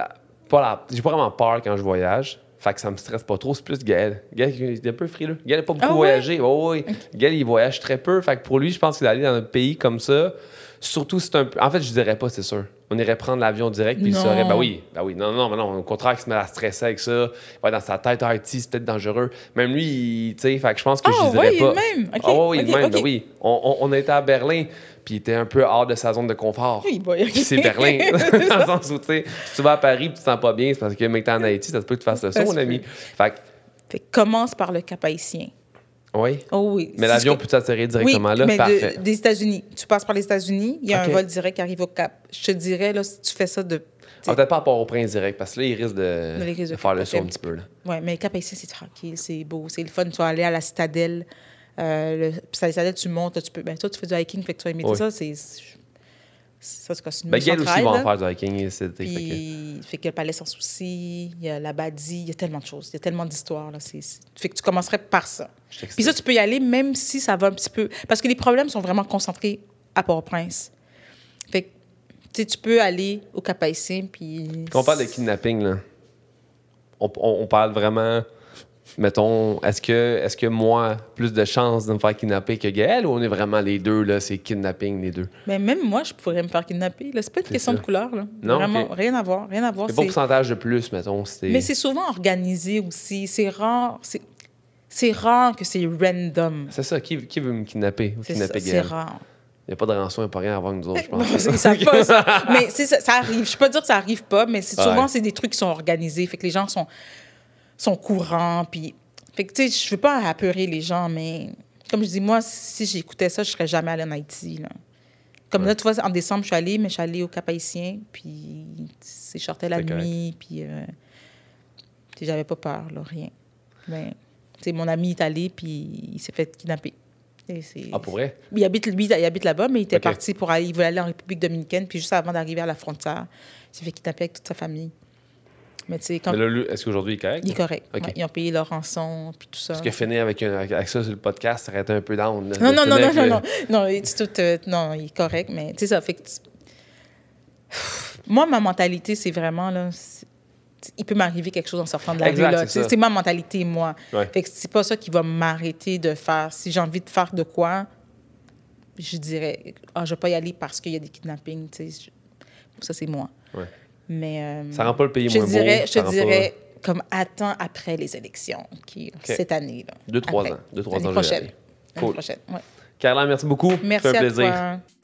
j'ai pas vraiment peur quand je voyage. Fait que ça me stresse pas trop. C'est plus Gaël. Gaël, il est un peu frileux. Gaël n'a pas beaucoup voyagé. Oui. Gaël, il voyage très peu. Fait que pour lui, je pense qu'il d'aller dans un pays comme ça, surtout si c'est un peu... En fait, je dirais pas, c'est sûr. On irait prendre l'avion direct, puis il saurait, ben oui. Non. Au contraire, il se met à stresser avec ça. Il va dans sa tête, Haïti, c'est peut-être dangereux. Même lui, tu sais, fait que je pense que je dirais pas. Même. Okay. Oui, même. Ben oui. On a été à Berlin, puis il était un peu hors de sa zone de confort. Oui, Puis c'est Berlin. Dans le sens où, tu sais, si tu vas à Paris, puis tu te sens pas bien, c'est parce que, mec, t'es en Haïti, ça se peut que tu fasses le saut, mon ami. Fait que commence par le Cap haïtien. Oui. Oh oui. Mais l'avion peut t'atterrir directement là? Mais parfait. Des États-Unis. Tu passes par les États-Unis, il y a un vol direct qui arrive au Cap. Je te dirais, là, si tu fais ça de... Peut-être pas à Port-au-Prince direct, parce que là, il risque de faire le saut un petit peu. Oui, mais le Cap haïtien, c'est tranquille, c'est beau, c'est le fun. Tu vas aller à la citadelle. Puis à la citadelle, tu montes, tu peux... Ben, toi, tu fais du hiking, fait que tu vas aimer ça. Ça, c'est une Gaël aussi va en faire du hiking. Puis, fait qu'il y a le palais sans souci, il y a l'Abadie, il y a tellement de choses, il y a tellement d'histoires. Fait que tu commencerais par ça. Puis ça, tu peux y aller même si ça va un petit peu... Parce que les problèmes sont vraiment concentrés à Port-au-Prince. Fait que, tu peux aller au Cap-Haïtien, puis... Quand on parle de kidnapping, là, on parle vraiment... Mettons, est-ce que moi, plus de chances de me faire kidnapper que Gaël, ou on est vraiment les deux, là, c'est kidnapping, les deux? Mais même moi, je pourrais me faire kidnapper. Là. C'est pas une question de couleur. Là. Non, vraiment, rien à voir. C'est pas pourcentage de plus, mettons. Mais c'est souvent organisé aussi. C'est rare. C'est rare que c'est random. C'est ça. Qui veut me kidnapper? Kidnapper Gaël? C'est rare. Il n'y a pas de rançon, il n'y a pas rien à voir avec nous autres, je pense. Mais ça arrive. Je ne peux pas dire que ça arrive pas, mais souvent, c'est des trucs qui sont organisés. Fait que les gens sont courants. Puis, fait que, tu sais, je veux pas apeurer les gens, mais comme je dis, moi, si j'écoutais ça, je serais jamais allée en Haïti. Là. Comme là, tu vois, en décembre, je suis allée au Cap-Haïtien, puis je sortais la nuit, puis j'avais pas peur, là, rien. Mais, tu sais, mon ami est allé, puis il s'est fait kidnapper. Pour vrai? Il habite là-bas, mais il était parti il voulait aller en République dominicaine, puis juste avant d'arriver à la frontière, il s'est fait kidnapper avec toute sa famille. Mais tu sais, mais là, est-ce qu'aujourd'hui, il est correct? Il est correct. Okay. Ouais, ils ont payé leur rançon, puis tout ça. Parce que finir avec ça sur le podcast, ça aurait été un peu down. Non, non, il est correct, mais tu sais, ça fait que... Moi, ma mentalité, c'est vraiment, là... Il peut m'arriver quelque chose en sortant de la rue, là. C'est ma mentalité, moi. Ouais. Fait que c'est pas ça qui va m'arrêter de faire... Si j'ai envie de faire de quoi, je dirais, je vais pas y aller parce qu'il y a des kidnappings, tu sais. Ça, c'est moi. Ouais. Mais, ça rend pas le pays moins beau. Je te dirais, comme attends après les élections, cette année. 2-3 ans. 2-3 ans, prochaine. Cool. Prochaine, ouais. Carla, merci beaucoup. Merci ça fait un plaisir. à toi.